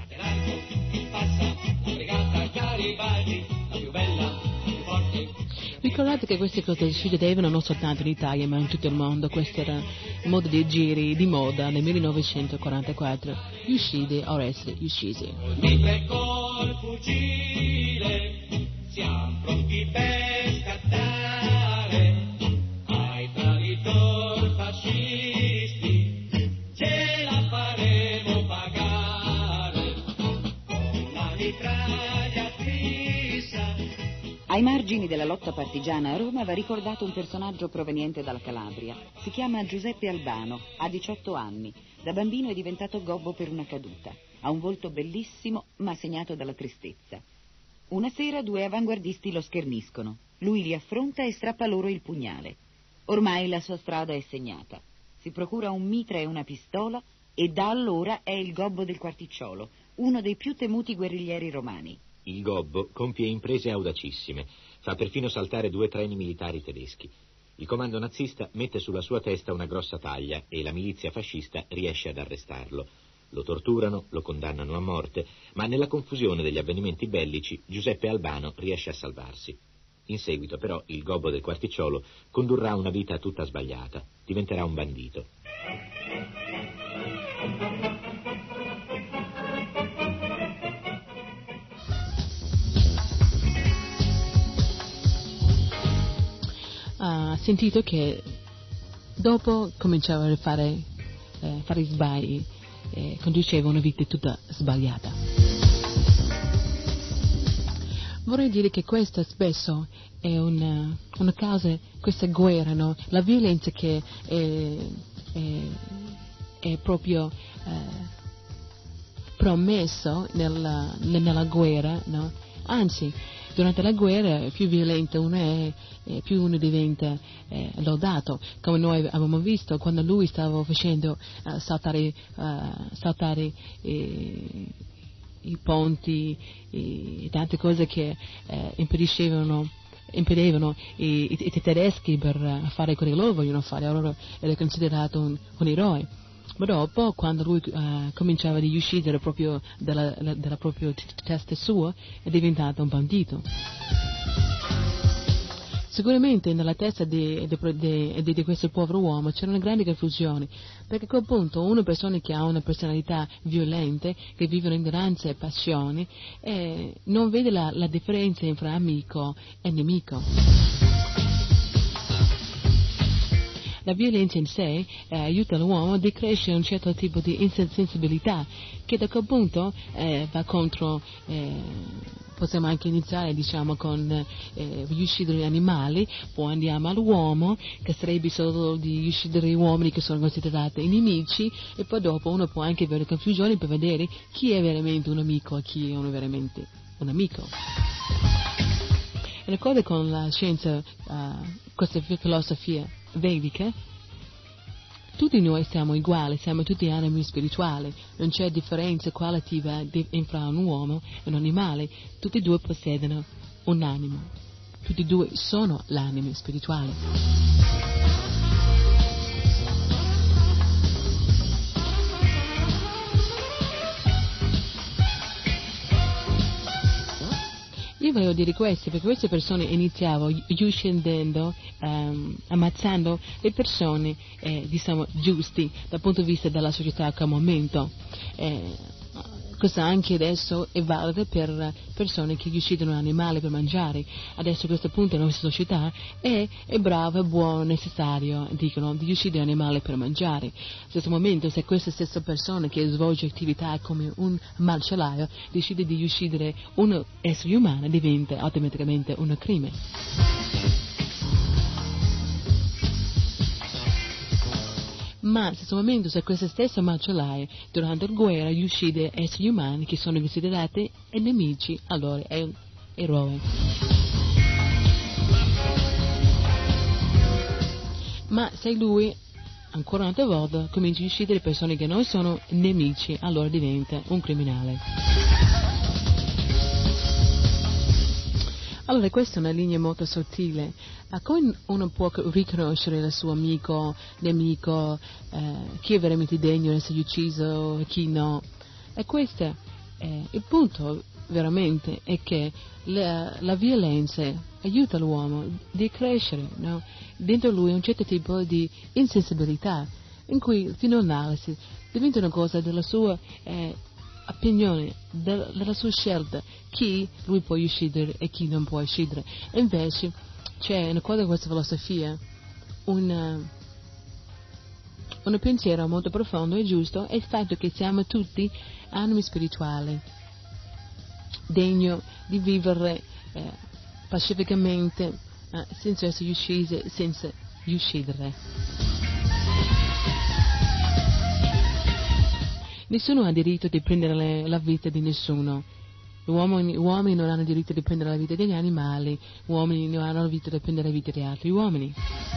Ricordate che queste cose succedevano non soltanto in Italia ma in tutto il mondo. Questo era il modo di giri di moda nel 1944. Uccide o resti uccisi. Mentre col fucile siamo pronti per scattare ai traditori fascisti, ce la faremo pagare con la mitraglia fissa. Ai margini della lotta partigiana a Roma va ricordato un personaggio proveniente dalla Calabria. Si chiama Giuseppe Albano, ha 18 anni. Da bambino è diventato gobbo per una caduta. Ha un volto bellissimo, ma segnato dalla tristezza. Una sera 2 avanguardisti lo scherniscono. Lui li affronta e strappa loro il pugnale. Ormai la sua strada è segnata. Si procura un mitra e una pistola e da allora è il gobbo del Quarticciolo, uno dei più temuti guerriglieri romani. Il gobbo compie imprese audacissime, fa perfino saltare 2 treni militari tedeschi. Il comando nazista mette sulla sua testa una grossa taglia e la milizia fascista riesce ad arrestarlo. Lo torturano, lo condannano a morte, ma nella confusione degli avvenimenti bellici Giuseppe Albano riesce a salvarsi. In seguito però il gobbo del Quarticciolo condurrà una vita tutta sbagliata, diventerà un bandito. Ha sentito che dopo cominciava a fare sbagli, conduceva una vita tutta sbagliata. Vorrei dire che questa spesso è una causa, questa guerra, no? La violenza che è proprio promesso nella guerra, no? Anzi, durante la guerra più violento uno è, più uno diventa lodato, come noi abbiamo visto quando lui stava facendo saltare i ponti e tante cose che impedivano i tedeschi per fare quello che loro vogliono fare. Allora era considerato un eroe. Ma dopo, quando lui cominciava ad uccidere proprio dalla propria testa sua, è diventato un bandito. Sicuramente nella testa di questo povero uomo c'era una grande confusione, perché a quel punto una persona che ha una personalità violenta, che vive in ignoranza e passioni, non vede la differenza fra amico e nemico. La violenza in sé aiuta l'uomo a decrescere un certo tipo di insensibilità che da quel punto va contro, possiamo anche iniziare con gli uccidere gli animali, poi andiamo all'uomo che sarebbe solo di uccidere gli uomini che sono considerati nemici e poi dopo uno può anche avere confusione per vedere chi è veramente un amico e chi è veramente un amico. E le cose con la scienza, questa filosofia vedica, tutti noi siamo uguali, siamo tutti animi spirituali, non c'è differenza qualitativa fra un uomo e un animale, tutti e due possiedono un'anima, tutti e due sono l'anima spirituale. io volevo dire questo, perché queste persone iniziavano uccidendo, ammazzando le persone, diciamo, giusti dal punto di vista della società a quel momento. Questo anche adesso è valido per persone che uccidono animali per mangiare. Adesso a questo punto la nostra società è bravo, è buono, necessario, dicono, di uccidere animali per mangiare. Allo stesso momento, se questa stessa persona che svolge attività come un macellaio decide di uccidere un essere umano, diventa automaticamente un crimine. Ma allo stesso momento, se questa stessa macellaia durante la guerra uccide esseri umani che sono considerati nemici, allora è un eroe. Ma se lui, ancora un'altra volta, comincia a uccidere persone che non sono nemici, allora diventa un criminale. Allora, questa è una linea molto sottile. Come uno può riconoscere il suo amico, nemico, chi è veramente degno di essere ucciso e chi no? E questo il punto veramente è che la violenza aiuta l'uomo a crescere, no? Dentro lui un certo tipo di insensibilità, in cui fino all'analisi diventa una cosa della sua opinione, della sua scelta, chi lui può uccidere e chi non può uccidere. E invece c'è una cosa di questa filosofia, un pensiero molto profondo e giusto, è il fatto che siamo tutti anime spirituali, degno di vivere pacificamente, senza essere uccisi, senza uccidere. Nessuno ha diritto di prendere la vita di nessuno. Gli uomini non hanno diritto di prendere la vita degli animali, gli uomini non hanno diritto di prendere la vita di altri uomini.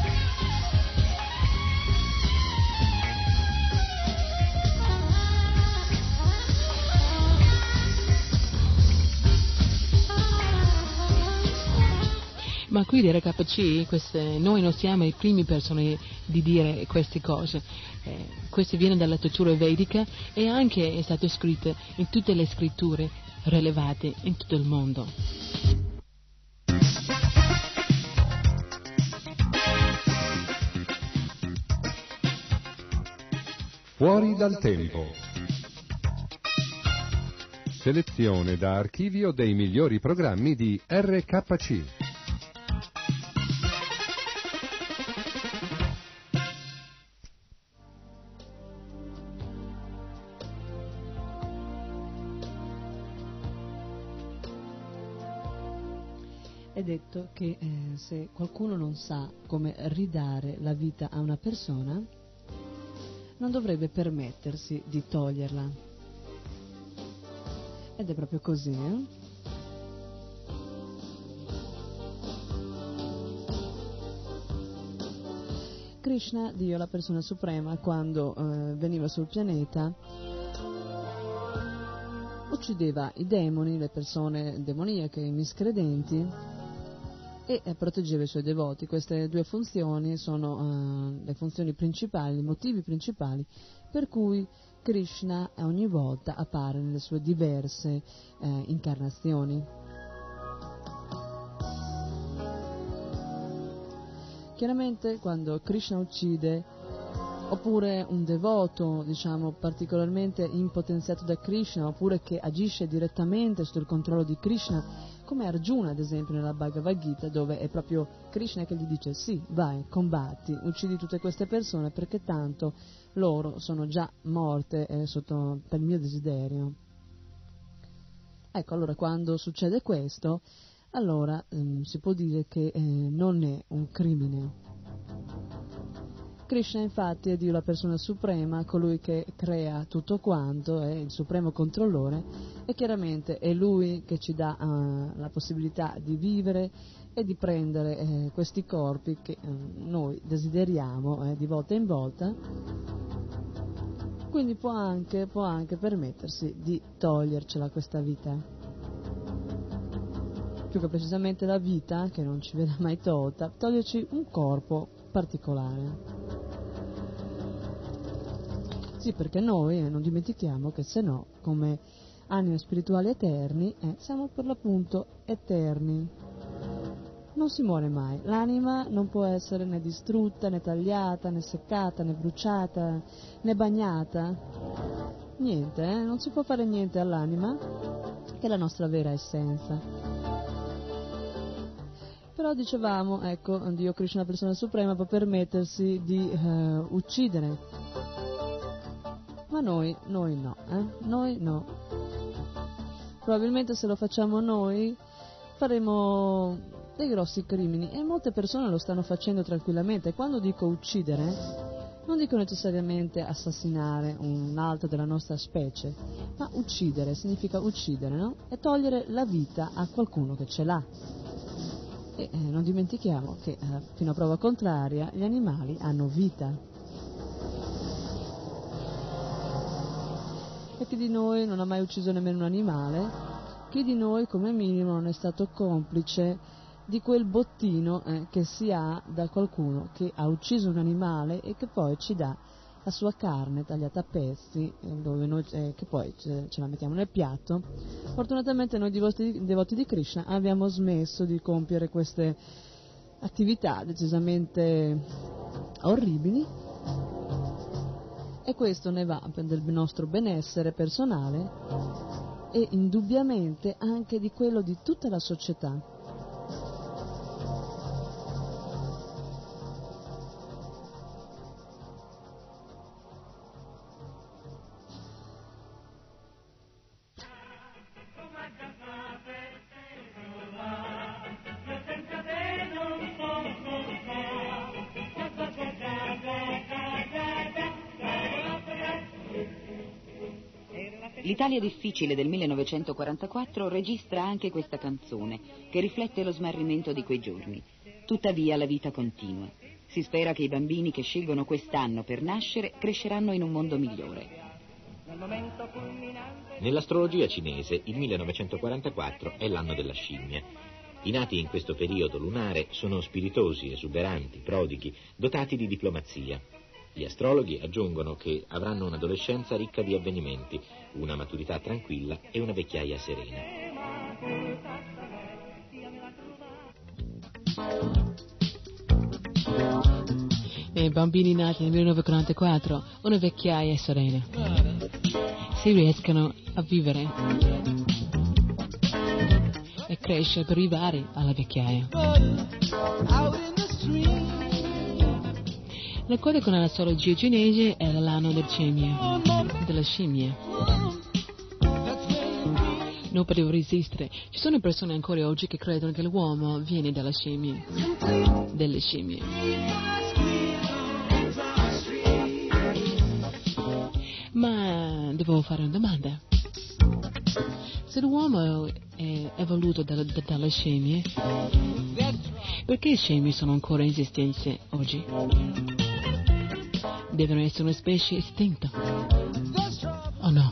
Ma qui di RKC, noi non siamo i primi persone di dire queste cose. Questo viene dalla cultura vedica e anche è stato scritto in tutte le scritture rilevate in tutto il mondo. Fuori dal tempo. Selezione da archivio dei migliori programmi di RKC. È detto che se qualcuno non sa come ridare la vita a una persona, non dovrebbe permettersi di toglierla. Ed è proprio così, Krishna, Dio, la persona suprema, quando veniva sul pianeta, uccideva i demoni, le persone demoniache, i miscredenti, e proteggeva i suoi devoti. Queste due funzioni sono le funzioni principali, i motivi principali per cui Krishna ogni volta appare nelle sue diverse incarnazioni. Chiaramente quando Krishna uccide, oppure un devoto, diciamo, particolarmente impotenziato da Krishna, oppure che agisce direttamente sotto il controllo di Krishna, come Arjuna ad esempio nella Bhagavad Gita, dove è proprio Krishna che gli dice sì, vai, combatti, uccidi tutte queste persone perché tanto loro sono già morte per il mio desiderio. Ecco, allora quando succede questo, allora si può dire che non è un crimine. Krishna infatti è Dio, la persona suprema, colui che crea tutto quanto, è il supremo controllore e chiaramente è Lui che ci dà la possibilità di vivere e di prendere questi corpi che noi desideriamo di volta in volta, quindi può anche permettersi di togliercela questa vita. Più che precisamente la vita, che non ci viene mai tolta, toglierci un corpo particolare. Sì, perché noi non dimentichiamo che se no, come anime spirituali eterni, siamo per l'appunto eterni. Non si muore mai, l'anima non può essere né distrutta, né tagliata, né seccata, né bruciata, né bagnata. Niente, non si può fare niente all'anima, che è la nostra vera essenza. Però dicevamo, ecco, Dio Krishna, persona suprema, può permettersi di uccidere. Ma noi no, noi no. Probabilmente se lo facciamo noi faremo dei grossi crimini, e molte persone lo stanno facendo tranquillamente. Quando dico uccidere, non dico necessariamente assassinare un altro della nostra specie, ma uccidere significa uccidere, no? E togliere la vita a qualcuno che ce l'ha. E non dimentichiamo che fino a prova contraria gli animali hanno vita. E chi di noi non ha mai ucciso nemmeno un animale? Chi di noi come minimo non è stato complice di quel bottino che si ha da qualcuno che ha ucciso un animale e che poi ci dà la sua carne tagliata a pezzi, dove noi, che poi ce la mettiamo nel piatto. Fortunatamente noi devoti di Krishna abbiamo smesso di compiere queste attività decisamente orribili, e questo ne va del nostro benessere personale e indubbiamente anche di quello di tutta la società. L'Italia difficile del 1944 registra anche questa canzone, che riflette lo smarrimento di quei giorni. Tuttavia la vita continua. Si spera che i bambini che scelgono quest'anno per nascere cresceranno in un mondo migliore. Nell'astrologia cinese il 1944 è l'anno della scimmia. I nati in questo periodo lunare sono spiritosi, esuberanti, prodighi, dotati di diplomazia. Gli astrologhi aggiungono che avranno un'adolescenza ricca di avvenimenti, una maturità tranquilla e una vecchiaia serena. I bambini nati nel 1944, una vecchiaia serena. Se riescono a vivere e crescere per arrivare alla vecchiaia. L'accordo con l'astrologia cinese era l'anno della scimmia. Non potevo resistere. Ci sono persone ancora oggi che credono che l'uomo viene dalla scimmia. Delle scimmie. Ma devo fare una domanda. Se l'uomo è evoluto dalle scimmie, perché le scimmie sono ancora in esistenza oggi? Devono essere una specie estinta. O no?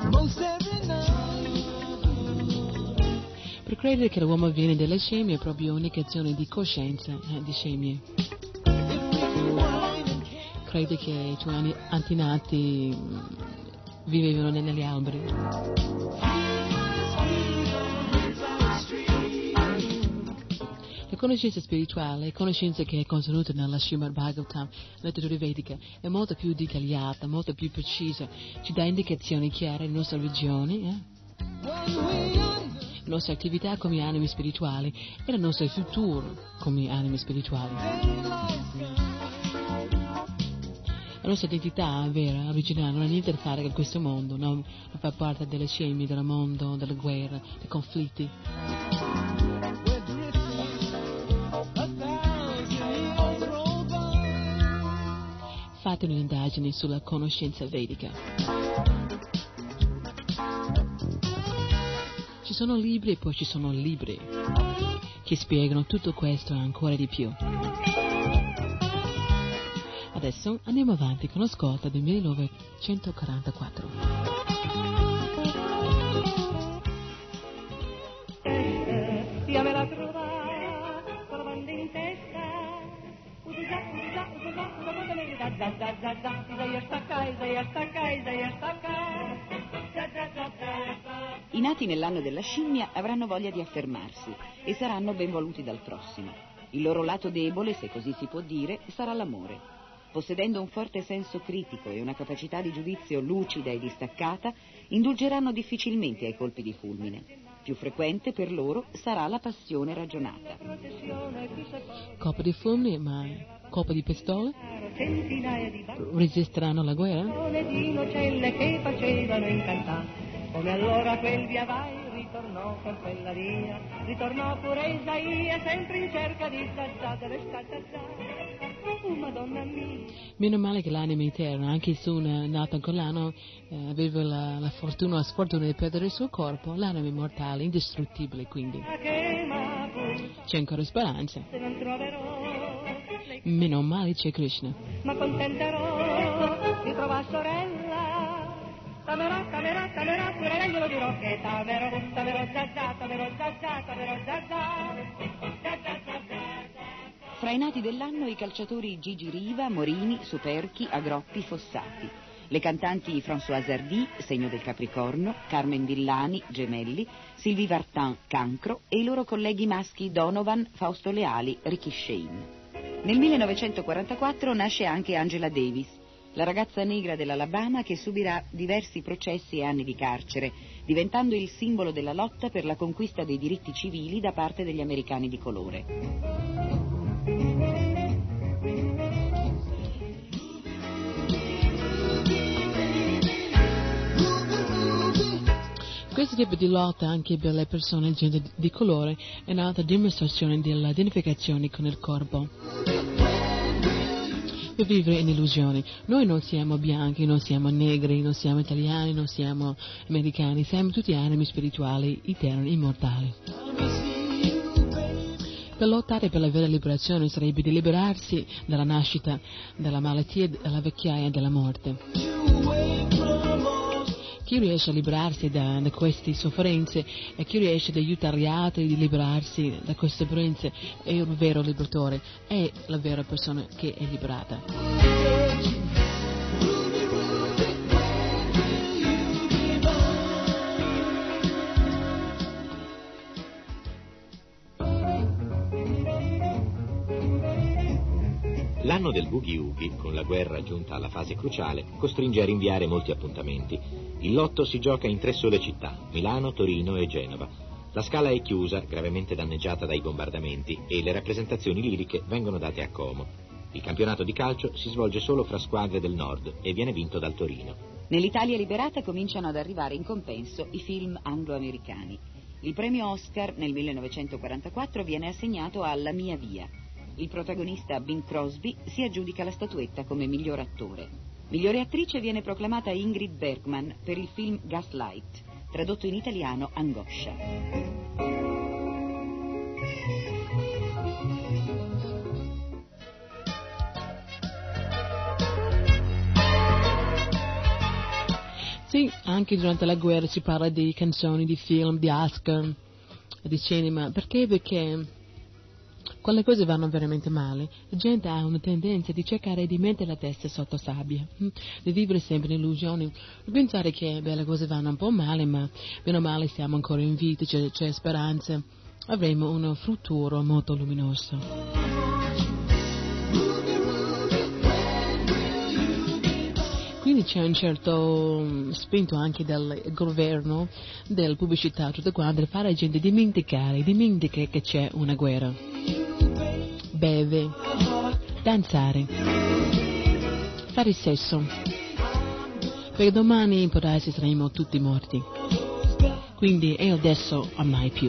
Per credere che l'uomo viene dalle scimmie è proprio un'indicazione di coscienza di scimmie. Credi che i tuoi antenati vivevano negli alberi? La conoscenza spirituale, la conoscenza che è contenuta nella Srimad Bhagavatam, la letteratura vedica, è molto più dettagliata, molto più precisa, ci dà indicazioni chiare delle nostre religioni, le nostre attività come anime spirituali e il nostro futuro come anime spirituali. La nostra identità vera, originale, non ha niente a fare con questo mondo, non fa parte delle scimmie, del mondo, delle guerre, dei conflitti. Fate un'indagine sulla conoscenza vedica. Ci sono libri e poi ci sono libri che spiegano tutto questo e ancora di più. Adesso andiamo avanti con lo Ascolta del 1944. Io me la trova, trovando in testa, Isaiah stacca, I nati nell'anno della scimmia avranno voglia di affermarsi e saranno ben voluti dal prossimo. Il loro lato debole, se così si può dire, sarà l'amore. Possedendo un forte senso critico e una capacità di giudizio lucida e distaccata, indulgeranno difficilmente ai colpi di fulmine. Più frequente per loro sarà la passione ragionata. Colpo di fulmine, ma colpo di pistole? Resisteranno alla guerra? Che facevano incantare. Come allora quel via vai ritornò per quella via, ritornò pure Isaia, sempre in cerca di Zazà, dove sta Zazà, Madonna mia. Meno male che l'anima eterna, anche se una nata con l'anno aveva la fortuna o la sfortuna di perdere il suo corpo, l'anima immortale, indistruttibile, quindi c'è ancora speranza. Se non troverò, Meno male c'è Krishna. ma contenterò di trovare sorella. Tamerò, tamerò, tamerò, pure lei glielo dirò che tamerò, tamerò Zazà, tamerò Zazà, tamerò Zazà. Fra i nati dell'anno i calciatori Gigi Riva, Morini, Superchi, Agroppi, Fossati. Le cantanti Françoise Hardy, segno del Capricorno, Carmen Villani, Gemelli, Sylvie Vartan, Cancro e i loro colleghi maschi Donovan, Fausto Leali, Ricky Shane. Nel 1944 nasce anche Angela Davis, la ragazza negra dell'Alabama che subirà diversi processi e anni di carcere, diventando il simbolo della lotta per la conquista dei diritti civili da parte degli americani di colore. Questo tipo di lotta anche per le persone di colore è un'altra dimostrazione dell'identificazione con il corpo. Per vivere in illusioni. Noi non siamo bianchi, non siamo negri, non siamo italiani, non siamo americani, siamo tutti animi spirituali, eterni, immortali. Per lottare per la vera liberazione sarebbe di liberarsi dalla nascita, dalla malattia, dalla vecchiaia e dalla morte. Chi riesce a liberarsi da queste sofferenze e chi riesce ad aiutare gli altri a liberarsi da queste sofferenze è il vero liberatore, è la vera persona che è liberata. L'anno del Boogie Woogie, con la guerra giunta alla fase cruciale, costringe a rinviare molti appuntamenti. Il lotto si gioca in 3 sole città, Milano, Torino e Genova. La Scala è chiusa, gravemente danneggiata dai bombardamenti, e le rappresentazioni liriche vengono date a Como. Il campionato di calcio si svolge solo fra squadre del nord e viene vinto dal Torino. Nell'Italia liberata cominciano ad arrivare in compenso i film anglo-americani. Il premio Oscar nel 1944 viene assegnato a La mia via. Il protagonista Bing Crosby si aggiudica la statuetta come miglior attore. Migliore attrice viene proclamata Ingrid Bergman per il film Gaslight, tradotto in italiano Angoscia. Sì, anche durante la guerra si parla di canzoni, di film, di Oscar, di cinema. Perché? Perché quando le cose vanno veramente male, la gente ha una tendenza di cercare di mettere la testa sotto sabbia, di vivere sempre in illusioni, di pensare che le cose vanno un po' male, ma meno male siamo ancora in vita, c'è speranza, avremo un futuro molto luminoso. Quindi c'è un certo spinto anche del governo, della pubblicità, tutto quanto, per fare la gente dimentica che c'è una guerra. Beve, danzare, fare sesso, perché domani può darsi saremo tutti morti. Quindi è adesso o mai più.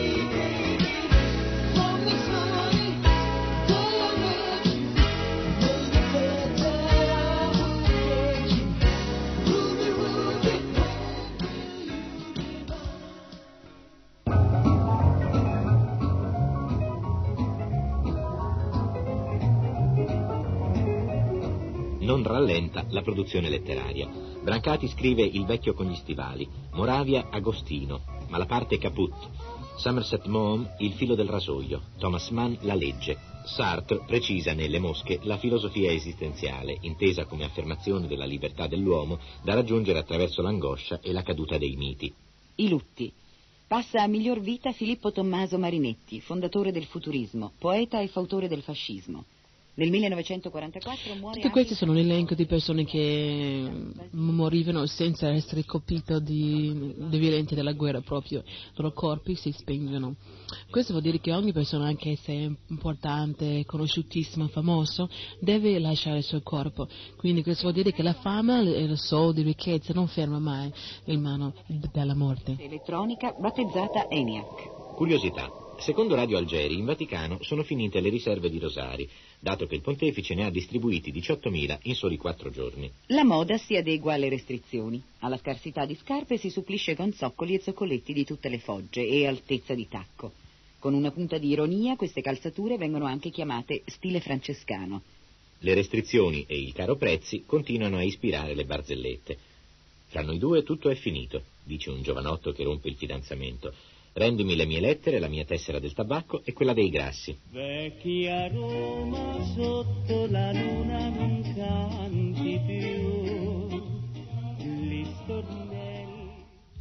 Non rallenta la produzione letteraria. Brancati scrive Il vecchio con gli stivali, Moravia Agostino, ma la parte caput. Somerset Maugham il filo del rasoio, Thomas Mann la legge. Sartre precisa nelle Mosche la filosofia esistenziale, intesa come affermazione della libertà dell'uomo da raggiungere attraverso l'angoscia e la caduta dei miti. I lutti. Passa a miglior vita Filippo Tommaso Marinetti, fondatore del futurismo, poeta e fautore del fascismo. Nel 1944 muore. Tutti questi sono un elenco di persone che morivano senza essere colpite dei violenti della guerra, proprio i loro corpi si spengono. Questo vuol dire che ogni persona, anche se è importante, conosciutissima, famoso, deve lasciare il suo corpo. Quindi questo vuol dire che la fama, il soldo, la ricchezza non ferma mai il mano della morte. Elettronica battezzata ENIAC. Curiosità. Secondo Radio Algeri, in Vaticano sono finite le riserve di rosari, dato che il pontefice ne ha distribuiti 18.000 in soli 4 giorni. La moda si adegua alle restrizioni. Alla scarsità di scarpe si supplisce con zoccoli e zoccoletti di tutte le fogge e altezza di tacco. Con una punta di ironia, queste calzature vengono anche chiamate stile francescano. Le restrizioni e il caro prezzi continuano a ispirare le barzellette. Fra noi due tutto è finito, dice un giovanotto che rompe il fidanzamento. Rendimi le mie lettere, la mia tessera del tabacco e quella dei grassi. Vecchia Roma sotto la luna non canti più gli stornelli.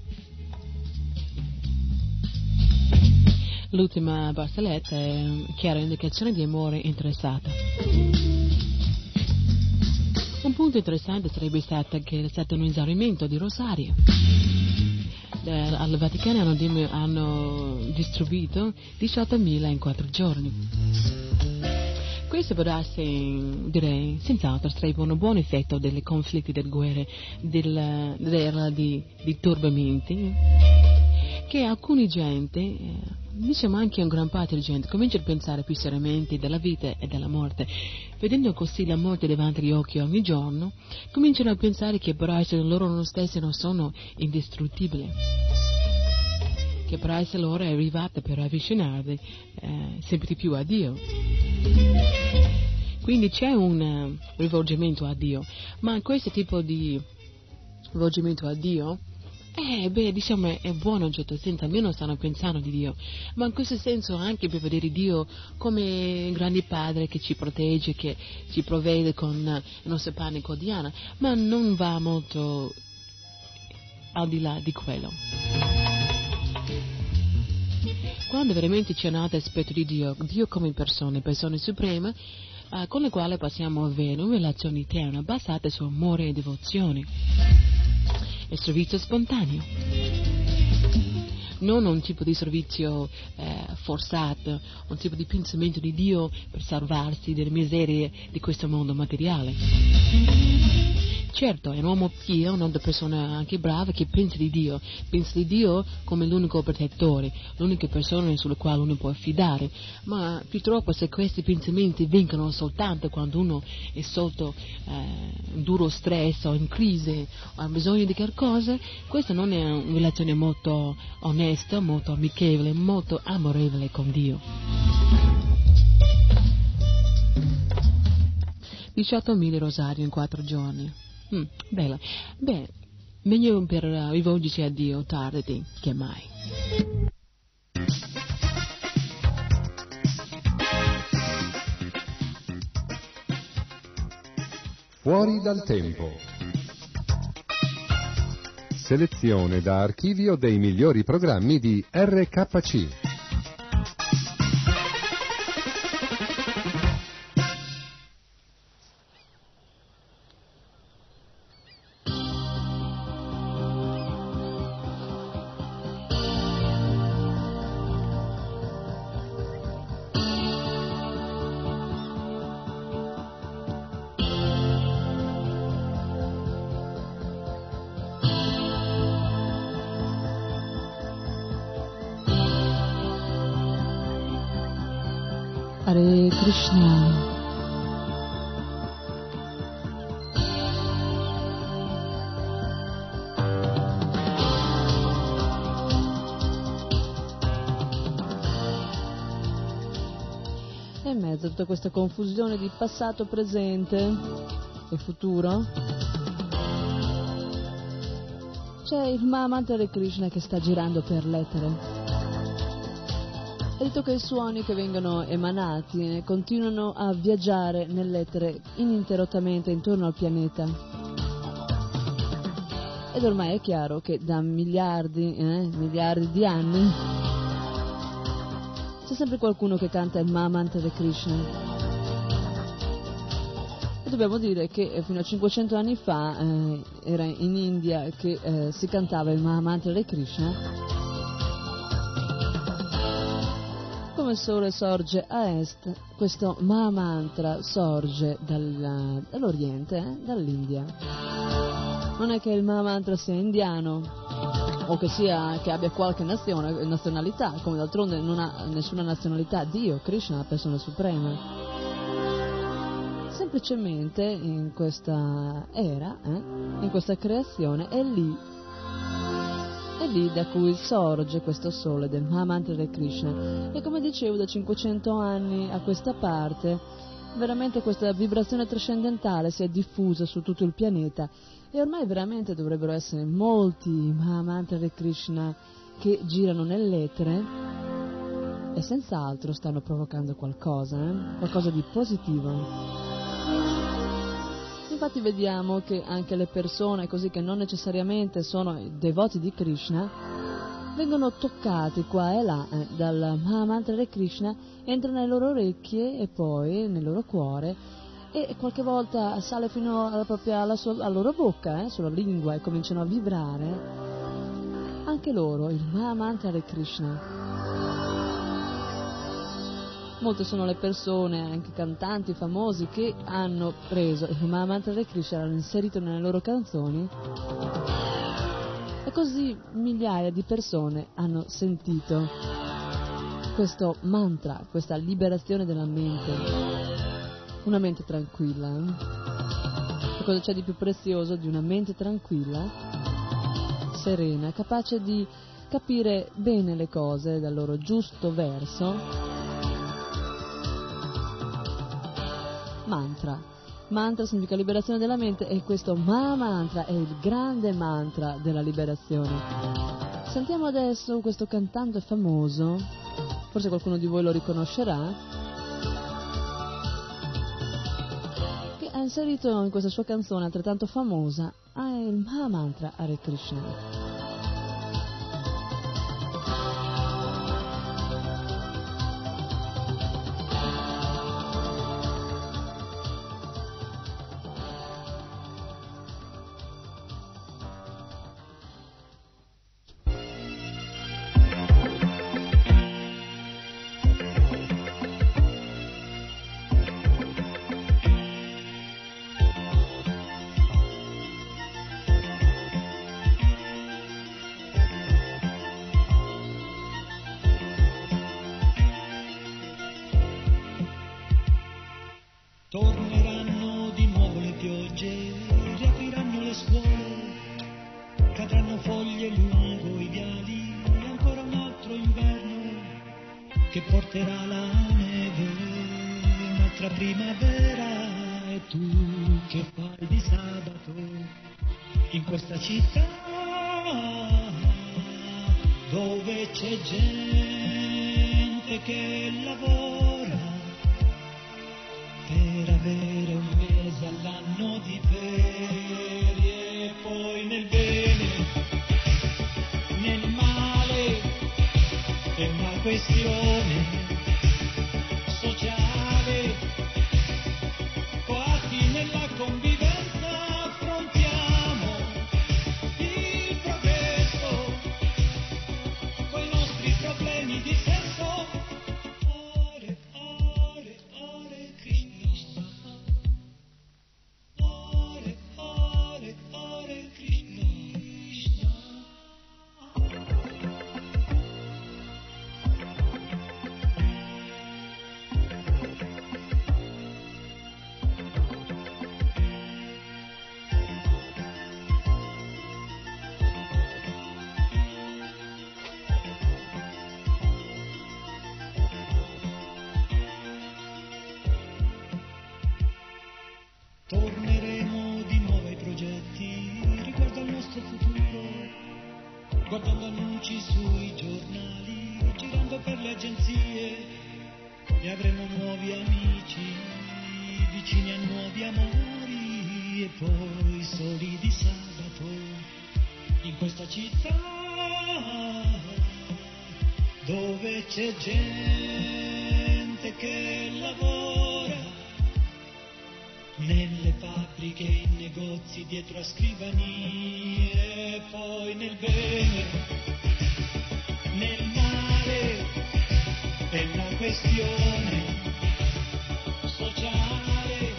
L'ultima barzelletta è chiara indicazione di amore interessato. Un punto interessante sarebbe stato che è stato un esaurimento di rosario. Al Vaticano hanno distribuito 18.000 in 4 giorni. Questo può darsi, direi, senz'altro sarebbe un buon effetto dei conflitti, delle guerre, dell'era di turbamenti, che alcuni gente, diciamo anche un gran parte di gente, comincia a pensare più seriamente della vita e della morte. Vedendo così la morte davanti agli occhi ogni giorno, cominciano a pensare che per essere loro stessi non sono indistruttibili, che per essere loro è arrivata per avvicinarli sempre di più a Dio. Quindi c'è un rivolgimento a Dio, ma questo tipo di rivolgimento a Dio diciamo è buono in un certo senso, almeno stanno pensando di Dio, ma in questo senso anche per vedere Dio come un grande padre che ci protegge, che ci provvede con il nostro pane quotidiano, ma non va molto al di là di quello. Quando veramente c'è un altro aspetto di Dio come persona suprema, con la quale possiamo avere una relazione eterna basata su amore e devozione e servizio spontaneo, non un tipo di servizio forzato, un tipo di pensamento di Dio per salvarsi dalle miserie di questo mondo materiale. Certo, è un uomo pio, una persona anche brava che pensa di Dio come l'unico protettore, l'unica persona sulla quale uno può affidare, ma purtroppo se questi pensamenti vengono soltanto quando uno è sotto un duro stress o in crisi o ha bisogno di qualcosa, questa non è una relazione molto onesta, molto amichevole, molto amorevole con Dio. 18.000 rosari in 4 giorni. Bella. Beh, meglio per rivolgersi a Dio tardi che mai. Fuori dal tempo. Selezione da archivio dei migliori programmi di RKC. Hare Krishna. E in mezzo a tutta questa confusione di passato, presente e futuro c'è il Mahamantra Hare Krishna che sta girando per lettere. È detto che i suoni che vengono emanati continuano a viaggiare nell'etere ininterrottamente intorno al pianeta. Ed ormai è chiaro che da miliardi di anni c'è sempre qualcuno che canta il Mahamantra di Krishna. E dobbiamo dire che fino a 500 anni fa era in India che si cantava il Mahamantra di Krishna. Come il sole sorge a est, questo Mahamantra sorge dall'Oriente, dall'India. Non è che il Mahamantra sia indiano o che abbia qualche nazionalità, come d'altronde non ha nessuna nazionalità. Dio, Krishna, la persona suprema. Semplicemente in questa era, in questa creazione, è lì da cui sorge questo sole del Mahamantra di Krishna. E come dicevo, da 500 anni a questa parte veramente questa vibrazione trascendentale si è diffusa su tutto il pianeta e ormai veramente dovrebbero essere molti Mahamantra di Krishna che girano nell'etere e senz'altro stanno provocando qualcosa di positivo. Infatti vediamo che anche le persone così che non necessariamente sono devoti di Krishna vengono toccati qua e là dal Mahamantra di Krishna, entra nelle loro orecchie e poi nel loro cuore e qualche volta sale fino alla loro bocca, sulla lingua, e cominciano a vibrare anche loro il Mahamantra di Krishna. Molte sono le persone, anche cantanti famosi, che hanno preso il Mahamantra di Krishna e l'hanno inserito nelle loro canzoni e così migliaia di persone hanno sentito questo mantra, questa liberazione della mente, una mente tranquilla. E cosa c'è di più prezioso di una mente tranquilla, serena, capace di capire bene le cose dal loro giusto verso? Mantra significa liberazione della mente e questo Mahamantra è il grande mantra della liberazione. Sentiamo adesso questo cantante famoso, forse qualcuno di voi lo riconoscerà, che ha inserito in questa sua canzone altrettanto famosa il Mahamantra Hare Krishna. Torneranno di nuovo le piogge, riapriranno le scuole, cadranno foglie lungo i viali, ancora un altro inverno che porterà la neve, un'altra primavera, e tu che fai di sabato in questa città dove c'è gente che lavora per avere un mese all'anno di ferie, e poi nel bene, nel male, è una questione sociale, quasi nella convivenza affrontiamo il progresso, coi nostri problemi di senso. Torneremo di nuovo ai progetti riguardo al nostro futuro, guardando annunci sui giornali, girando per le agenzie e avremo nuovi amici, vicini a nuovi amori, e poi soli di sabato in questa città dove c'è gente che lavora nelle fabbriche, in negozi, dietro a scrivanie, e poi nel bene, nel male, è una questione sociale,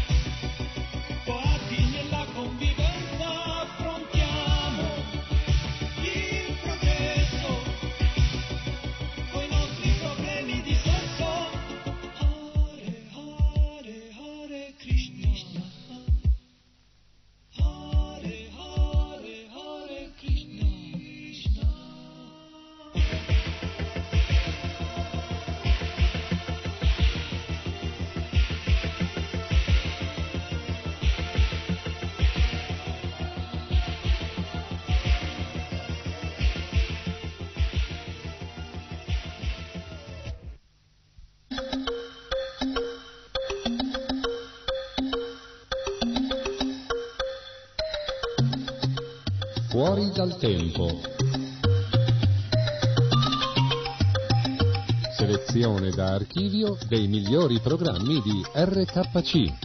quasi nella convivenza affrontiamo il progresso coi nostri problemi di sesso. Hare Hare Hare Krishna, Hare Hare Hare Krishna, Krishna. Fuori dal tempo. Selezione da archivio dei migliori programmi di RKC.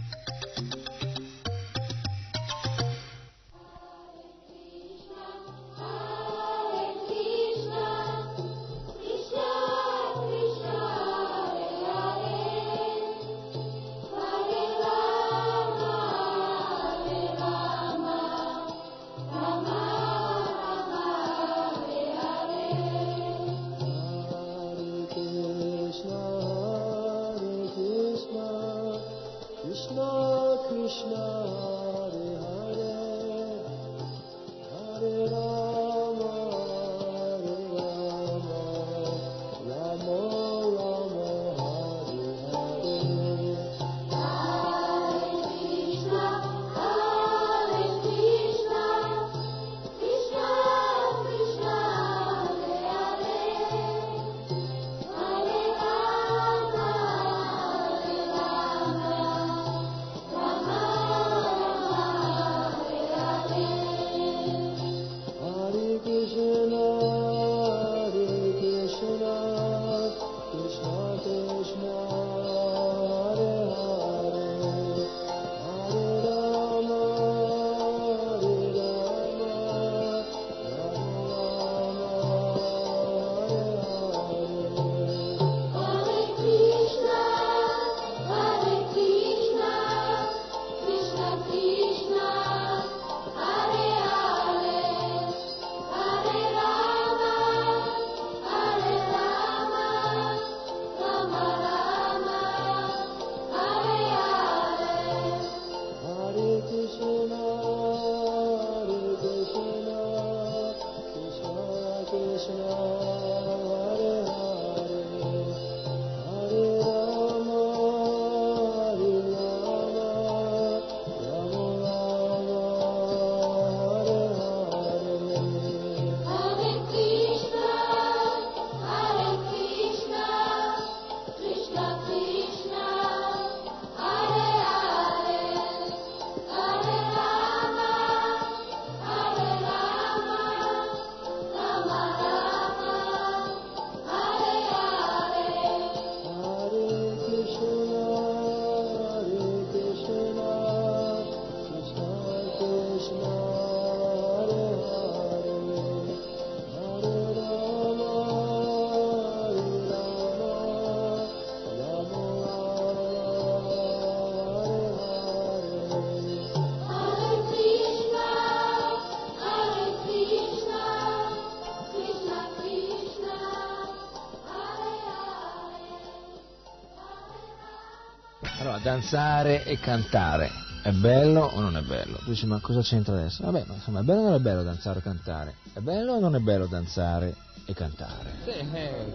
Allora, danzare e cantare, è bello o non è bello? Tu dici, ma cosa c'entra adesso? Vabbè, ma insomma, è bello o non è bello danzare e cantare? È bello o non è bello danzare e cantare? Sì,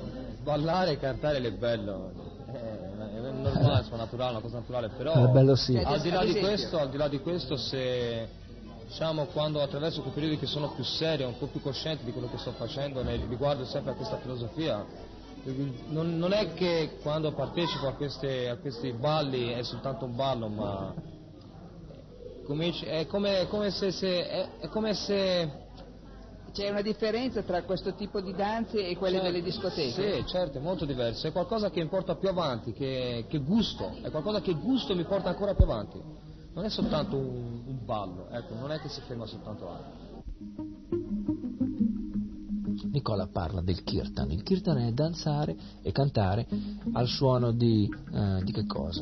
ballare e cantare è bello, è normale, è naturale, una cosa naturale, però è bello sì. Al di là di questo, se diciamo, quando attraverso quei periodi che sono più seri, un po' più coscienti di quello che sto facendo, riguardo sempre a questa filosofia, Non è che quando partecipo a questi balli è soltanto un ballo, ma è come se c'è una differenza tra questo tipo di danze e quelle delle discoteche? Sì, certo, è molto diverso, è qualcosa che mi porta più avanti, che gusto, è qualcosa che gusto mi porta ancora più avanti, non è soltanto un ballo, ecco, non è che si ferma soltanto là. Nicola parla del kirtan. Il kirtan è danzare e cantare al suono di che cosa?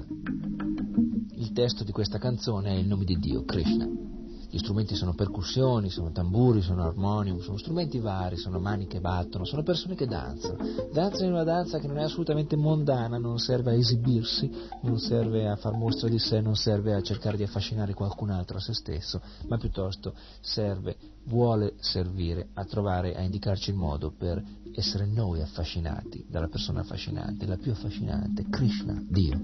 Il testo di questa canzone è il nome di Dio, Krishna. Gli strumenti sono percussioni, sono tamburi, sono armonium, sono strumenti vari, sono mani che battono, sono persone che danzano. Danzano in una danza che non è assolutamente mondana, non serve a esibirsi, non serve a far mostra di sé, non serve a cercare di affascinare qualcun altro a se stesso, ma piuttosto vuole servire a trovare, a indicarci il modo per essere noi affascinati dalla persona affascinante, la più affascinante, Krishna, Dio.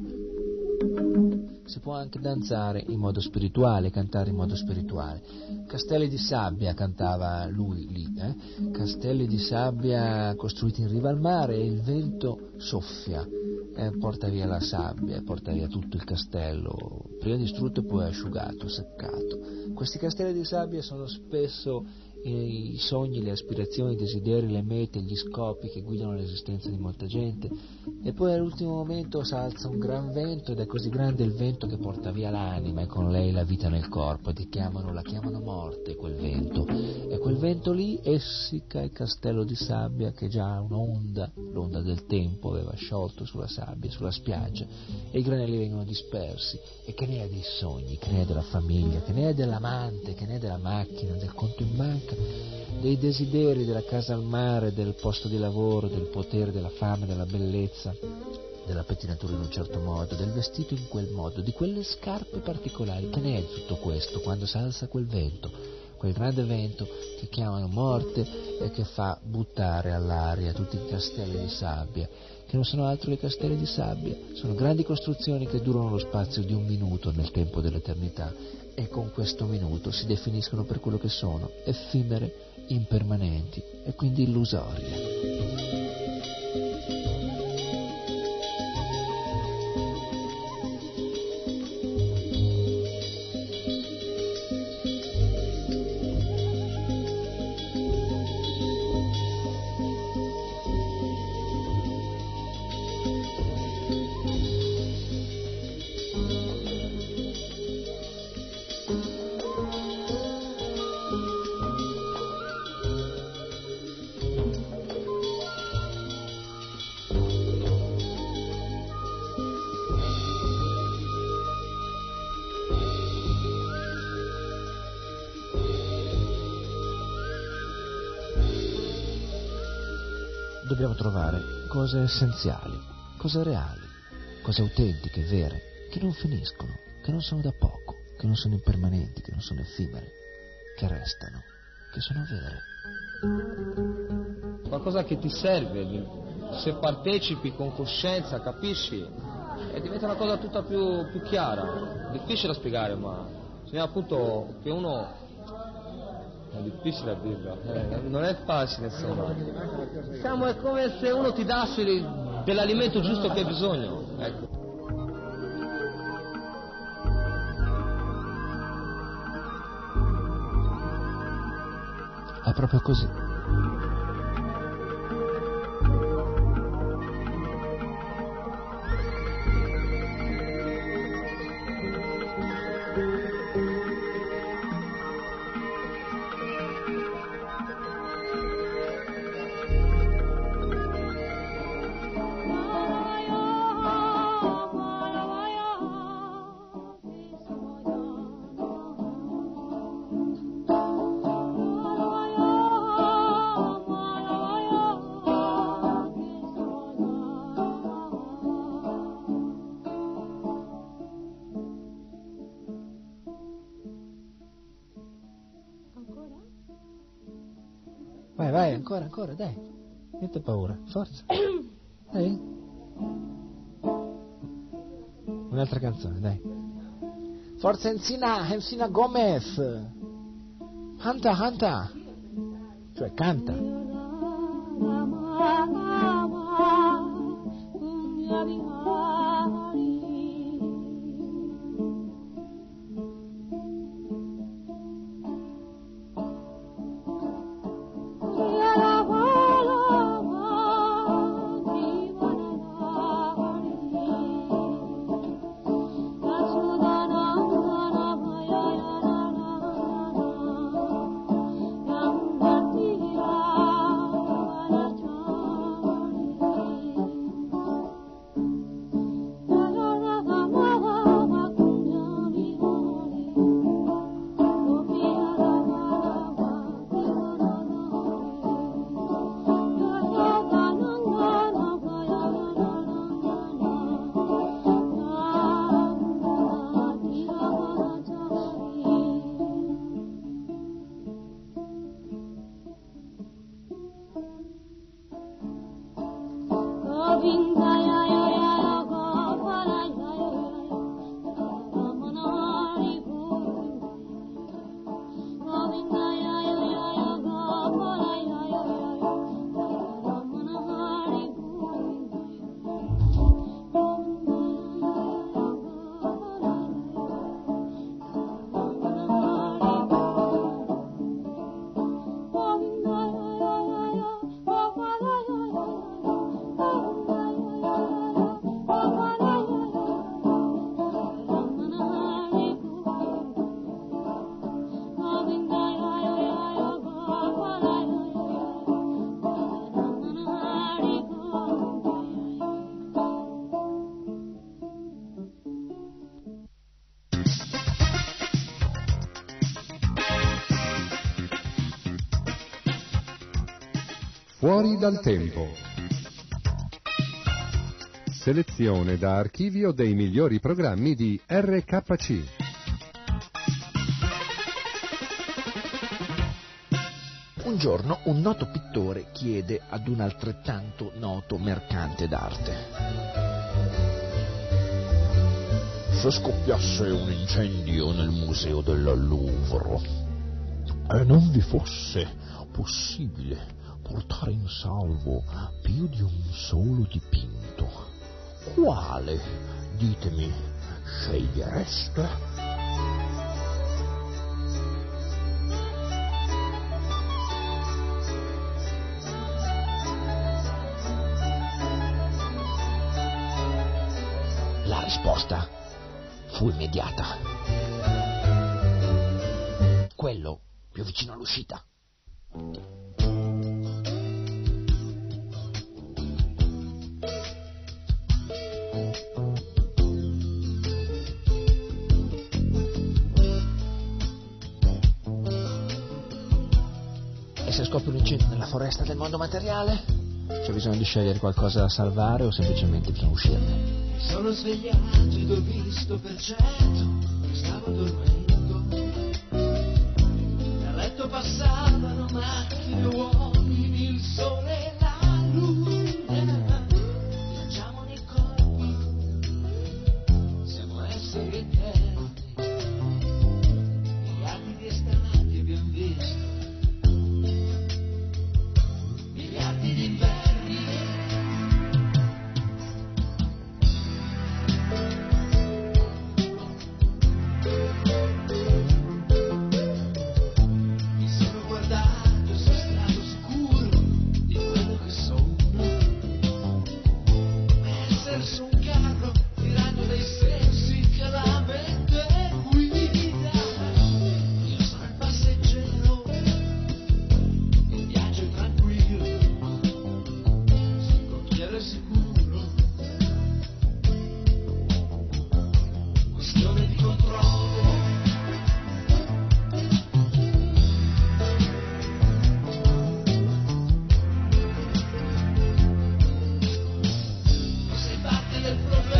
Si può anche danzare in modo spirituale, cantare in modo spirituale. Castelli di sabbia cantava lui lì, castelli di sabbia costruiti in riva al mare e il vento soffia, porta via la sabbia, porta via tutto il castello, prima distrutto e poi asciugato, seccato. Questi castelli di sabbia sono spesso i sogni, le aspirazioni, i desideri, le mete, gli scopi che guidano l'esistenza di molta gente, e poi all'ultimo momento si alza un gran vento ed è così grande il vento che porta via l'anima e con lei la vita nel corpo, e la chiamano morte quel vento, e quel vento lì essica il castello di sabbia che già un'onda, l'onda del tempo, aveva sciolto sulla sabbia, sulla spiaggia, e i granelli vengono dispersi, e che ne è dei sogni, che ne è della famiglia, che ne è dell'amante, che ne è della macchina, del conto in banca, dei desideri, della casa al mare, del posto di lavoro, del potere, della fame, della bellezza, della pettinatura in un certo modo, del vestito in quel modo, di quelle scarpe particolari. Che ne è di tutto questo quando si alza quel vento, quel grande vento che chiamano morte e che fa buttare all'aria tutti i castelli di sabbia, che non sono altro che castelli di sabbia, sono grandi costruzioni che durano lo spazio di un minuto nel tempo dell'eternità, e con questo minuto si definiscono per quello che sono, effimere, impermanenti e quindi illusorie. Dobbiamo trovare cose essenziali, cose reali, cose autentiche, vere, che non finiscono, che non sono da poco, che non sono impermanenti, che non sono effimere, che restano, che sono vere. Qualcosa che ti serve, se partecipi con coscienza, capisci, e diventa una cosa tutta più chiara. Difficile da spiegare, ma bisogna appunto che uno... È difficile a dirlo, non è facile, insomma. Diciamo, è come se uno ti dasse dell'alimento giusto che hai bisogno, ecco. È proprio così. Vai, ancora, dai. Niente paura, forza. Dai. Un'altra canzone, dai. Forza Ensina Gomez. Canta. Cioè canta. Fuori dal tempo. Selezione da archivio dei migliori programmi di RKC. Un giorno un noto pittore chiede ad un altrettanto noto mercante d'arte: se scoppiasse un incendio nel museo del Louvre e non vi fosse possibile portare in salvo più di un solo dipinto, quale, ditemi, scegliereste? La risposta fu immediata: quello più vicino all'uscita. E se scoppia un incendio nella foresta del mondo materiale, c'è bisogno di scegliere qualcosa da salvare o semplicemente bisogna uscirne? Sono svegliato ed ho visto per certo che stavo dormendo. Nel letto passavano macchine, uomini, il sole e la luna. Viaggiamo nei corpi, siamo esseri eterni. Miliardi di estati abbiamo visto, miliardi di inverni. Del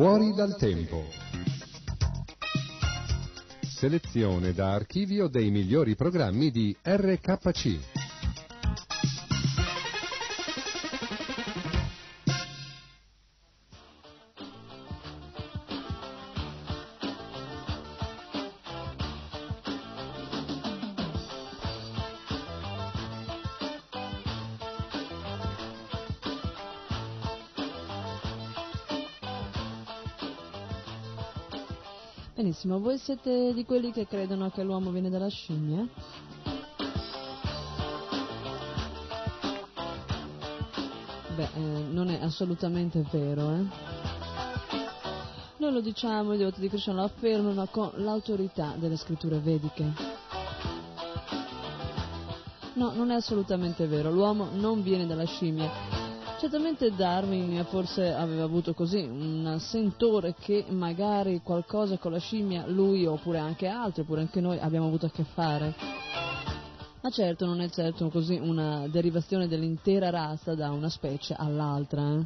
Fuori dal tempo. Selezione da archivio dei migliori programmi di RKC. Benissimo, voi siete di quelli che credono che l'uomo viene dalla scimmia? Non è assolutamente vero, Noi lo diciamo, i devoti di Krishna lo affermano con l'autorità delle scritture vediche. No, non è assolutamente vero, l'uomo non viene dalla scimmia. Certamente Darwin forse aveva avuto così un sentore che magari qualcosa con la scimmia lui oppure anche altri, oppure anche noi abbiamo avuto a che fare. Ma certo non è certo così una derivazione dell'intera razza da una specie all'altra.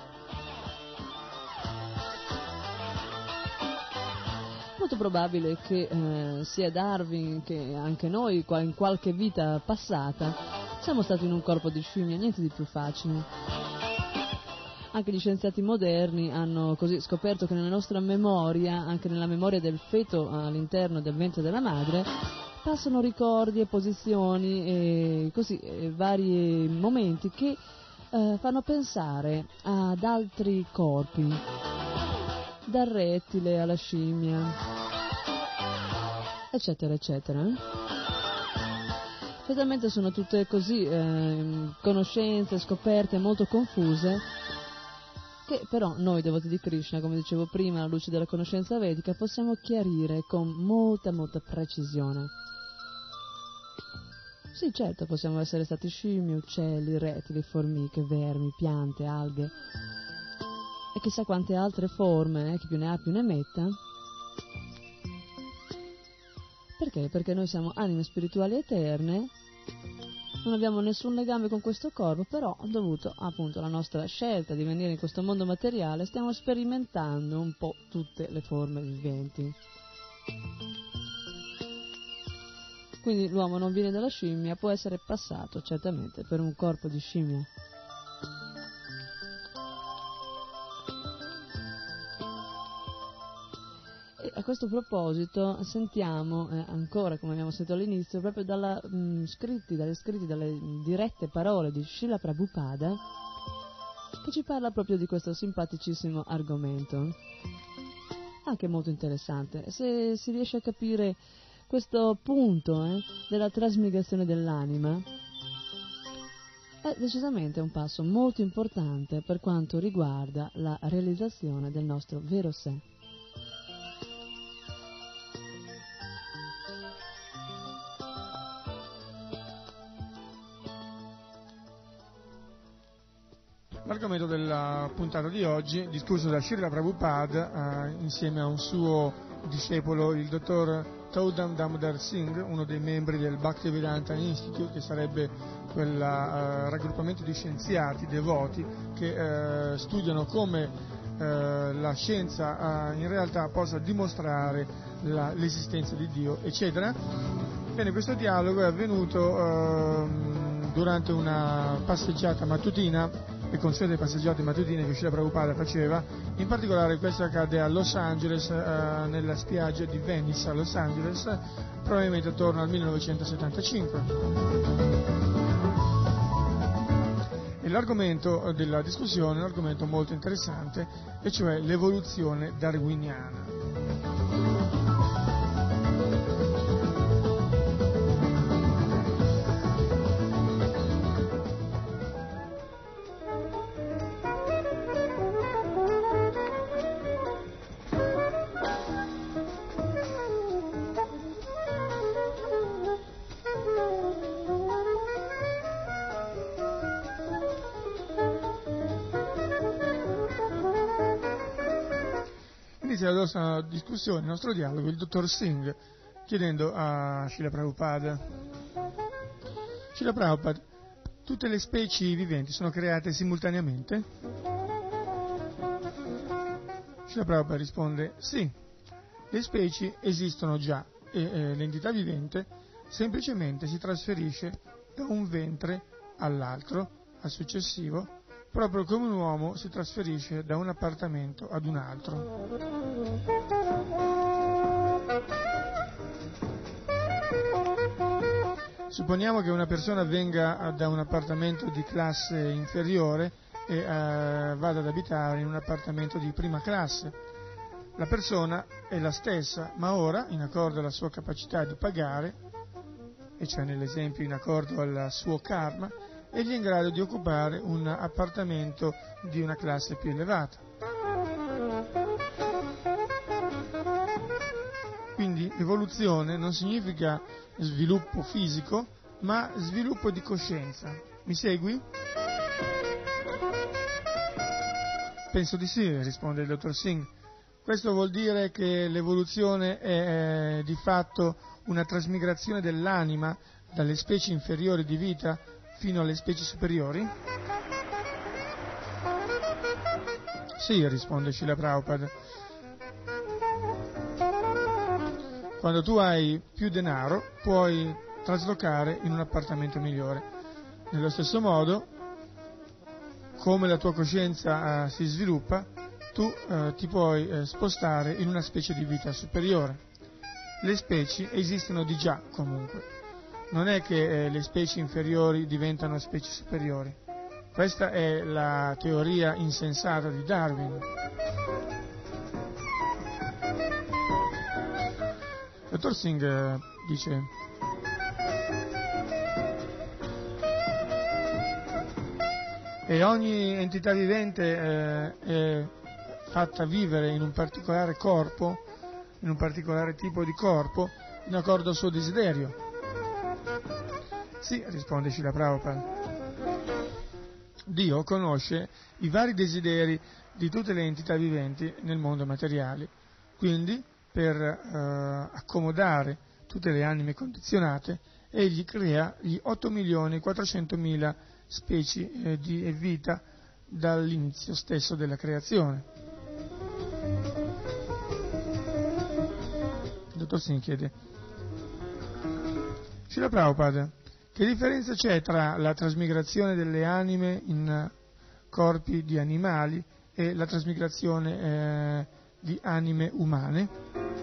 Molto probabile che sia Darwin che anche noi in qualche vita passata siamo stati in un corpo di scimmia, niente di più facile. Anche gli scienziati moderni hanno così scoperto che nella nostra memoria, anche nella memoria del feto all'interno del ventre della madre, passano ricordi e posizioni e così vari momenti che fanno pensare ad altri corpi, dal rettile alla scimmia, eccetera, eccetera. Certamente sono tutte così conoscenze, scoperte molto confuse, che però noi devoti di Krishna, come dicevo prima, alla luce della conoscenza vedica, possiamo chiarire con molta precisione. Sì, certo, possiamo essere stati scimmie, uccelli, rettili, formiche, vermi, piante, alghe e chissà quante altre forme, chi più ne ha più ne metta. Perché? Perché noi siamo anime spirituali eterne, non abbiamo nessun legame con questo corpo, però dovuto appunto alla nostra scelta di venire in questo mondo materiale stiamo sperimentando un po' tutte le forme viventi. Quindi l'uomo non viene dalla scimmia, può essere passato certamente per un corpo di scimmia. E a questo proposito sentiamo ancora, come abbiamo sentito all'inizio, proprio dalle dirette parole di Srila Prabhupada, che ci parla proprio di questo simpaticissimo argomento, anche molto interessante. Se si riesce a capire questo punto della trasmigrazione dell'anima, è decisamente un passo molto importante per quanto riguarda la realizzazione del nostro vero sé. L'argomento della puntata di oggi, discusso da Srila Prabhupada insieme a un suo discepolo, il dottor Taudam Damodar Singh, uno dei membri del Bhaktivedanta Institute, che sarebbe quel raggruppamento di scienziati devoti che studiano come la scienza in realtà possa dimostrare l'esistenza di Dio, eccetera. Bene, questo dialogo è avvenuto durante una passeggiata mattutina, le consuete passeggiate mattutine che Srila Prabhupada faceva. In particolare questo accade a Los Angeles, nella spiaggia di Venice a Los Angeles, probabilmente attorno al 1975. E l'argomento della discussione è un argomento molto interessante, e cioè l'evoluzione darwiniana. Inizia la nostra discussione, il nostro dialogo, il dottor Singh, chiedendo a Srila Prabhupada: Srila Prabhupada, tutte le specie viventi sono create simultaneamente? Srila Srila Prabhupada risponde: sì, le specie esistono già e l'entità vivente semplicemente si trasferisce da un ventre all'altro, al successivo, proprio come un uomo si trasferisce da un appartamento ad un altro. Supponiamo che una persona venga da un appartamento di classe inferiore e vada ad abitare in un appartamento di prima classe. La persona è la stessa, ma ora, in accordo alla sua capacità di pagare, e cioè nell'esempio in accordo al suo karma, egli è in grado di occupare un appartamento di una classe più elevata. Quindi evoluzione non significa sviluppo fisico, ma sviluppo di coscienza. Mi segui? Penso di sì, risponde il dottor Singh. Questo vuol dire che l'evoluzione è di fatto una trasmigrazione dell'anima dalle specie inferiori di vita fino alle specie superiori? Sì, risponde Srila Prabhupada. Quando tu hai più denaro puoi traslocare in un appartamento migliore. Nello stesso modo, come la tua coscienza si sviluppa, tu ti puoi spostare in una specie di vita superiore. Le specie esistono di già comunque. Non è che le specie inferiori diventano specie superiori. Questa è la teoria insensata di Darwin. Dottor Singh dice: e ogni entità vivente è fatta vivere in un particolare corpo, in un particolare tipo di corpo, in accordo al suo desiderio. Sì, risponde Srila Prabhupada. Dio conosce i vari desideri di tutte le entità viventi nel mondo materiale, quindi per accomodare tutte le anime condizionate, egli crea gli 8.400.000 specie di vita dall'inizio stesso della creazione. Il dottor Singh chiede: Srila Prabhupada, che differenza c'è tra la trasmigrazione delle anime in corpi di animali e la trasmigrazione di anime umane?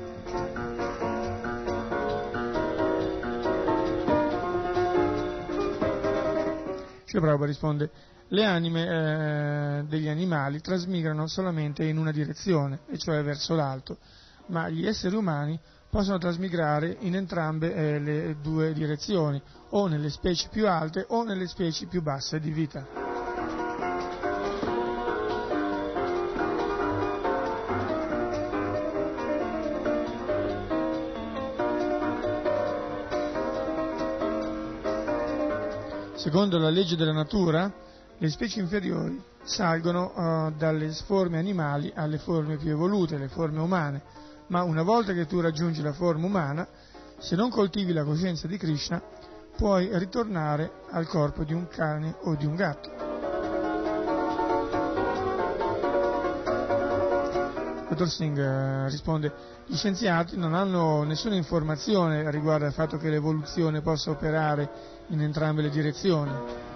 Srila Prabhupada risponde: le anime degli animali trasmigrano solamente in una direzione, e cioè verso l'alto, ma gli esseri umani possono trasmigrare in entrambe le due direzioni, o nelle specie più alte o nelle specie più basse di vita. Secondo la legge della natura, le specie inferiori salgono dalle forme animali alle forme più evolute, le forme umane, ma una volta che tu raggiungi la forma umana, se non coltivi la coscienza di Krishna, puoi ritornare al corpo di un cane o di un gatto. Il dottor Singh risponde: gli scienziati non hanno nessuna informazione riguardo al fatto che l'evoluzione possa operare in entrambe le direzioni.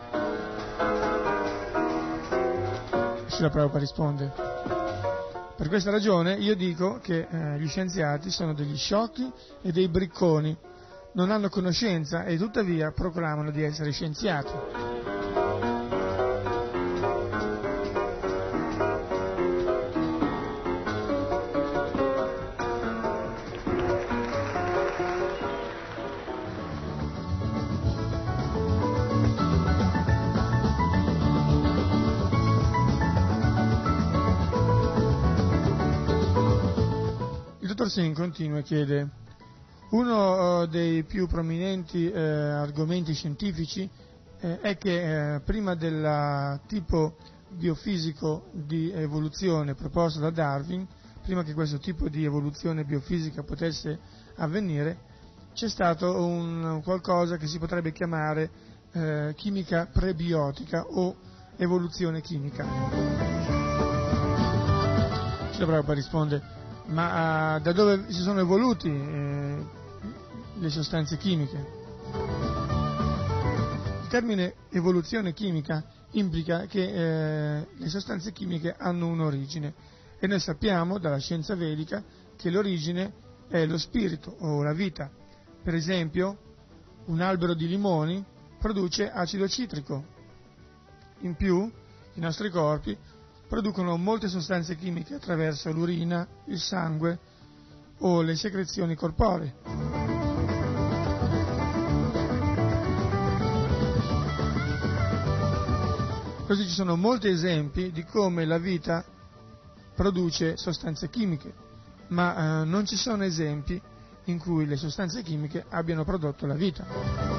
Srila Prabhupada risponde: per questa ragione io dico che gli scienziati sono degli sciocchi e dei bricconi, non hanno conoscenza e tuttavia proclamano di essere scienziati. Singh continua e chiede: uno dei più prominenti argomenti scientifici è che prima del tipo biofisico di evoluzione proposto da Darwin, prima che questo tipo di evoluzione biofisica potesse avvenire, c'è stato un qualcosa che si potrebbe chiamare chimica prebiotica o evoluzione chimica. Srila Prabhupada risponde: ma da dove si sono evoluti le sostanze chimiche? Il termine evoluzione chimica implica che le sostanze chimiche hanno un'origine, e noi sappiamo dalla scienza vedica che l'origine è lo spirito o la vita. Per esempio, un albero di limoni produce acido citrico. In più, i nostri corpi producono molte sostanze chimiche attraverso l'urina, il sangue o le secrezioni corporee. Così ci sono molti esempi di come la vita produce sostanze chimiche, ma non ci sono esempi in cui le sostanze chimiche abbiano prodotto la vita.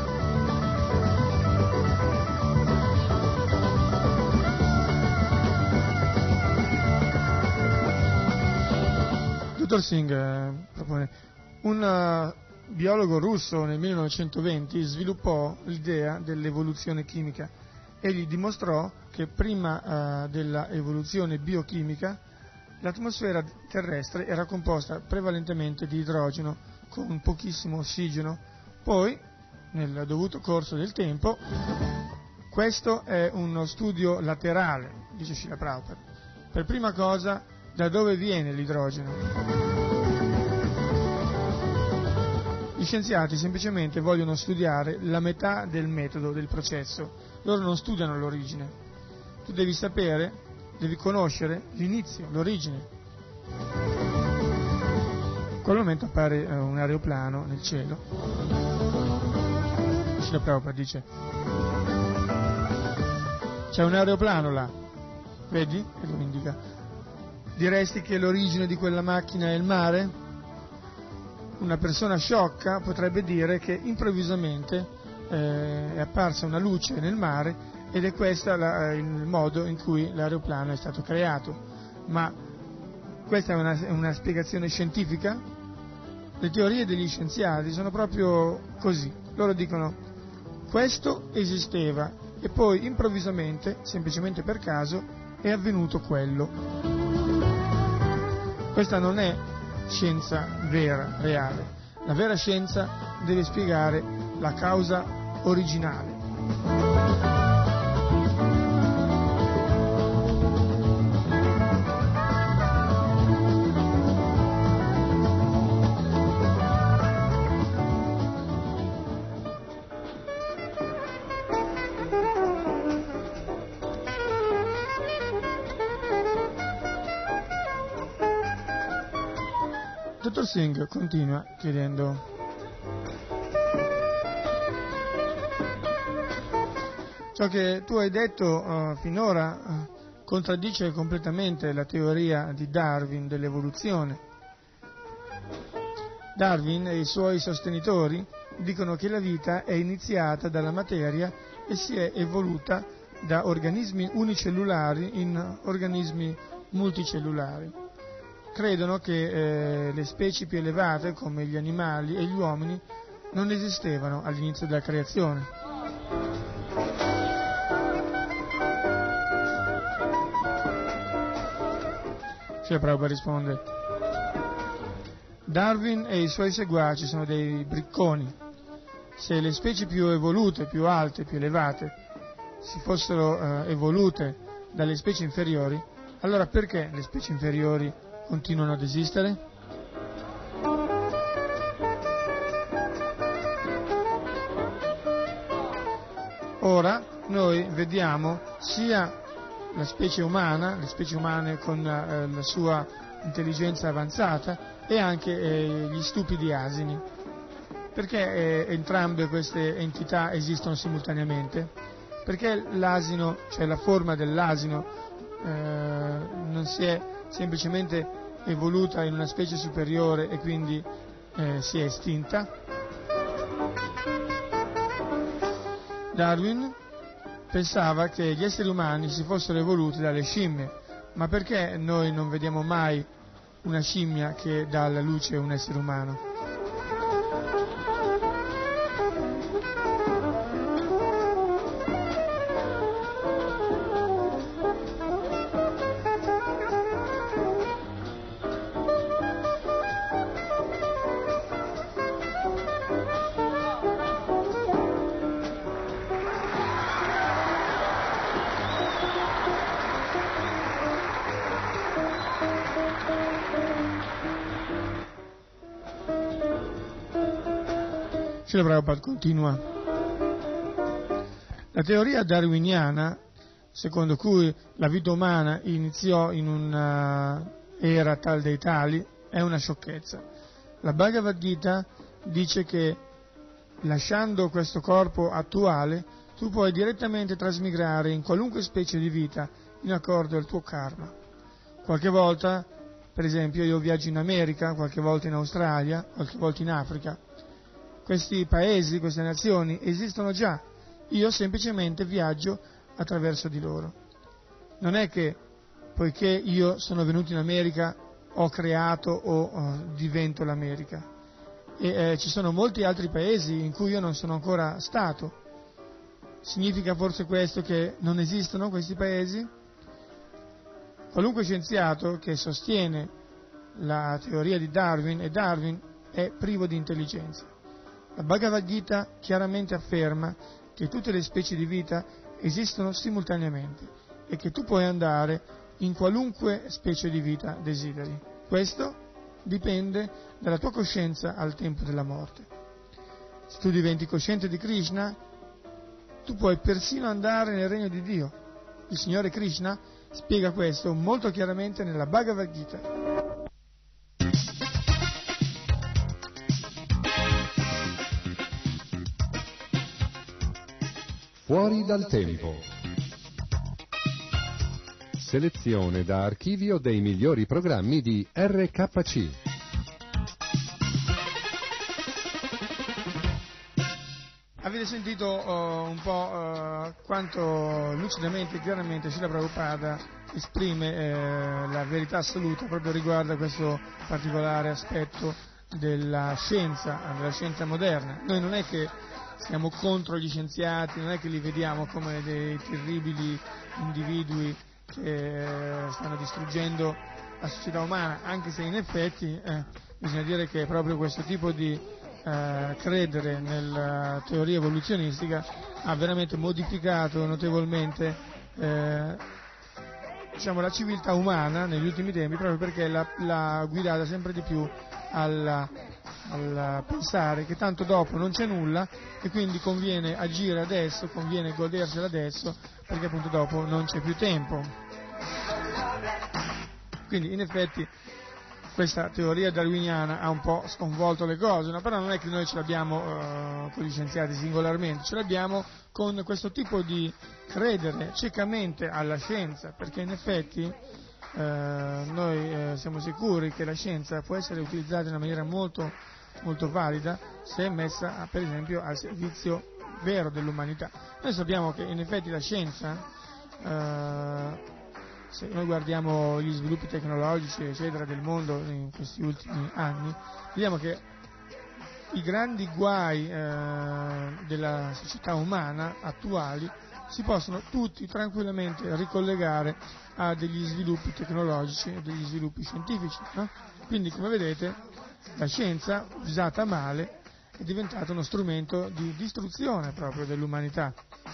Dottor Singh propone: un biologo russo nel 1920 sviluppò l'idea dell'evoluzione chimica. Egli dimostrò che prima della evoluzione biochimica l'atmosfera terrestre era composta prevalentemente di idrogeno con pochissimo ossigeno. Poi, nel dovuto corso del tempo, questo è uno studio laterale, dice Srila Prabhupada. Per prima cosa, da dove viene l'idrogeno? Gli scienziati semplicemente vogliono studiare la metà del metodo, del processo. Loro non studiano l'origine. Tu devi sapere, devi conoscere l'inizio, l'origine. In quel momento appare un aeroplano nel cielo. Srila Prabhupada dice: c'è un aeroplano là, vedi? E lo indica. Diresti che l'origine di quella macchina è il mare? Una persona sciocca potrebbe dire che improvvisamente è apparsa una luce nel mare ed è questo il modo in cui l'aeroplano è stato creato. Ma questa è una spiegazione scientifica? Le teorie degli scienziati sono proprio così. Loro dicono: questo esisteva e poi improvvisamente, semplicemente per caso, è avvenuto quello. Questa non è scienza vera, reale. La vera scienza deve spiegare la causa originale. Dottor Singh continua chiedendo: ciò che tu hai detto finora contraddice completamente la teoria di Darwin dell'evoluzione. Darwin e i suoi sostenitori dicono che la vita è iniziata dalla materia e si è evoluta da organismi unicellulari in organismi multicellulari. Credono che le specie più elevate, come gli animali e gli uomini, non esistevano all'inizio della creazione. Srila Prabhupada risponde: Darwin e i suoi seguaci sono dei bricconi. Se le specie più evolute, più alte, più elevate si fossero evolute dalle specie inferiori, allora perché le specie inferiori continuano ad esistere? Ora noi vediamo sia la specie umana, le specie umane con la sua intelligenza avanzata, e anche gli stupidi asini. Perché entrambe queste entità esistono simultaneamente? Perché l'asino, cioè la forma dell'asino, non si è semplicemente evoluta in una specie superiore e quindi si è estinta? Darwin pensava che gli esseri umani si fossero evoluti dalle scimmie, ma perché noi non vediamo mai una scimmia che dà alla luce un essere umano? Srila Prabhupada continua. La teoria darwiniana, secondo cui la vita umana iniziò in un'era tal dei tali, è una sciocchezza. La Bhagavad Gita dice che lasciando questo corpo attuale tu puoi direttamente trasmigrare in qualunque specie di vita in accordo al tuo karma. Qualche volta, per esempio, io viaggio in America, qualche volta in Australia, qualche volta in Africa. Questi paesi, queste nazioni esistono già, io semplicemente viaggio attraverso di loro. Non è che poiché io sono venuto in America ho creato o divento l'America. E ci sono molti altri paesi in cui io non sono ancora stato. Significa forse questo che non esistono questi paesi? Qualunque scienziato che sostiene la teoria di Darwin, e Darwin è privo di intelligenza. La Bhagavad Gita chiaramente afferma che tutte le specie di vita esistono simultaneamente e che tu puoi andare in qualunque specie di vita desideri. Questo dipende dalla tua coscienza al tempo della morte. Se tu diventi cosciente di Krishna, tu puoi persino andare nel regno di Dio. Il Signore Krishna spiega questo molto chiaramente nella Bhagavad Gita. Fuori dal tempo. Selezione da archivio dei migliori programmi di RKC. Avete sentito un po' quanto lucidamente e chiaramente Srila Prabhupada esprime la verità assoluta proprio riguardo a questo particolare aspetto della scienza moderna. Noi non è che siamo contro gli scienziati, non è che li vediamo come dei terribili individui che stanno distruggendo la società umana, anche se in effetti bisogna dire che proprio questo tipo di credere nella teoria evoluzionistica ha veramente modificato notevolmente la civiltà umana negli ultimi tempi, proprio perché l'ha guidata sempre di più al pensare che tanto dopo non c'è nulla e quindi conviene agire adesso, conviene godersela adesso, perché appunto dopo non c'è più tempo. Quindi in effetti questa teoria darwiniana ha un po' sconvolto le cose, no? Però non è che noi ce l'abbiamo con gli scienziati singolarmente, ce l'abbiamo con questo tipo di credere ciecamente alla scienza, perché in effetti noi siamo sicuri che la scienza può essere utilizzata in una maniera molto, molto valida se è messa per esempio al servizio vero dell'umanità. Noi sappiamo che in effetti la scienza, se noi guardiamo gli sviluppi tecnologici eccetera del mondo in questi ultimi anni, vediamo che i grandi guai della società umana attuali si possono tutti tranquillamente ricollegare a degli sviluppi tecnologici e degli sviluppi scientifici, no? Quindi come vedete la scienza usata male è diventata uno strumento di distruzione proprio dell'umanità.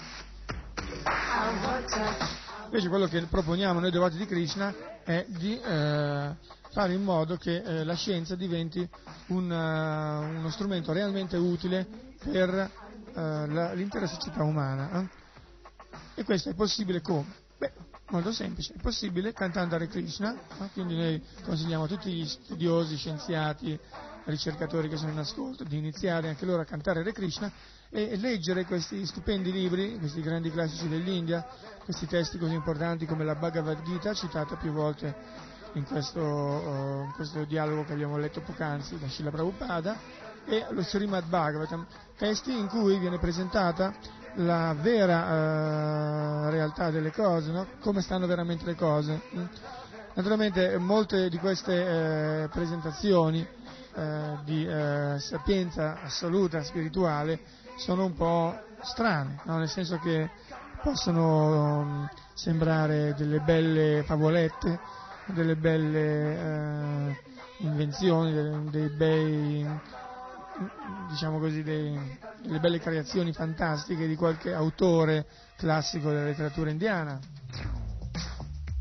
Invece quello che proponiamo noi devoti di Krishna è di fare in modo che la scienza diventi uno strumento realmente utile per l'intera società umana. E questo è possibile come? Beh, molto semplice, è possibile cantando Hare Krishna, no? Quindi noi consigliamo a tutti gli studiosi, scienziati, ricercatori che sono in ascolto di iniziare anche loro a cantare Hare Krishna e leggere questi stupendi libri, questi grandi classici dell'India, questi testi così importanti come la Bhagavad Gita, citata più volte in questo dialogo che abbiamo letto poc'anzi da Srila Prabhupada, e lo Srimad Bhagavatam, testi in cui viene presentata la vera realtà delle cose, no? Come stanno veramente le cose. Naturalmente molte di queste presentazioni di sapienza assoluta, spirituale, sono un po' strane, no? Nel senso che possono sembrare delle belle favolette, delle belle invenzioni, dei bei, diciamo così, delle belle creazioni fantastiche di qualche autore classico della letteratura indiana.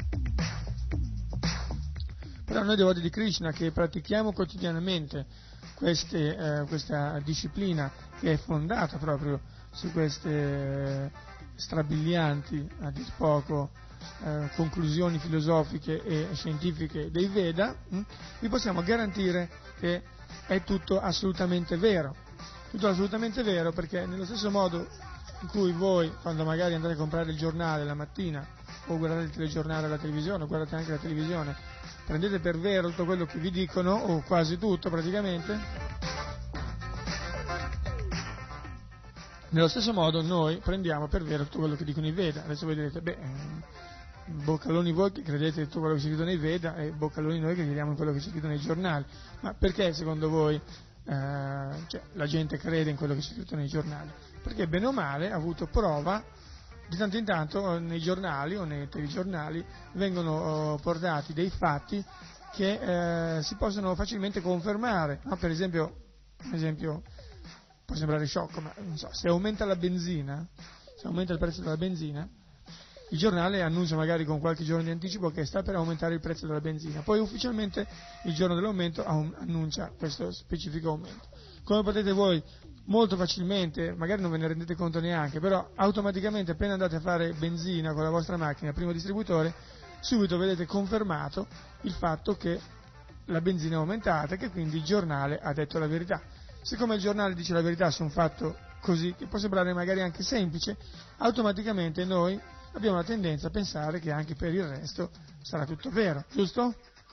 Però noi devoti di Krishna, che pratichiamo quotidianamente questa disciplina che è fondata proprio su queste strabilianti, a dir poco, conclusioni filosofiche e scientifiche dei Veda, vi possiamo garantire che è tutto assolutamente vero. Tutto assolutamente vero, perché nello stesso modo in cui voi, quando magari andate a comprare il giornale la mattina o guardate il telegiornale alla televisione o guardate anche la televisione, prendete per vero tutto quello che vi dicono, o quasi tutto praticamente, nello stesso modo noi prendiamo per vero tutto quello che dicono i Veda. Adesso voi direte, boccaloni voi che credete in tutto quello che c'è scritto nei Veda e boccaloni noi che crediamo in quello che c'è scritto nei giornali. Ma perché secondo voi la gente crede in quello che c'è scritto nei giornali? Perché bene o male ha avuto prova, di tanto in tanto nei giornali o nei telegiornali vengono portati dei fatti che si possono facilmente confermare, no? Per esempio, può sembrare sciocco, ma non so, se aumenta la benzina, se aumenta il prezzo della benzina, il giornale annuncia magari con qualche giorno di anticipo che sta per aumentare il prezzo della benzina, poi ufficialmente il giorno dell'aumento annuncia questo specifico aumento. Come potete voi molto facilmente, magari non ve ne rendete conto neanche, però automaticamente appena andate a fare benzina con la vostra macchina al primo distributore, subito vedete confermato il fatto che la benzina è aumentata e che quindi il giornale ha detto la verità. Siccome il giornale dice la verità su un fatto così, che può sembrare magari anche semplice, automaticamente noi abbiamo la tendenza a pensare che anche per il resto sarà tutto vero, giusto?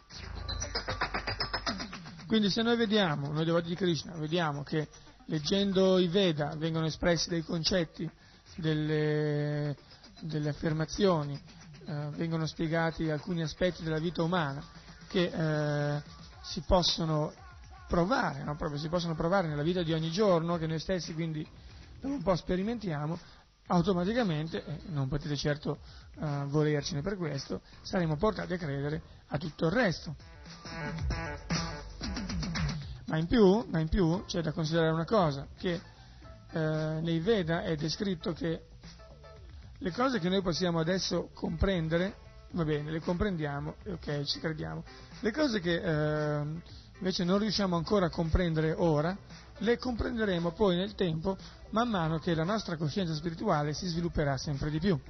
Quindi se noi devoti di Krishna, vediamo che leggendo i Veda vengono espressi dei concetti, delle affermazioni, vengono spiegati alcuni aspetti della vita umana che si possono provare, no? Proprio si possono provare nella vita di ogni giorno, che noi stessi quindi dopo un po' sperimentiamo, automaticamente, non potete certo volercene per questo, saremo portati a credere a tutto il resto. Ma in più c'è da considerare una cosa, che nei Veda è descritto che le cose che noi possiamo adesso comprendere, va bene, le comprendiamo, ok, ci crediamo. Le cose che invece non riusciamo ancora a comprendere ora, le comprenderemo poi nel tempo, man mano che la nostra coscienza spirituale si svilupperà sempre di più.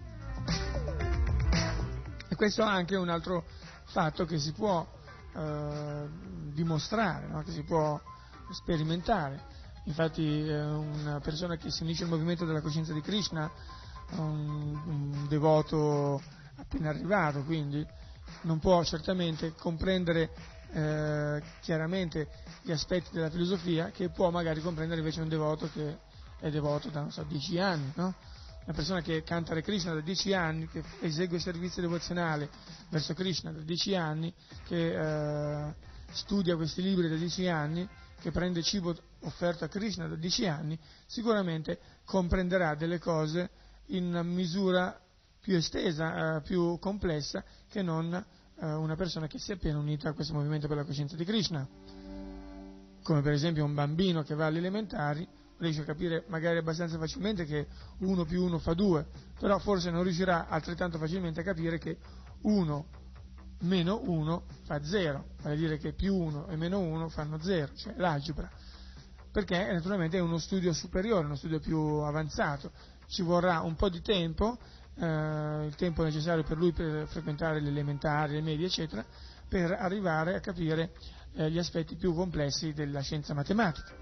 E questo è anche un altro fatto che si può dimostrare, no? Che si può sperimentare. Infatti una persona che si unisce al movimento della coscienza di Krishna, un devoto appena arrivato, quindi non può certamente comprendere chiaramente gli aspetti della filosofia che può magari comprendere invece un devoto che è devoto da 10 anni, no? Una persona che canta Hare Krishna da 10 anni, che esegue servizio devozionale verso Krishna da 10 anni, che studia questi libri da 10 anni, che prende cibo offerto a Krishna da 10 anni, sicuramente comprenderà delle cose in una misura più estesa, più complessa, che non una persona che si è appena unita a questo movimento per la coscienza di Krishna. Come per esempio un bambino che va alle elementari riesce a capire magari abbastanza facilmente che 1 più 1 fa 2, però forse non riuscirà altrettanto facilmente a capire che 1 meno 1 fa 0, vale a dire che più 1 e meno 1 fanno 0, cioè l'algebra, perché naturalmente è uno studio superiore, uno studio più avanzato, ci vorrà un po' di tempo, il tempo necessario per lui per frequentare le elementari, le medie eccetera, per arrivare a capire gli aspetti più complessi della scienza matematica.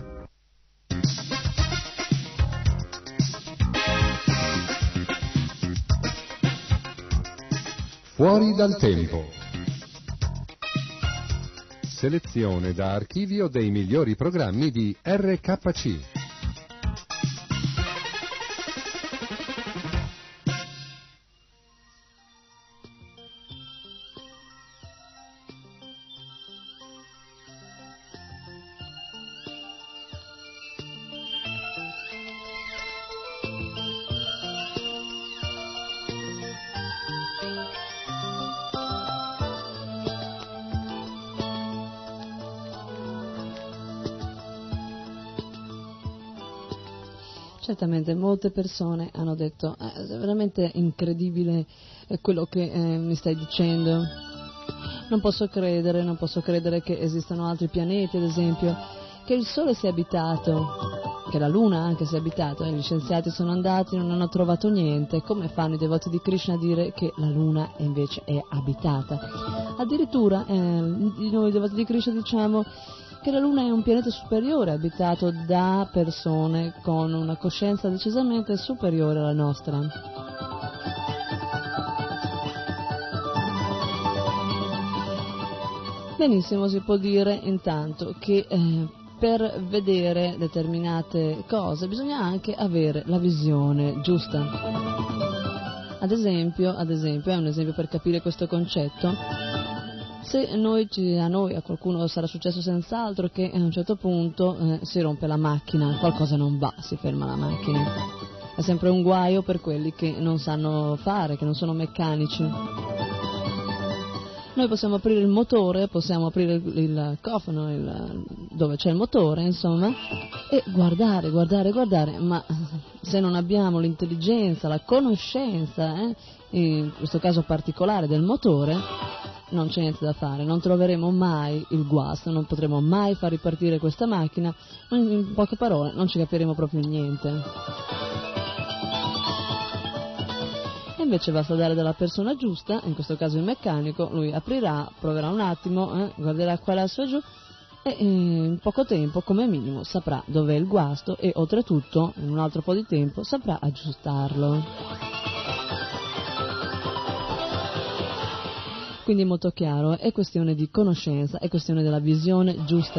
Fuori dal tempo. Selezione da archivio dei migliori programmi di RKC. Certamente molte persone hanno detto è veramente incredibile quello che mi stai dicendo, non posso credere che esistano altri pianeti ad esempio, che il Sole sia abitato, che la Luna anche sia abitata, gli scienziati sono andati, non hanno trovato niente. Come fanno i devoti di Krishna a dire che la Luna invece è abitata? Addirittura noi devoti di Krishna diciamo che la Luna è un pianeta superiore, abitato da persone con una coscienza decisamente superiore alla nostra. Benissimo, si può dire intanto che per vedere determinate cose bisogna anche avere la visione giusta. Ad esempio, è un esempio per capire questo concetto. Se a qualcuno sarà successo senz'altro che a un certo punto si rompe la macchina, qualcosa non va, si ferma la macchina. È sempre un guaio per quelli che non sanno fare, che non sono meccanici. Noi possiamo aprire il motore, possiamo aprire il cofano dove c'è il motore, insomma, e guardare, ma se non abbiamo l'intelligenza, la conoscenza, in questo caso particolare del motore, non c'è niente da fare, non troveremo mai il guasto, non potremo mai far ripartire questa macchina, in poche parole non ci capiremo proprio niente. Invece basta dare dalla persona giusta, in questo caso il meccanico, lui aprirà, proverà un attimo, guarderà qua là su e giù e in poco tempo come minimo saprà dov'è il guasto e oltretutto in un altro po' di tempo saprà aggiustarlo. Quindi molto chiaro, è questione di conoscenza, è questione della visione giusta.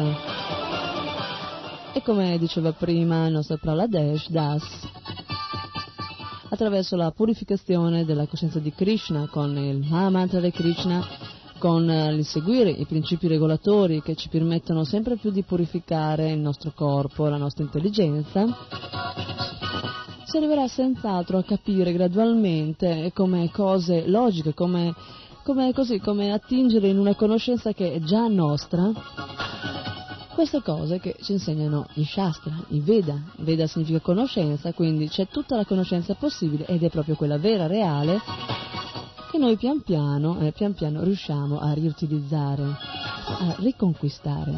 E come diceva prima il nostro Prahlad Das, attraverso la purificazione della coscienza di Krishna, con il Mahamantra di Krishna, con il seguire i principi regolatori che ci permettono sempre più di purificare il nostro corpo, la nostra intelligenza, si arriverà senz'altro a capire gradualmente come cose logiche, come attingere in una conoscenza che è già nostra. Queste cose che ci insegnano i Shastra, i Veda. Veda significa conoscenza, quindi c'è tutta la conoscenza possibile ed è proprio quella vera, reale, che noi pian piano riusciamo a riutilizzare, a riconquistare.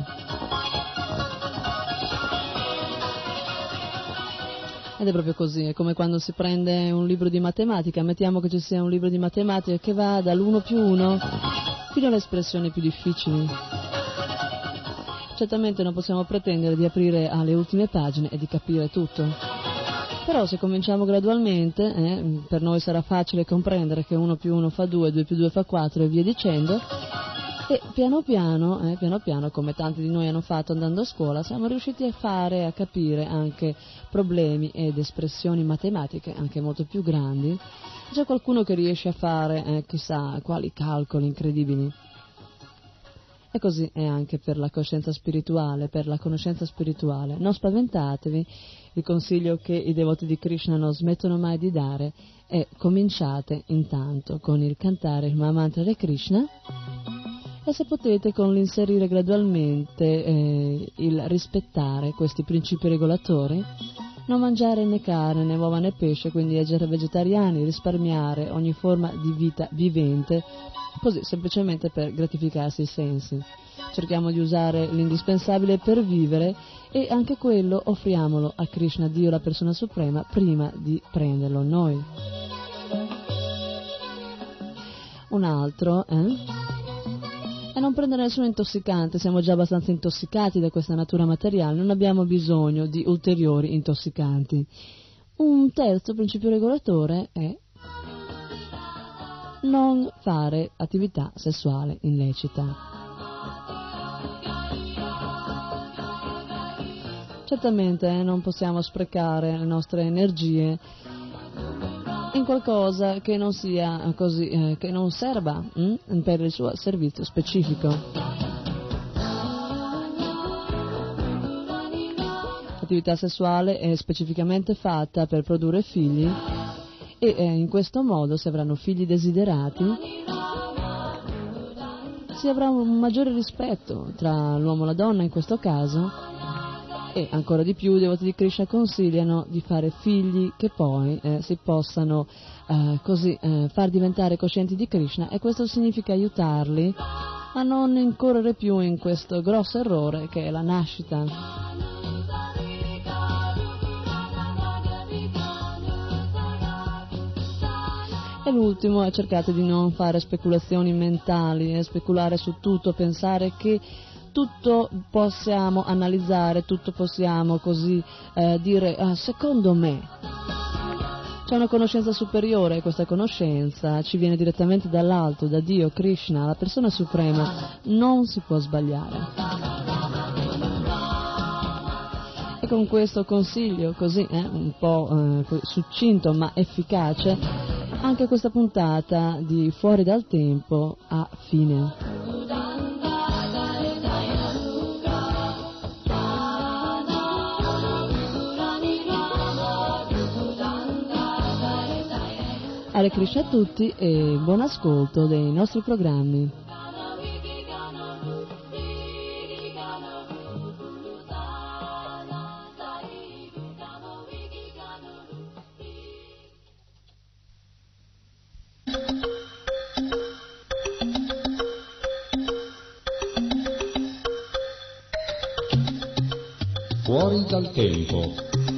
Ed è proprio così, è come quando si prende un libro di matematica, mettiamo che ci sia un libro di matematica che va dall'1+1 fino alle espressioni più difficili. Certamente non possiamo pretendere di aprire alle ultime pagine e di capire tutto. Però se cominciamo gradualmente, per noi sarà facile comprendere che 1+1 fa 2, 2+2 fa 4 e via dicendo, e piano piano, come tanti di noi hanno fatto andando a scuola, siamo riusciti a capire anche problemi ed espressioni matematiche anche molto più grandi. C'è qualcuno che riesce a fare chissà quali calcoli incredibili. E così è anche per la coscienza spirituale, per la conoscenza spirituale. Non spaventatevi, il consiglio che i devoti di Krishna non smettono mai di dare è: cominciate intanto con il cantare il Mahamantra di Krishna e se potete con l'inserire gradualmente il rispettare questi principi regolatori, non mangiare né carne né uova né pesce, quindi essere vegetariani, risparmiare ogni forma di vita vivente, così semplicemente per gratificarsi i sensi. Cerchiamo di usare l'indispensabile per vivere e anche quello offriamolo a Krishna, Dio la persona suprema, prima di prenderlo noi. Un altro, e non prendere nessun intossicante, siamo già abbastanza intossicati da questa natura materiale, non abbiamo bisogno di ulteriori intossicanti. Un terzo principio regolatore è non fare attività sessuale illecita. Certamente non possiamo sprecare le nostre energie in qualcosa che non sia così, che non serva per il suo servizio specifico. L'attività sessuale è specificamente fatta per produrre figli e in questo modo, se avranno figli desiderati, si avrà un maggiore rispetto tra l'uomo e la donna in questo caso. E ancora di più i devoti di Krishna consigliano di fare figli che poi si possano far diventare coscienti di Krishna, e questo significa aiutarli a non incorrere più in questo grosso errore che è la nascita. E l'ultimo è cercate di non fare speculazioni mentali, speculare su tutto, pensare che tutto possiamo analizzare, tutto possiamo così dire secondo me. C'è una conoscenza superiore e questa conoscenza ci viene direttamente dall'alto, da Dio, Krishna, la persona suprema. Non si può sbagliare. E con questo consiglio così un po' succinto ma efficace, anche questa puntata di Fuori dal Tempo ha fine. Hare Krishna a tutti e buon ascolto dei nostri programmi. Fuori dal tempo.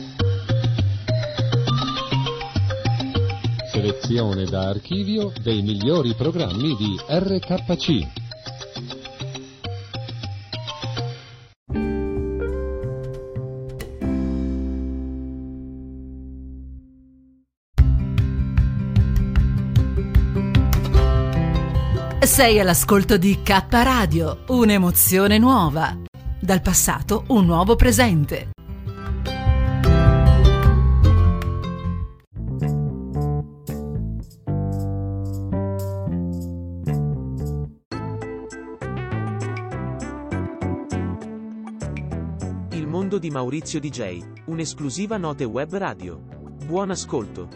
Selezione da archivio dei migliori programmi di RKC. Sei all'ascolto di K Radio, un'emozione nuova. Dal passato un nuovo presente. Il mondo di Maurizio DJ, un'esclusiva Note Web Radio. Buon ascolto.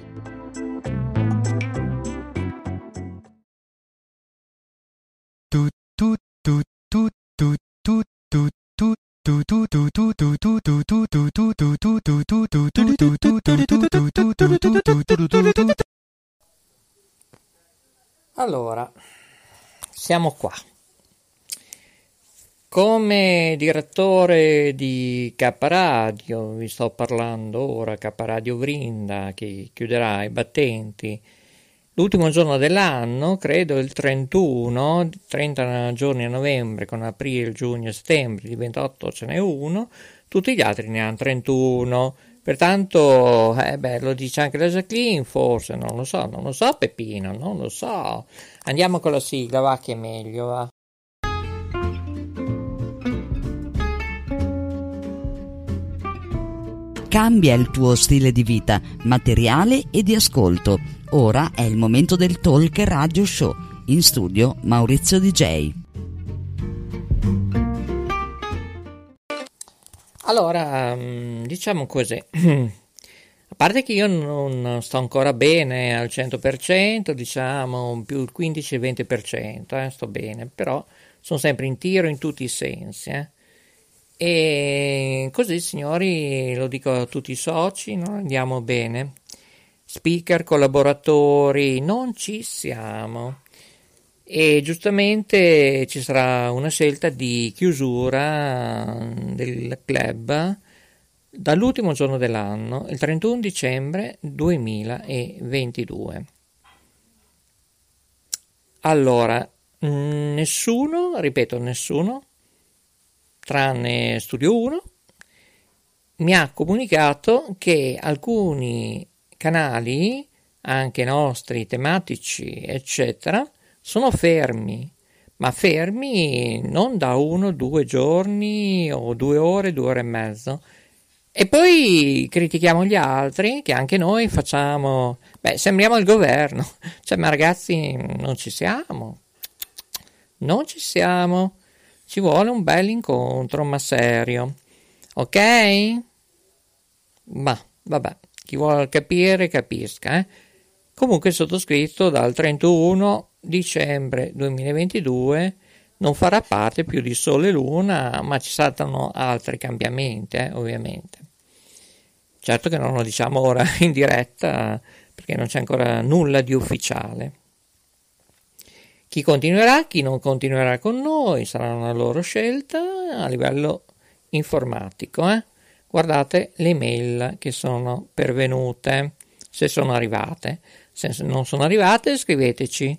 Allora, siamo qua. Come direttore di K Radio vi sto parlando ora, K Radio Vrinda, che chiuderà i battenti l'ultimo giorno dell'anno, credo il 31, 30 giorni a novembre, con aprile, giugno e settembre, di 28 ce n'è uno, tutti gli altri ne hanno 31, pertanto lo dice anche la Jacqueline, forse, non lo so Peppino, non lo so. Andiamo con la sigla, va, che è meglio, va. Cambia il tuo stile di vita, materiale e di ascolto. Ora è il momento del Talk Radio Show. In studio Maurizio DJ. Allora, diciamo così, a parte che io non sto ancora bene al 100%, diciamo più il 15-20%, sto bene, però sono sempre in tiro in tutti i sensi, E così, signori, lo dico a tutti i soci, non andiamo bene. Speaker, collaboratori, non ci siamo. E giustamente ci sarà una scelta di chiusura del club dall'ultimo giorno dell'anno, il 31 dicembre 2022. Allora, nessuno, tranne Studio 1, mi ha comunicato che alcuni canali, anche nostri, tematici, eccetera, sono fermi, ma fermi non da 1-2 giorni o 2 ore, 2 ore e mezzo. E poi critichiamo gli altri, che anche noi facciamo, sembriamo il governo, ma ragazzi non ci siamo, ci vuole un bel incontro, ma serio, ok? Ma vabbè, chi vuole capire capisca, Comunque il sottoscritto dal 31 dicembre 2022 non farà parte più di Sole e Luna, ma ci saranno altri cambiamenti, ovviamente. Certo che non lo diciamo ora in diretta, perché non c'è ancora nulla di ufficiale. Chi continuerà, chi non continuerà con noi, sarà una loro scelta a livello informatico. Guardate le mail che sono pervenute, se sono arrivate. Se non sono arrivate, scriveteci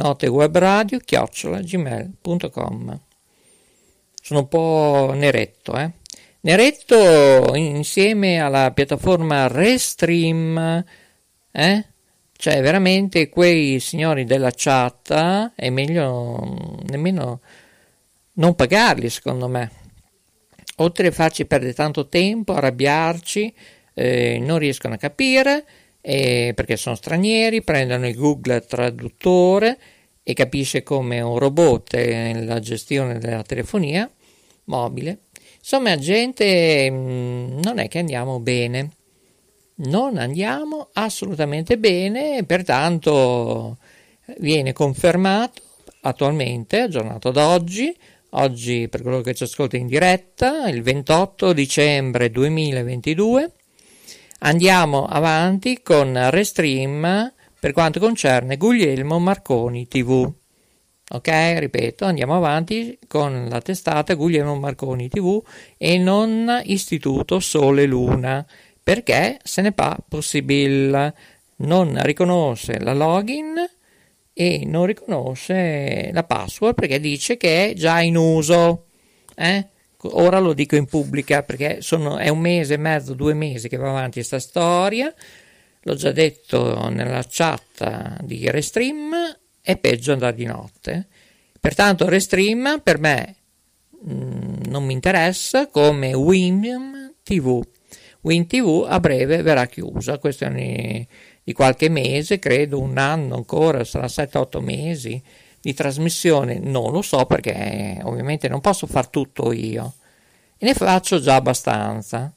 notewebradio@gmail.com. Sono un po' neretto, Neretto insieme alla piattaforma Restream, Cioè veramente quei signori della chat è meglio nemmeno non pagarli, secondo me. Oltre a farci perdere tanto tempo, arrabbiarci, non riescono a capire perché sono stranieri, prendono il Google Traduttore e capisce come un robot la gestione della telefonia mobile. Insomma, gente, non è che andiamo bene. Non andiamo assolutamente bene, pertanto viene confermato attualmente, aggiornato ad oggi per quello che ci ascolta in diretta, il 28 dicembre 2022, andiamo avanti con Restream per quanto concerne Guglielmo Marconi TV. Ok, ripeto, andiamo avanti con la testata Guglielmo Marconi TV e non Istituto Sole Luna, perché se ne fa possibile, non riconosce la login e non riconosce la password perché dice che è già in uso. Ora lo dico in pubblica perché è un mese e mezzo, 2 mesi che va avanti questa storia, l'ho già detto nella chat di Restream, è peggio andare di notte. Pertanto Restream per me non mi interessa, come Win TV. Win TV a breve verrà chiusa, questione di qualche mese, credo 1 anno ancora, sarà 7-8 mesi di trasmissione, non lo so perché ovviamente non posso far tutto io e ne faccio già abbastanza.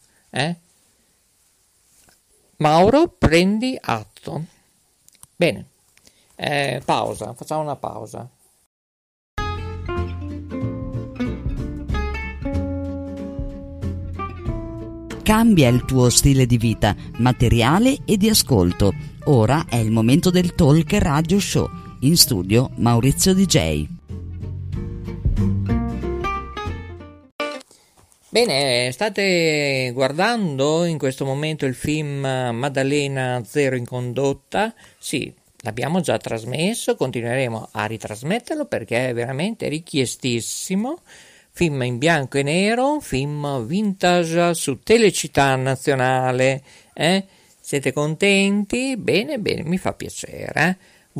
Mauro, prendi atto. Bene, pausa, facciamo una pausa. Cambia il tuo stile di vita, materiale e di ascolto. Ora è il momento del Talk Radio Show. In studio Maurizio DJ. Bene, state guardando in questo momento il film Maddalena Zero in condotta? Sì, l'abbiamo già trasmesso, continueremo a ritrasmetterlo perché è veramente richiestissimo. Film in bianco e nero, film vintage su Telecittà Nazionale. Siete contenti? Bene, mi fa piacere.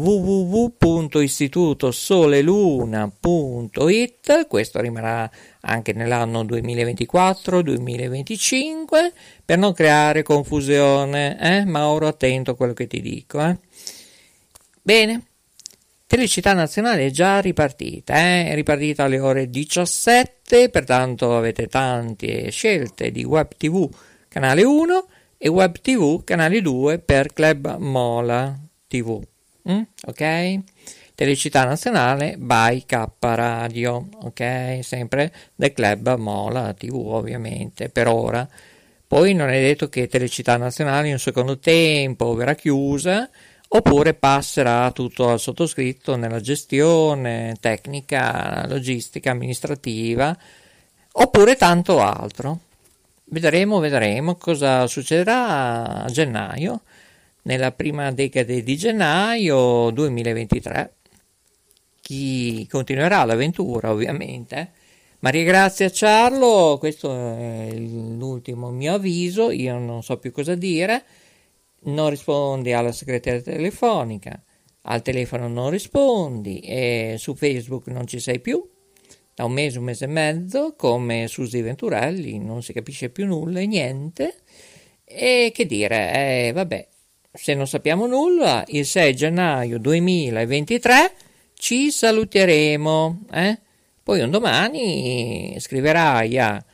www.istitutosoleluna.it, questo rimarrà anche nell'anno 2024-2025 per non creare confusione. Mauro, attento a quello che ti dico. Bene. Telecittà Nazionale è già ripartita, è ripartita alle ore 17, pertanto avete tante scelte di Web TV canale 1 e Web TV canale 2 per Club Mola TV. Ok? Telecittà Nazionale by K Radio, ok? Sempre del Club Mola TV ovviamente, per ora. Poi non è detto che Telecittà Nazionale in un secondo tempo verrà chiusa, oppure passerà tutto al sottoscritto nella gestione tecnica, logistica, amministrativa, oppure tanto altro. Vedremo cosa succederà a gennaio, nella prima decade di gennaio 2023. Chi continuerà l'avventura, ovviamente. Maria Grazia Ciarlo, questo è l'ultimo mio avviso, io non so più cosa dire. Non rispondi alla segreteria telefonica, al telefono non rispondi e su Facebook non ci sei più da un mese e mezzo, come Susi Venturelli, non si capisce più nulla e niente. E che dire, vabbè, se non sappiamo nulla, il 6 gennaio 2023 ci saluteremo, Poi un domani scriverai a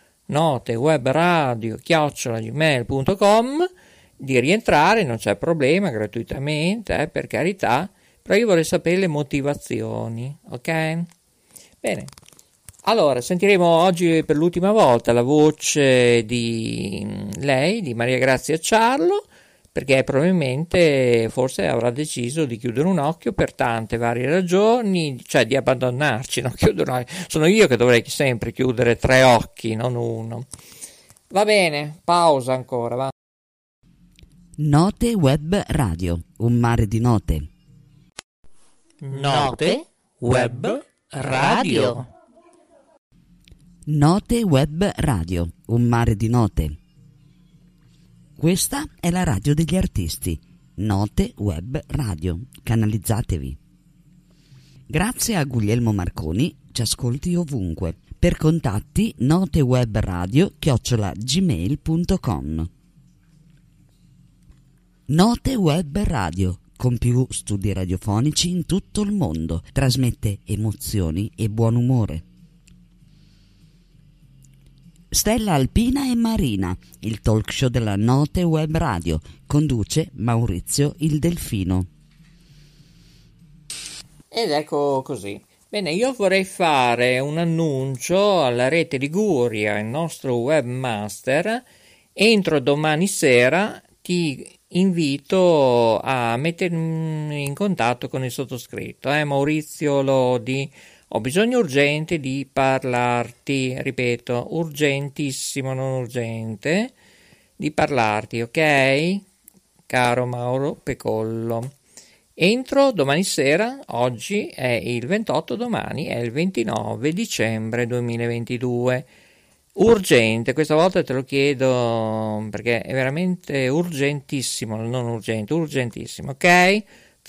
notewebradio@gmail.com di rientrare, non c'è problema, gratuitamente, per carità, però io vorrei sapere le motivazioni, ok? Bene, allora sentiremo oggi per l'ultima volta la voce di lei, di Maria Grazia Ciarlo, perché probabilmente forse avrà deciso di chiudere un occhio per tante varie ragioni, cioè di abbandonarci, non chiudere un occhio. Sono io che dovrei sempre chiudere 3 occhi, non uno. Va bene, pausa ancora, va. Note Web Radio, un mare di note. Note Web Radio. Note Web Radio, un mare di note. Questa è la radio degli artisti. Note Web Radio, canalizzatevi. Grazie a Guglielmo Marconi, ci ascolti ovunque. Per contatti notewebradio@gmail.com. Note Web Radio, con più studi radiofonici in tutto il mondo, trasmette emozioni e buon umore. Stella Alpina e Marina, il talk show della Note Web Radio, conduce Maurizio il Delfino. Ed ecco così. Bene, io vorrei fare un annuncio alla Rete Liguria, il nostro webmaster. Entro domani sera ti invito a mettermi in contatto con il sottoscritto, Maurizio Lodi. Ho bisogno urgente di parlarti, ripeto, urgentissimo, non urgente, di parlarti, ok? Caro Mauro Pecollo. Entro domani sera, oggi è il 28, domani è il 29 dicembre 2022. Urgente, questa volta te lo chiedo perché è veramente urgentissimo, non urgente, urgentissimo, ok?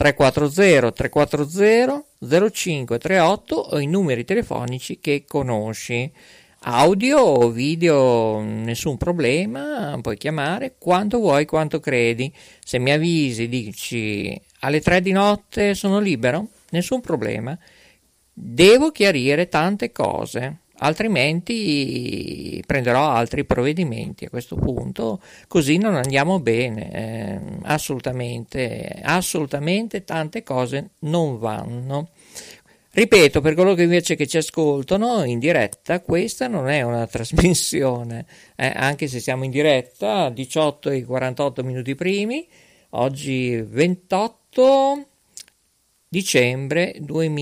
340-340-0538 o i numeri telefonici che conosci. Audio o video, nessun problema, puoi chiamare quando vuoi, quanto credi. Se mi avvisi, dici alle 3 di notte sono libero, nessun problema. Devo chiarire tante cose, altrimenti prenderò altri provvedimenti a questo punto, così non andiamo bene, assolutamente tante cose non vanno. Ripeto, per coloro che invece che ci ascoltano in diretta, questa non è una trasmissione, anche se siamo in diretta, 18 e 48 minuti primi, oggi 28 dicembre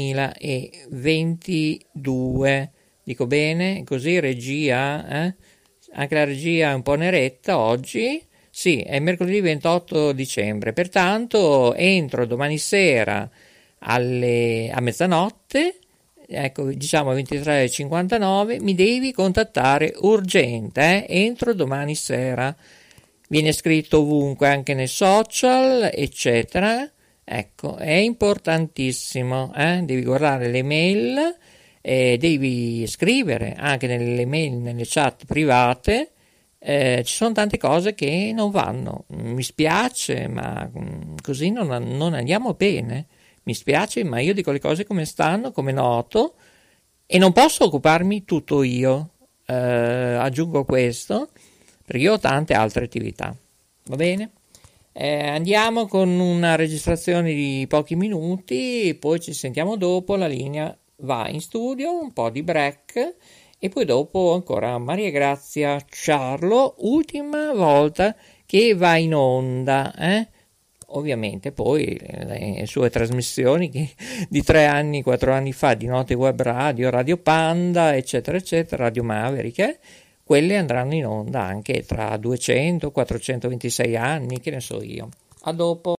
2022. Dico bene? Così regia? Anche la regia è un po' neretta oggi? Sì, è mercoledì 28 dicembre, pertanto entro domani sera a mezzanotte, ecco, diciamo 23:59, mi devi contattare urgente, entro domani sera. Viene scritto ovunque, anche nei social, eccetera. Ecco, è importantissimo, devi guardare le mail, devi scrivere anche nelle mail, nelle chat private. Ci sono tante cose che non vanno, mi spiace, ma così non andiamo bene. Mi spiace, ma io dico le cose come stanno, come noto, e non posso occuparmi tutto io, aggiungo questo, perché io ho tante altre attività. Va bene? Andiamo con una registrazione di pochi minuti, poi ci sentiamo dopo, la linea va in studio, un po' di break, e poi dopo ancora Maria Grazia Ciarlo, ultima volta che va in onda, Ovviamente poi le sue trasmissioni di 3 anni, 4 anni fa di Note Web Radio, Radio Panda, eccetera, eccetera, Radio Maverick, quelle andranno in onda anche tra 200, 426 anni, che ne so io. A dopo.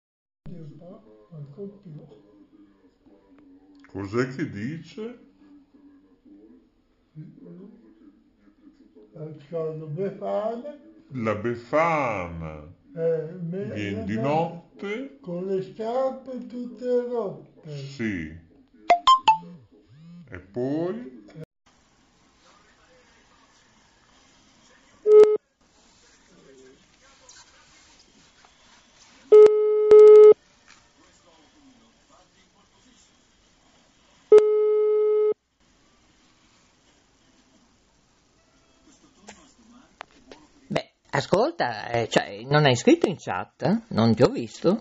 Cos'è che dice? La Befana. Viene di notte con le scarpe tutte rotte. Sì. E poi Ascolta, cioè, non hai scritto in chat? Non ti ho visto?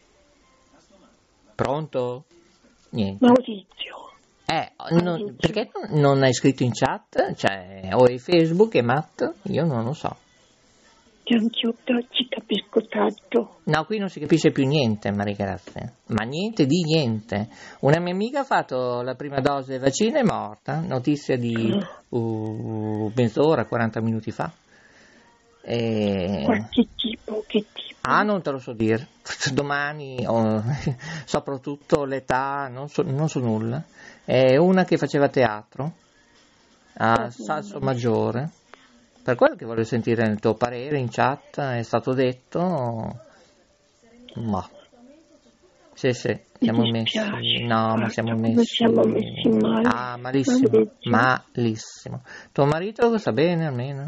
Pronto? Niente. Maurizio. Perché non hai scritto in chat? Cioè, o è Facebook è Matt? Io non lo so. anch'io ci capisco tanto. No, qui non si capisce più niente, Maria Grazia, ma niente di niente. Una mia amica ha fatto la prima dose del vaccino e è morta, notizia di mezz'ora, 40 minuti fa. Qualche tipo, che tipo? Ah, non te lo so dire. Domani, soprattutto l'età, non so nulla. È una che faceva teatro a Salso Maggiore. Per quello che voglio sentire il tuo parere in chat, è stato detto. Ma sì, siamo messi. No, ma siamo messi. Male. Ah, malissimo. Tuo marito sta bene almeno?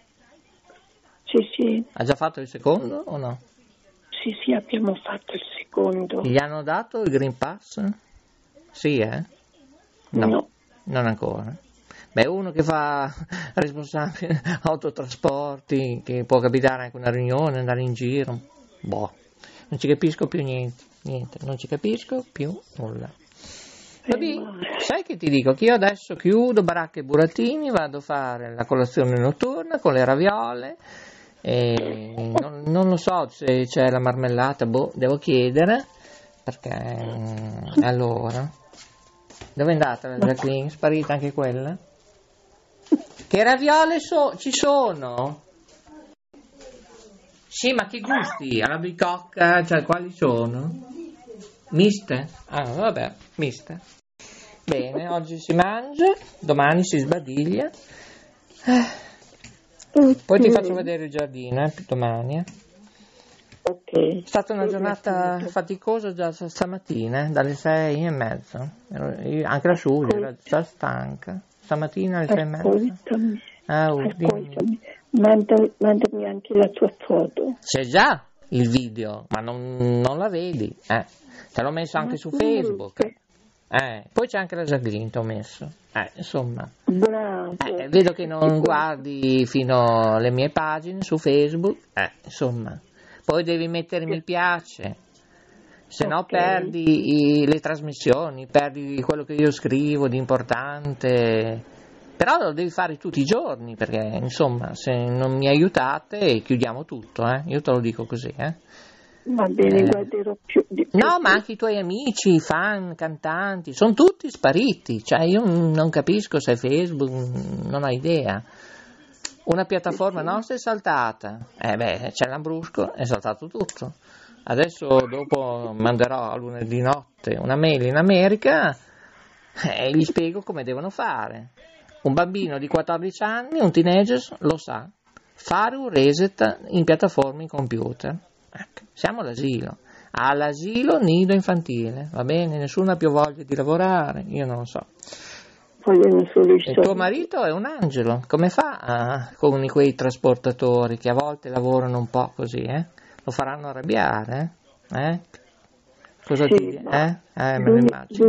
Sì. Ha già fatto il secondo o no? Sì, abbiamo fatto il secondo. Gli hanno dato il Green Pass? Sì, No, non ancora. Beh, uno che fa responsabile autotrasporti, che può capitare anche una riunione, andare in giro. Non ci capisco più niente, non ci capisco più nulla. Vabbè, sai che ti dico? Che io adesso chiudo baracche e burattini, vado a fare la colazione notturna con le raviole, e non lo so se c'è la marmellata, devo chiedere, perché allora, dove è andata la Jacqueline? Sparita anche quella? Che raviole ci sono? Sì, ma che gusti? Alla bicocca, cioè quali sono? Miste? Ah, vabbè, miste. Bene, oggi si mangia, domani si sbadiglia. Poi ti faccio vedere il giardino, domani. Ok. È stata una giornata faticosa già stamattina, dalle 6:30. Anche la Giulia era già stanca. Stamattina alle 6:30. Ascoltami, mandami anche la tua foto. C'è già il video, ma non la vedi. Te l'ho messo anche su Facebook. Poi c'è anche la Jacqueline, ti ho messo. Insomma. Bravo. Vedo che non guardi fino alle mie pagine su Facebook. Insomma. Poi devi mettere mi piace. Se no perdi le trasmissioni, perdi quello che io scrivo di importante. Però lo devi fare tutti i giorni, perché insomma, se non mi aiutate chiudiamo tutto, io te lo dico così. Va bene, guarderò più. No, ma anche i tuoi amici, fan, cantanti, sono tutti spariti, cioè io non capisco se Facebook, non ho idea. Una piattaforma nostra è saltata, c'è l'Ambrusco, è saltato tutto. Adesso dopo manderò a lunedì notte una mail in America e gli spiego come devono fare. Un bambino di 14 anni, un teenager, lo sa, fare un reset in piattaforme in computer. Siamo all'asilo nido infantile, va bene? Nessuno ha più voglia di lavorare, io non lo so. E tuo marito è un angelo, come fa con quei trasportatori che a volte lavorano un po' così, Lo faranno arrabbiare, Cosa ti dici? Me lo immagino.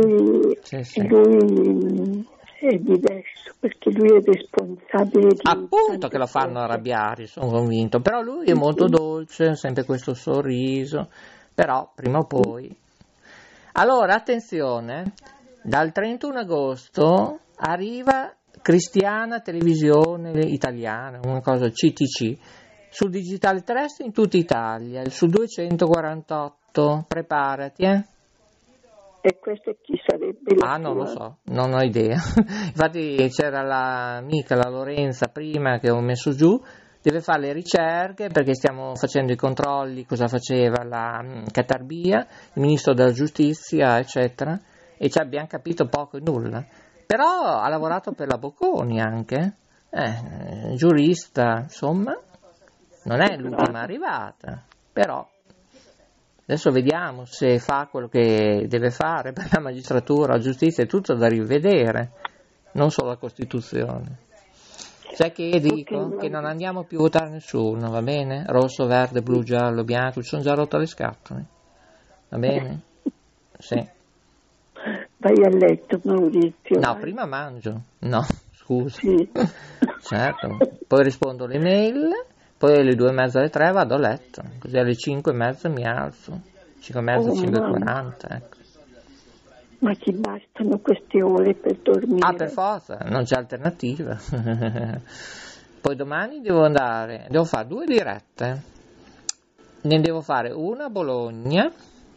Lui è diverso, perché lui è responsabile di... Appunto che lo fanno arrabbiare, sono convinto, però lui è molto dolce, sempre questo sorriso, però prima o poi... Allora, attenzione, dal 31 agosto arriva Cristiana Televisione Italiana, una cosa CTC, sul digitale terrestre in tutta Italia, sul 248, preparati, E questo chi sarebbe? Non lo so, non ho idea. Infatti c'era l'amica, la Lorenza, prima che ho messo giù, deve fare le ricerche perché stiamo facendo i controlli, cosa faceva la Catarbia, il ministro della giustizia, eccetera, e ci abbiamo capito poco e nulla. Però ha lavorato per la Bocconi anche, giurista, insomma, non è l'ultima arrivata, però adesso vediamo se fa quello che deve fare per la magistratura, la giustizia, è tutto da rivedere, non solo la Costituzione. Sai che dico? Che non andiamo più a votare nessuno, va bene? Rosso, verde, blu, giallo, bianco, ci sono già rotte le scatole, va bene? Sì. Vai a letto, Maurizio. No, prima mangio. No, scusa. Sì. Certo, poi rispondo alle mail, poi alle 2:30, alle 3 vado a letto, così alle 5:30 mi alzo, 5:30, 5:40, ecco. Ma ti bastano queste ore per dormire? Per forza, non c'è alternativa. poi domani devo fare 2 dirette, ne devo fare una a Bologna,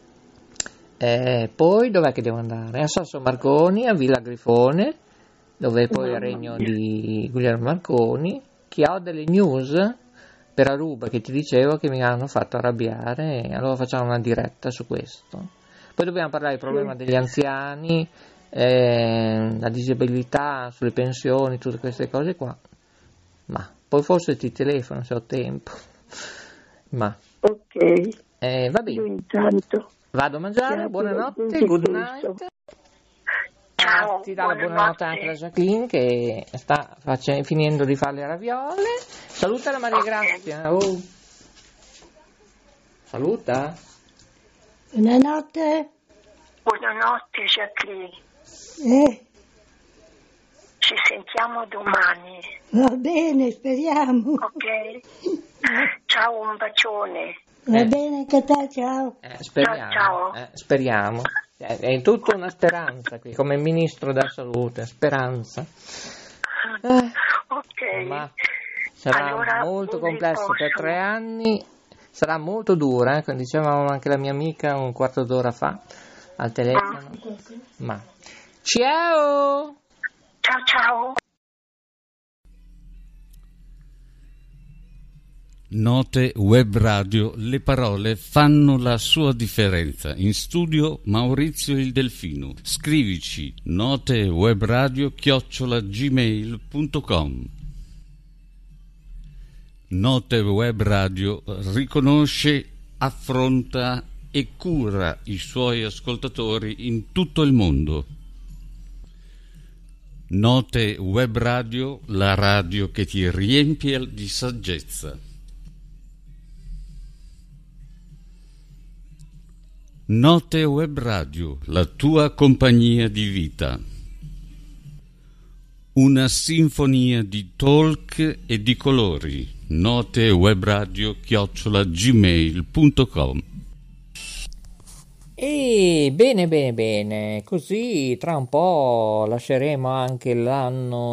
poi dov'è che devo andare? A Sasso Marconi, a Villa Grifone, dove poi è il regno di Guglielmo Marconi, che ho delle news per Aruba che ti dicevo che mi hanno fatto arrabbiare, e allora facciamo una diretta su questo. Poi dobbiamo parlare del problema degli anziani, la disabilità, sulle pensioni, tutte queste cose qua. Ma poi forse ti telefono se ho tempo. Ma ok, va bene. io intanto Vado a mangiare, buonanotte, good night. Ciao, Ti dà la buonanotte anche la Jacqueline che sta finendo di fare le raviole. Saluta la Maria Grazia. Oh. Saluta. Buonanotte. Buonanotte Jacqueline. Ci sentiamo domani. Va bene, speriamo. Ok. Ciao, un bacione. Va bene anche a te, ciao. Speriamo. Ciao. Speriamo. È tutta una speranza qui, come ministro della salute, speranza. Ok. Ma sarà allora, molto complesso per 3 anni, sarà molto dura, come diceva anche la mia amica un quarto d'ora fa al telefono. Ma ciao! Ciao ciao! Note Web Radio, le parole fanno la sua differenza. In studio Maurizio il Delfino. Scrivici notewebradio@gmail.com. Note Web Radio riconosce, affronta e cura i suoi ascoltatori in tutto il mondo. Note Web Radio, la radio che ti riempie di saggezza. Note Web Radio, la tua compagnia di vita. Una sinfonia di talk e di colori. notewebradio@gmail.com. E bene, così tra un po' lasceremo anche l'anno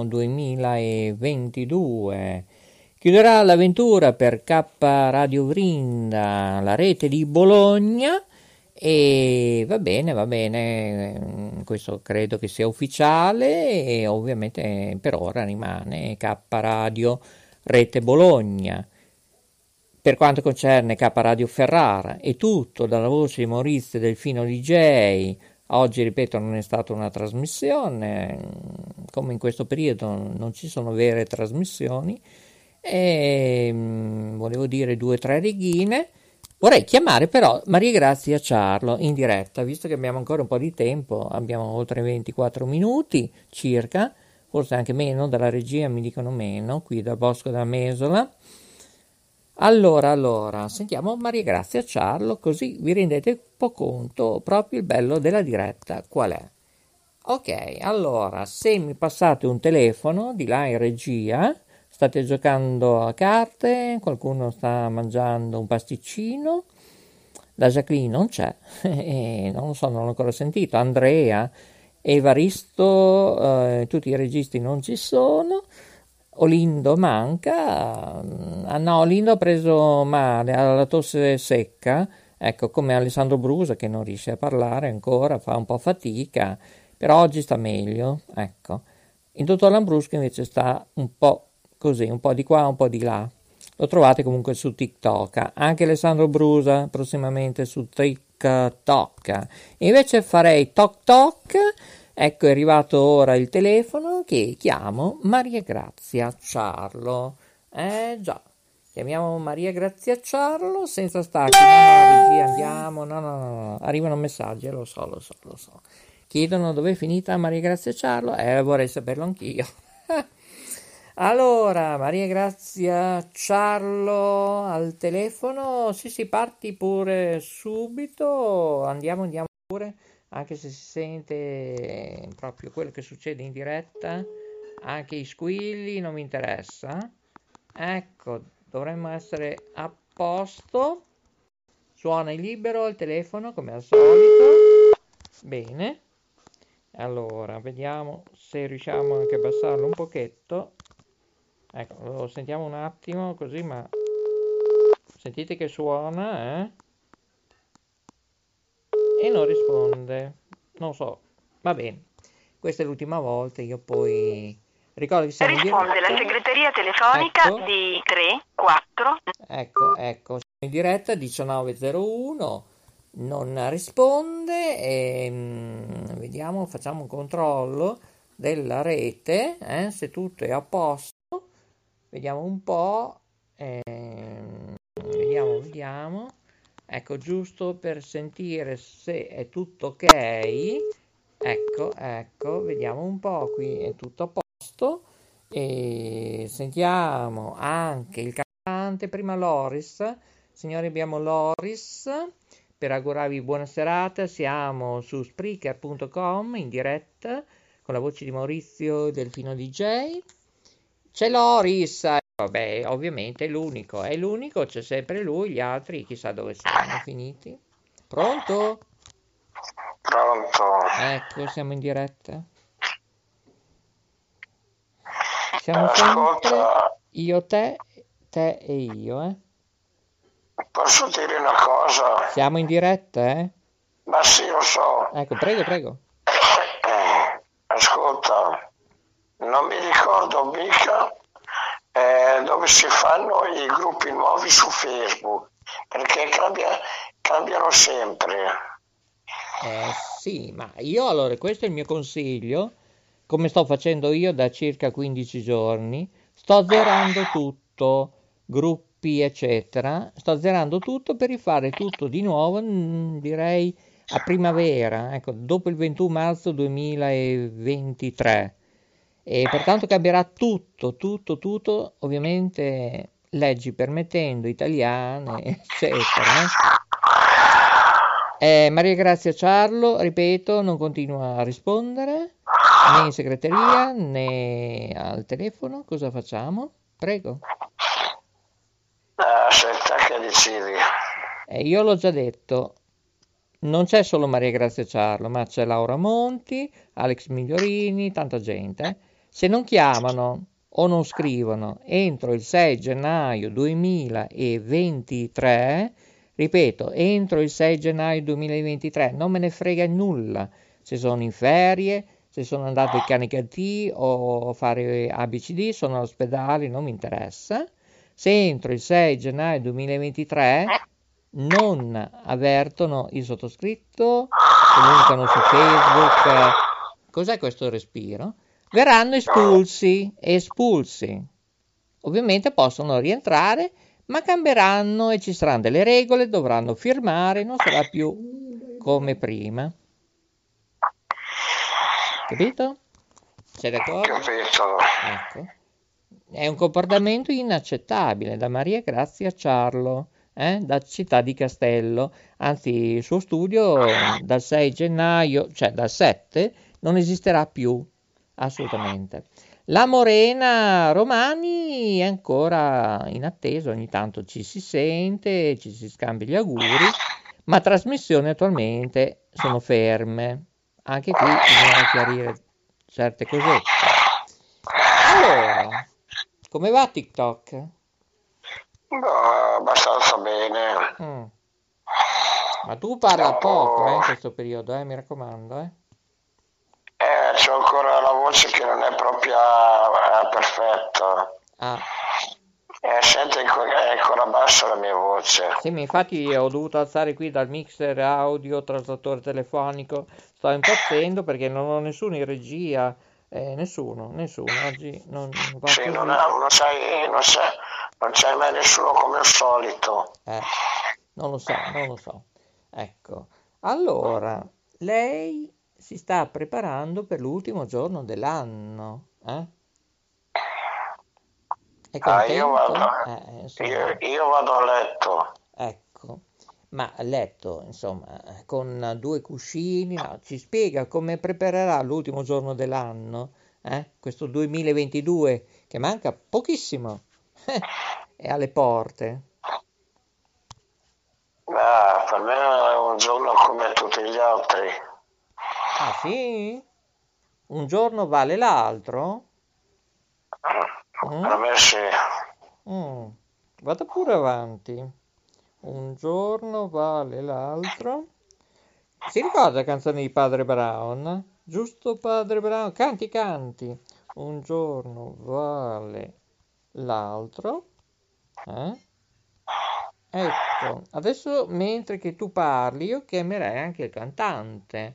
2022. Chiuderà l'avventura per K Radio Vrinda, la rete di Bologna. E va bene, questo credo che sia ufficiale e ovviamente per ora rimane K Radio Rete Bologna. Per quanto concerne K Radio Ferrara è tutto dalla voce di Maurizio Delfino DJ. Oggi, ripeto, non è stata una trasmissione, come in questo periodo non ci sono vere trasmissioni, e volevo dire 2 o 3 righine. Vorrei chiamare però Maria Grazia Ciarlo in diretta, visto che abbiamo ancora un po' di tempo, abbiamo oltre 24 minuti circa, forse anche meno, dalla regia mi dicono meno, qui dal Bosco della Mesola. Allora, sentiamo Maria Grazia Ciarlo, così vi rendete un po' conto proprio il bello della diretta qual è. Ok, allora, se mi passate un telefono di là in regia, state giocando a carte, qualcuno sta mangiando un pasticcino, la Jacqueline non c'è, non lo so, non l'ho ancora sentito, Andrea, Evaristo, tutti i registi non ci sono, Olindo manca, no, Olindo ha preso male, ha la tosse secca, ecco, come Alessandro Brusa che non riesce a parlare ancora, fa un po' fatica, però oggi sta meglio, ecco. Il dottor Lambrusco invece sta un po' così, un po' di qua, un po' di là. Lo trovate comunque su TikTok. Anche Alessandro Brusa prossimamente su TikTok. Invece farei toc toc. Ecco, è arrivato ora il telefono che chiamo Maria Grazia Ciarlo. Già, chiamiamo Maria Grazia Ciarlo senza stacchi. No, regia, andiamo. No. Arrivano messaggi, lo so. Chiedono dove è finita Maria Grazia Ciarlo. Vorrei saperlo anch'io. Allora, Maria Grazia Ciarlo al telefono. Sì, parti pure subito. Andiamo pure, anche se si sente proprio quello che succede in diretta. Anche i squilli non mi interessa. Ecco, dovremmo essere a posto. Suona in libero il telefono come al solito. Bene. Allora, vediamo se riusciamo anche a abbassarlo un pochetto. Ecco, lo sentiamo un attimo così, ma sentite che suona, e non risponde. Non so, va bene. Questa è l'ultima volta, io poi ricordo che siamo risponde la segreteria telefonica di 34. Ecco, siamo in diretta 19:01, non risponde e vediamo, facciamo un controllo della rete, se tutto è a posto. Vediamo un po', vediamo. Ecco, giusto per sentire se è tutto ok. Ecco, vediamo un po', qui è tutto a posto. E sentiamo anche il cantante, prima Loris. Signori, abbiamo Loris per augurarvi buona serata. Siamo su Spreaker.com in diretta con la voce di Maurizio Delfino DJ. C'è Loris, vabbè, ovviamente è l'unico, c'è sempre lui, gli altri chissà dove saranno finiti. Pronto? Pronto? Ecco, siamo in diretta. Siamo sempre io, te e io, Posso dire una cosa? Siamo in diretta, Ma sì, lo so. Ecco, prego. Ascolta, non mi ricordo mica dove si fanno i gruppi nuovi su Facebook, perché cambiano sempre. Sì, ma io allora, questo è il mio consiglio, come sto facendo io da circa 15 giorni, sto zerando tutto, gruppi eccetera, sto zerando tutto per rifare tutto di nuovo, direi a primavera, ecco, dopo il 21 marzo 2023. E pertanto cambierà tutto, ovviamente leggi permettendo, italiane, eccetera. Maria Grazia Ciarlo, ripeto, non continua a rispondere, né in segreteria, né al telefono. Cosa facciamo? Prego. Sei te che decidi. Io l'ho già detto, non c'è solo Maria Grazia Ciarlo, ma c'è Laura Monti, Alex Migliorini, tanta gente, Se non chiamano o non scrivono entro il 6 gennaio 2023, ripeto, entro il 6 gennaio 2023, non me ne frega nulla se sono in ferie, se sono andato ai Canicattì o a fare ABCD, sono all'ospedale, non mi interessa. Se entro il 6 gennaio 2023 non avvertono il sottoscritto, comunicano su Facebook, cos'è questo respiro? Verranno espulsi. Ovviamente possono rientrare, ma cambieranno e ci saranno delle regole, dovranno firmare, non sarà più come prima. Capito? Sei d'accordo? Capito. Ecco. È un comportamento inaccettabile da Maria Grazia Ciarlo, da Città di Castello. Anzi, il suo studio dal 6 gennaio, cioè dal 7, non esisterà più, assolutamente. La Morena Romani è ancora in attesa, ogni tanto ci si sente, ci si scambia gli auguri, ma trasmissioni attualmente sono ferme. Anche qui bisogna chiarire certe cosette. Allora, come va TikTok? Abbastanza bene. Ma tu parla poco in questo periodo, mi raccomando. C'ho ancora la voce che non è proprio perfetta. Senti, è ancora bassa la mia voce. Sì, ma infatti ho dovuto alzare qui dal mixer audio, trasduttore telefonico. Sto impazzendo perché non ho nessuno in regia. Nessuno. Oggi non va sì, così. non c'è mai nessuno come al solito. Non lo so. Ecco. Allora, lei si sta preparando per l'ultimo giorno dell'anno, È contento? Io vado a letto. Ecco, ma a letto, insomma, con 2 cuscini, no, ci spiega come preparerà l'ultimo giorno dell'anno, questo 2022, che manca pochissimo, è alle porte. Per me è un giorno come tutti gli altri. Ah sì? Un giorno vale l'altro? Per me sì. Vado pure avanti. Un giorno vale l'altro. Si ricorda la canzone di Padre Brown? Giusto, Padre Brown? Canti. Un giorno vale l'altro. Ecco, adesso mentre che tu parli io chiamerei anche il cantante.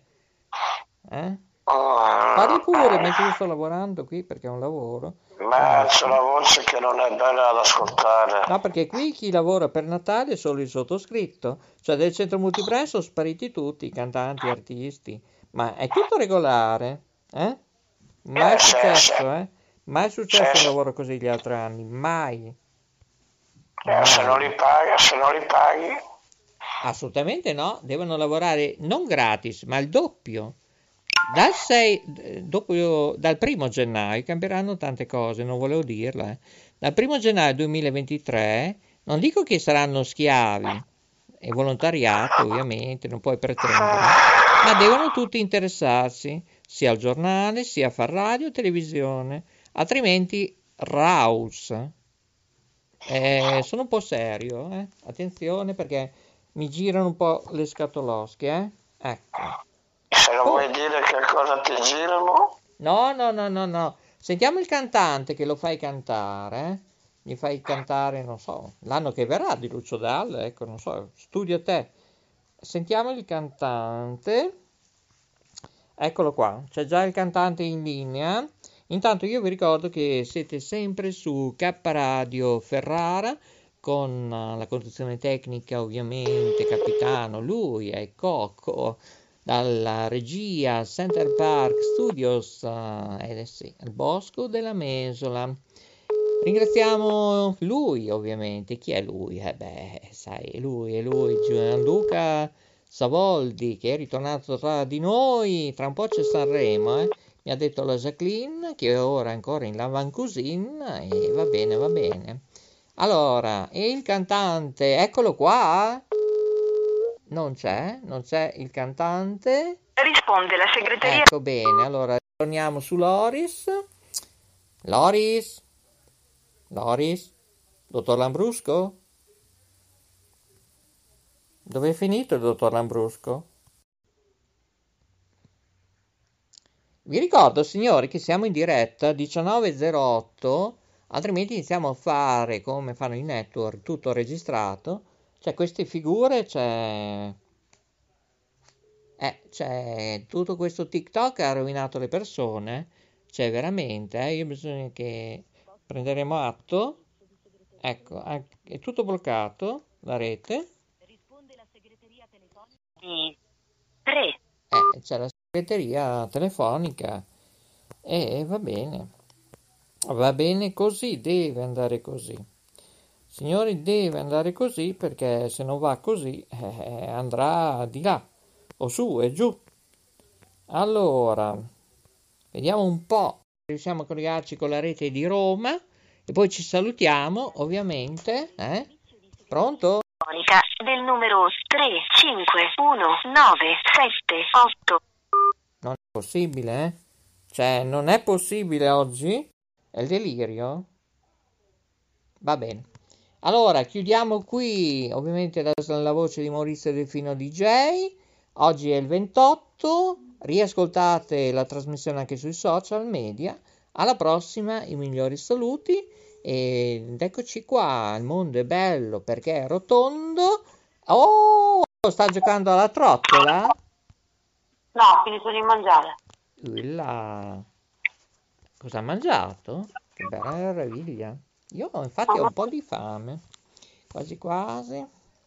Parli pure mentre io sto lavorando qui perché è un lavoro. Ma c'è una voce che non è bella da ascoltare. No, perché qui chi lavora per Natale è solo il sottoscritto. Cioè del centro multibrand sono spariti tutti, i cantanti, artisti. Ma è tutto regolare, Mai è successo, Mai è successo un lavoro così gli altri anni, mai. Se non li paghi? Assolutamente no, devono lavorare non gratis, ma il doppio. Dal 1 gennaio cambieranno tante cose, non volevo dirla. Dal 1 gennaio 2023 non dico che saranno schiavi, è volontariato ovviamente, non puoi pretendere, ma devono tutti interessarsi, sia al giornale, sia a far radio e televisione, altrimenti raus. Sono un po' serio, attenzione perché mi girano un po' le scatolosche, ecco. Se non vuoi dire che cosa ti girano? No. Sentiamo il cantante che lo fai cantare, Mi fai cantare, non so, l'anno che verrà di Lucio Dalla, ecco, non so, studia te. Sentiamo il cantante. Eccolo qua, c'è già il cantante in linea. Intanto io vi ricordo che siete sempre su K Radio Ferrara con la conduzione tecnica ovviamente Capitano, lui è Cocco, dalla regia Center Park Studios, il Bosco della Mesola. Ringraziamo lui ovviamente, chi è lui? Sai, lui è Gianluca Savoldi che è ritornato tra di noi, tra un po' c'è Sanremo, Mi ha detto la Jacqueline che ora è ancora in Lavancusin e va bene. Allora, e il cantante, eccolo qua? Non c'è il cantante. Risponde la segreteria. Ecco bene, allora torniamo su Loris. Loris? Dottor Lambrusco? Dove è finito il dottor Lambrusco? Vi ricordo, signori, che siamo in diretta 19.08, altrimenti iniziamo a fare come fanno i network, tutto registrato. C'è queste figure, c'è tutto questo TikTok ha rovinato le persone, c'è veramente, io bisogna che prenderemo atto. Ecco, è tutto bloccato, la rete. Risponde la segreteria telefonica di 3. C'è la segreteria telefonica e va bene così, deve andare così. Signori, deve andare così perché se non va così andrà di là o su e giù. Allora, vediamo un po', riusciamo a collegarci con la rete di Roma e poi ci salutiamo ovviamente. Pronto? Del numero 3519778. Non è possibile, Cioè, non è possibile oggi? È il delirio? Va bene. Allora, chiudiamo qui, ovviamente la voce di Maurizio Delfino DJ. Oggi è il 28, riascoltate la trasmissione anche sui social media. Alla prossima, i migliori saluti. Ed eccoci qua, il mondo è bello perché è rotondo. Oh, sta giocando alla trottola? No, ho finito di mangiare. Cosa ha mangiato? Che bella meraviglia. Io infatti ho un po' di fame, quasi quasi.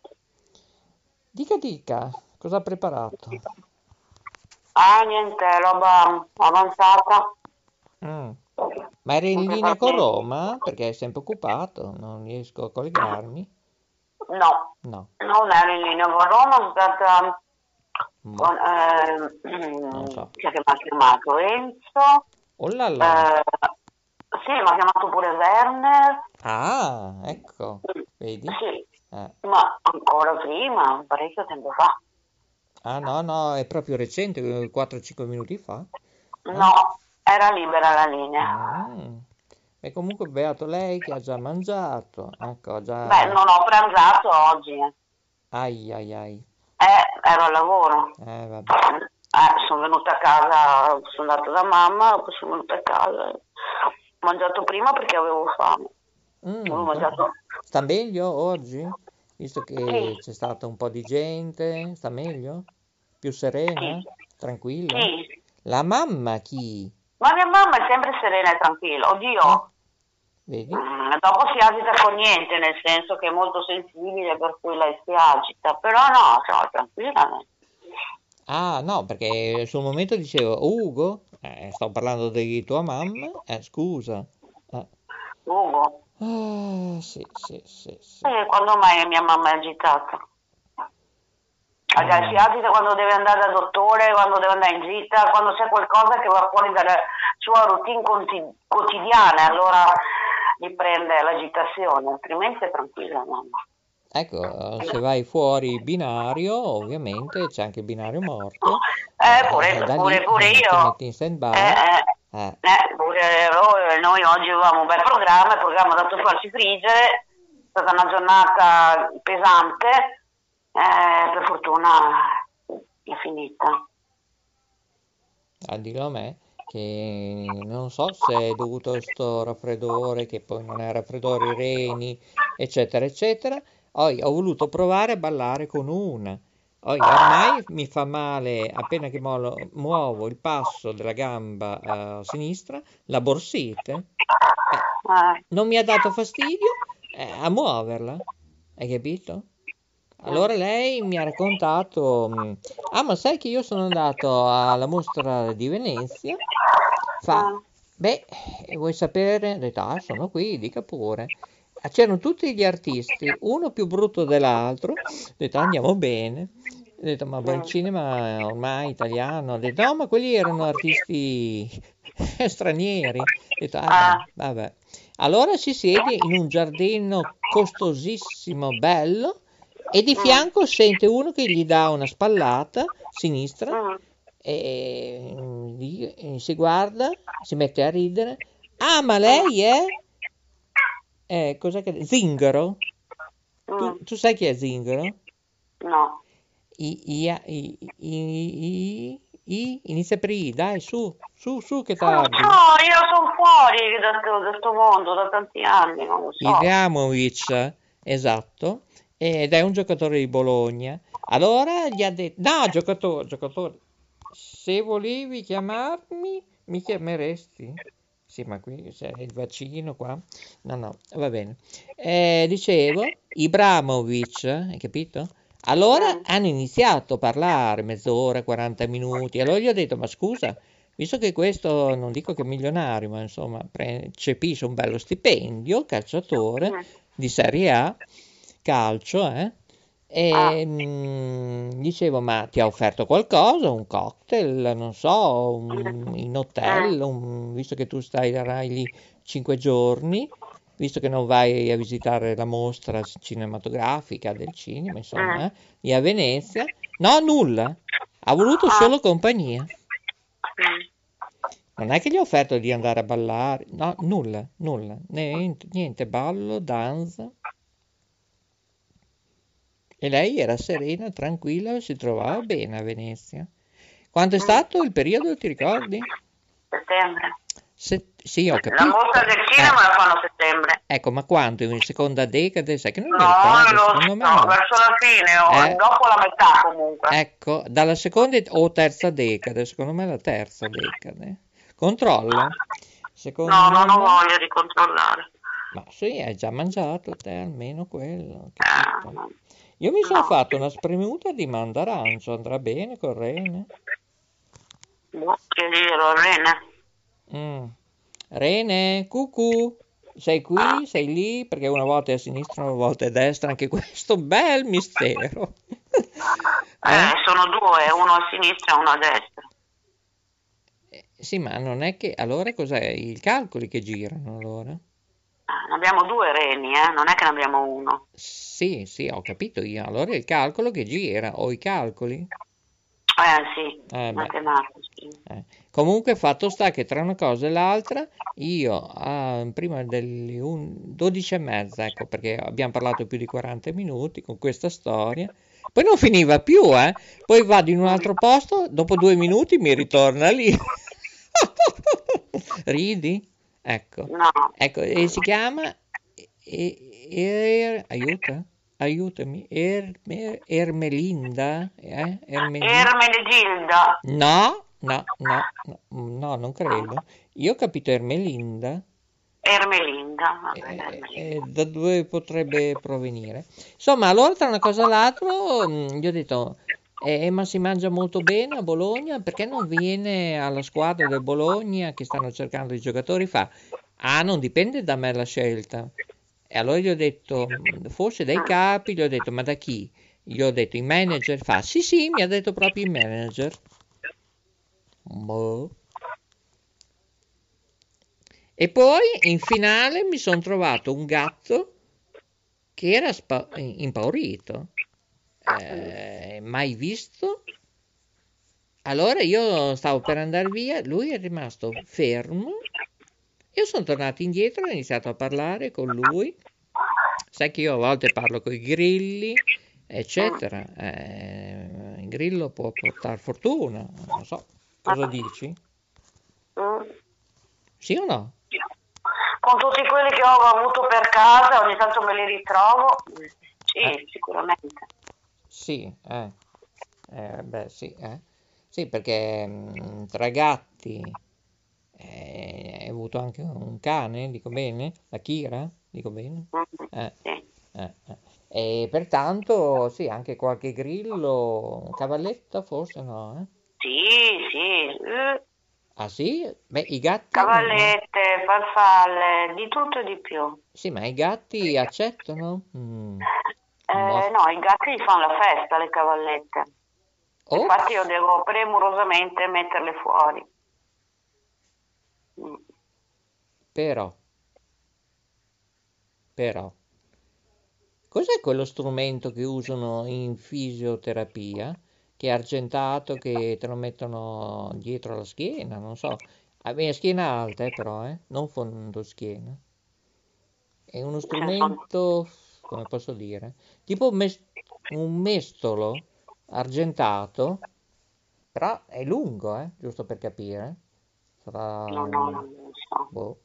Dica, cosa ha preparato? Niente, roba avanzata. Ma era in linea con Roma? Perché è sempre occupato, non riesco a collegarmi. No, non ero in linea con Roma, sono stata con chi è che mi ha chiamato? Enzo. Oh là là. Sì, mi ha chiamato pure Werner. Ah, ecco, vedi? Sì, ma ancora prima, parecchio tempo fa. Ah no, è proprio recente, 4-5 minuti fa. No, era libera la linea. E comunque beato lei che ha già mangiato. Ecco, già... Beh, non ho pranzato oggi. Ai ai ai. Ero al lavoro. Vabbè. Sono venuta a casa, sono andata da mamma, poi sono venuta a casa. Ho mangiato prima perché avevo fame. Avevo mangiato. Sta meglio oggi? Visto che Sì. c'è stata un po' di gente, sta meglio? Più serena? Sì. Tranquilla? Sì. La mamma chi? Ma mia mamma è sempre serena e tranquilla. Oddio, Vedi? dopo si agita con niente, nel senso che è molto sensibile, per cui lei si agita. Però no, cioè, tranquilla. Ah, no, perché sul momento dicevo, Ugo, sto parlando di tua mamma, scusa. Ugo. Sì, sì, sì, sì. Quando mai mia mamma è agitata? Si agita quando deve andare dal dottore, quando deve andare in gita, quando c'è qualcosa che va fuori dalla sua routine quotidiana, allora gli prende l'agitazione, altrimenti è tranquilla mamma. Ecco, se vai fuori binario, ovviamente c'è anche il binario morto. Pure io. Ti metti in stand-by. Pure noi oggi avevamo un bel programma, il programma ha dato farci friggere, è stata una giornata pesante, per fortuna è finita. Dillo a me che non so se è dovuto a sto raffreddore, che poi non è raffreddore, i reni, eccetera, eccetera. Ho voluto provare a ballare con una. Ormai mi fa male appena che muovo il passo della gamba sinistra, la borsite. Non mi ha dato fastidio a muoverla, hai capito? Allora lei mi ha raccontato, ma sai che io sono andato alla mostra di Venezia? Vuoi sapere? Ho detto, sono qui, dica pure. C'erano tutti gli artisti, uno più brutto dell'altro. Ho detto, andiamo bene. Ho detto, ma il cinema ormai italiano. Ho detto, no, ma quelli erano artisti stranieri. Ho detto, vabbè. Allora si siede in un giardino costosissimo, bello, e di fianco sente uno che gli dà una spallata sinistra e si guarda, si mette a ridere. Ma lei è? Cos'è che... Zingaro? Tu sai chi è Zingaro? No. Inizia per I, dai, su che No, tardi. io sono fuori da questo mondo da tanti anni, non lo so. Ibrahimovic, esatto, ed è un giocatore di Bologna. Allora gli ha detto, no, giocatore, se volevi chiamarmi, mi chiameresti? Sì, ma qui c'è il vaccino qua. No, va bene. Dicevo, Ibrahimovic, hai capito? Allora hanno iniziato a parlare mezz'ora, 40 minuti. Allora gli ho detto, ma scusa, visto che questo, non dico che è milionario, ma insomma, percepisce un bello stipendio, calciatore di Serie A, calcio, e dicevo, ma ti ha offerto qualcosa, un cocktail, non so, in hotel, visto che tu starai lì 5 giorni, visto che non vai a visitare la mostra cinematografica del cinema, insomma, lì a Venezia. No, nulla, ha voluto solo compagnia. Non è che gli ho offerto di andare a ballare, no, nulla, niente, ballo, danza. E lei era serena, tranquilla, si trovava bene a Venezia. Quanto è stato il periodo, ti ricordi? Settembre. Sì, ho capito. La mostra del cinema la fanno a settembre. Ecco, ma quanto? In seconda decade? Sai che non mi No, ricordo, secondo me. verso la fine, o dopo la metà comunque. Ecco, dalla seconda o terza decade, secondo me la terza decade. Controlla. No, non ho voglia di controllare. Ma sì, hai già mangiato te, almeno quello. Capito? Io mi sono fatto una spremuta di mandarancio, andrà bene col rene? Chiedilo, Rene. Rene, cucù, sei qui, sei lì, perché una volta è a sinistra, una volta è a destra, anche questo è un bel mistero. Sono due, uno a sinistra e uno a destra. Sì, ma non è che, allora cos'è? I calcoli che girano, allora? Ne abbiamo due reni, non è che ne abbiamo uno. Sì, ho capito io. Allora è il calcolo che gira, o i calcoli? Sì, Beh. matematici. Comunque fatto sta che tra una cosa e l'altra io prima delle 12:30, ecco, perché abbiamo parlato più di 40 minuti con questa storia, poi non finiva più, poi vado in un altro posto, dopo 2 minuti mi ritorna lì. Ridi? Ecco. No. Ecco, e si chiama aiutami, Ermelinda? Ermenegilda. No, non credo. Io ho capito Ermelinda. Ermelinda. Da dove potrebbe provenire? Insomma, allora tra una cosa e l'altra gli ho detto, ma si mangia molto bene a Bologna, perché non viene alla squadra del Bologna che stanno cercando i giocatori? Fa, non dipende da me la scelta. E allora gli ho detto, forse dai capi, gli ho detto, ma da chi? Gli ho detto, i manager? Fa, sì, mi ha detto proprio i manager. Boh. E poi in finale mi sono trovato un gatto che era impaurito, mai visto. Allora io stavo per andare via, lui è rimasto fermo. Io sono tornato indietro e ho iniziato a parlare con lui. Sai che io a volte parlo con i grilli, eccetera. Il grillo può portare fortuna, non so. Cosa dici? Sì o no? Con tutti quelli che ho avuto per casa, ogni tanto me li ritrovo. Sì, sicuramente. Sì, sì. Sì, perché tra gatti hai avuto anche un cane, dico bene? La Kira, dico bene? E pertanto, sì, anche qualche grillo, cavalletta forse no? Sì. Ah sì? Beh, i gatti... Cavallette, farfalle, di tutto e di più. Sì, ma i gatti accettano? No, i gatti gli fanno la festa, le cavallette. Infatti io devo premurosamente metterle fuori. Però, cos'è quello strumento che usano in fisioterapia? Che è argentato, che te lo mettono dietro alla schiena, non so. Aveva schiena alta, però, non fondo schiena. È uno strumento, come posso dire, tipo un mestolo argentato, però è lungo, giusto per capire. Sarà non so.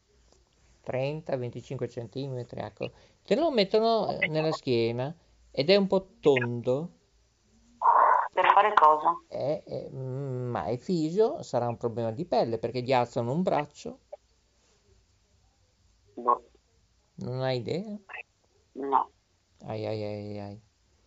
30-25 centimetri, ecco. Te lo mettono nella schiena ed è un po' tondo. Per fare cosa? Ma è fisio, sarà un problema di pelle perché gli alzano un braccio. No. Non hai idea? No. Ai.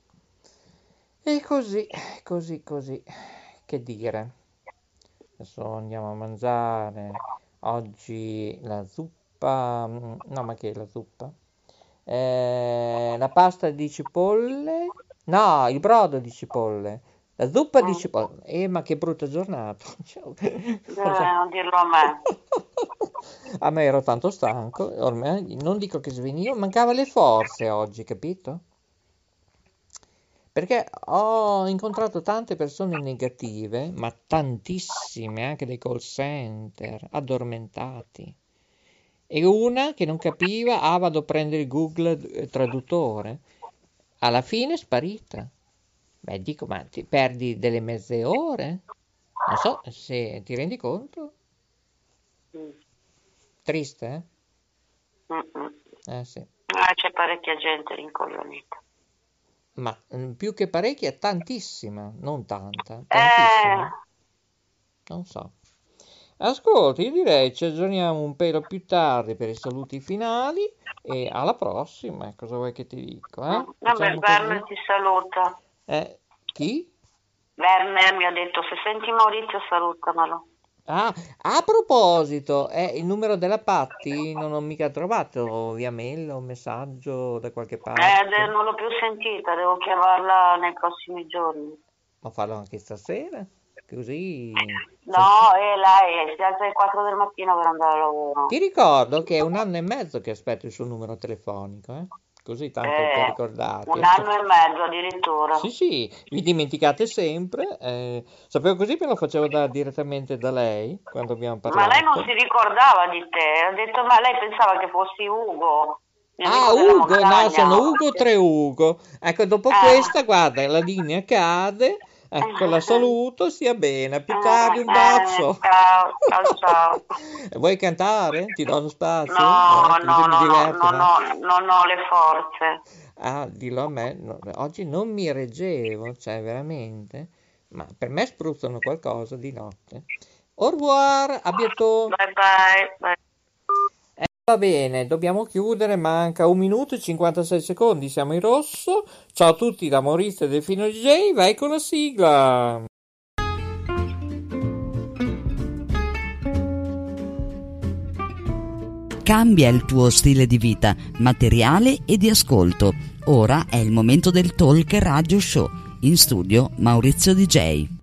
E così. Che dire? Adesso andiamo a mangiare. Oggi la zuppa. No, ma che è la zuppa? La pasta di cipolle. No, il brodo di cipolle. La zuppa di cipolle. Ma che brutta giornata. Non dirlo a me. A me ero tanto stanco, ormai non dico che svenivo, mancava le forze oggi, capito? Perché ho incontrato tante persone negative, ma tantissime, anche dei call center, addormentati. E una che non capiva, vado a prendere il Google Traduttore. Alla fine è sparita. Beh, dico, ma ti perdi delle mezze ore? Non so se ti rendi conto. Triste, sì. C'è parecchia gente rincoglionita. Ma più che parecchia, tantissima, non tanta, tantissima. Non so. Ascolti, io direi ci aggiorniamo un pelo più tardi per i saluti finali e alla prossima, cosa vuoi che ti dico? Vabbè, Werner ti saluta. Chi? Werner mi ha detto, se senti Maurizio salutamelo. A proposito, il numero della Patti non ho mica trovato via mail o un messaggio da qualche parte. Non l'ho più sentita, devo chiamarla nei prossimi giorni. Ma farlo anche stasera? Così... No, lei si alza alle 4 del mattino per andare al lavoro. Ti ricordo che è 1 anno e mezzo che aspetto il suo numero telefonico, così tanto per ricordate. 1 anno e mezzo addirittura. Sì, vi dimenticate sempre. Sapevo così, me lo facevo direttamente da lei quando abbiamo parlato. Ma lei non si ricordava di te, ha detto, ma lei pensava che fossi Ugo. Ugo, no, sono Ugo 3 Ugo. Ecco, dopo questa, guarda, la linea cade. Ecco, la saluto, stia bene, a più tardi, un bacio. Ciao. Vuoi cantare? Ti do uno spazio? No, non ho le forze. Dillo a me, oggi non mi reggevo, cioè veramente, ma per me spruzzano qualcosa di notte. Au revoir, a bientôt. Bye. Va bene, dobbiamo chiudere, manca 1 minuto e 56 secondi, siamo in rosso. Ciao a tutti da Maurizio Delfino DJ, vai con la sigla. Cambia il tuo stile di vita, materiale e di ascolto. Ora è il momento del Talk Radio Show. In studio Maurizio DJ.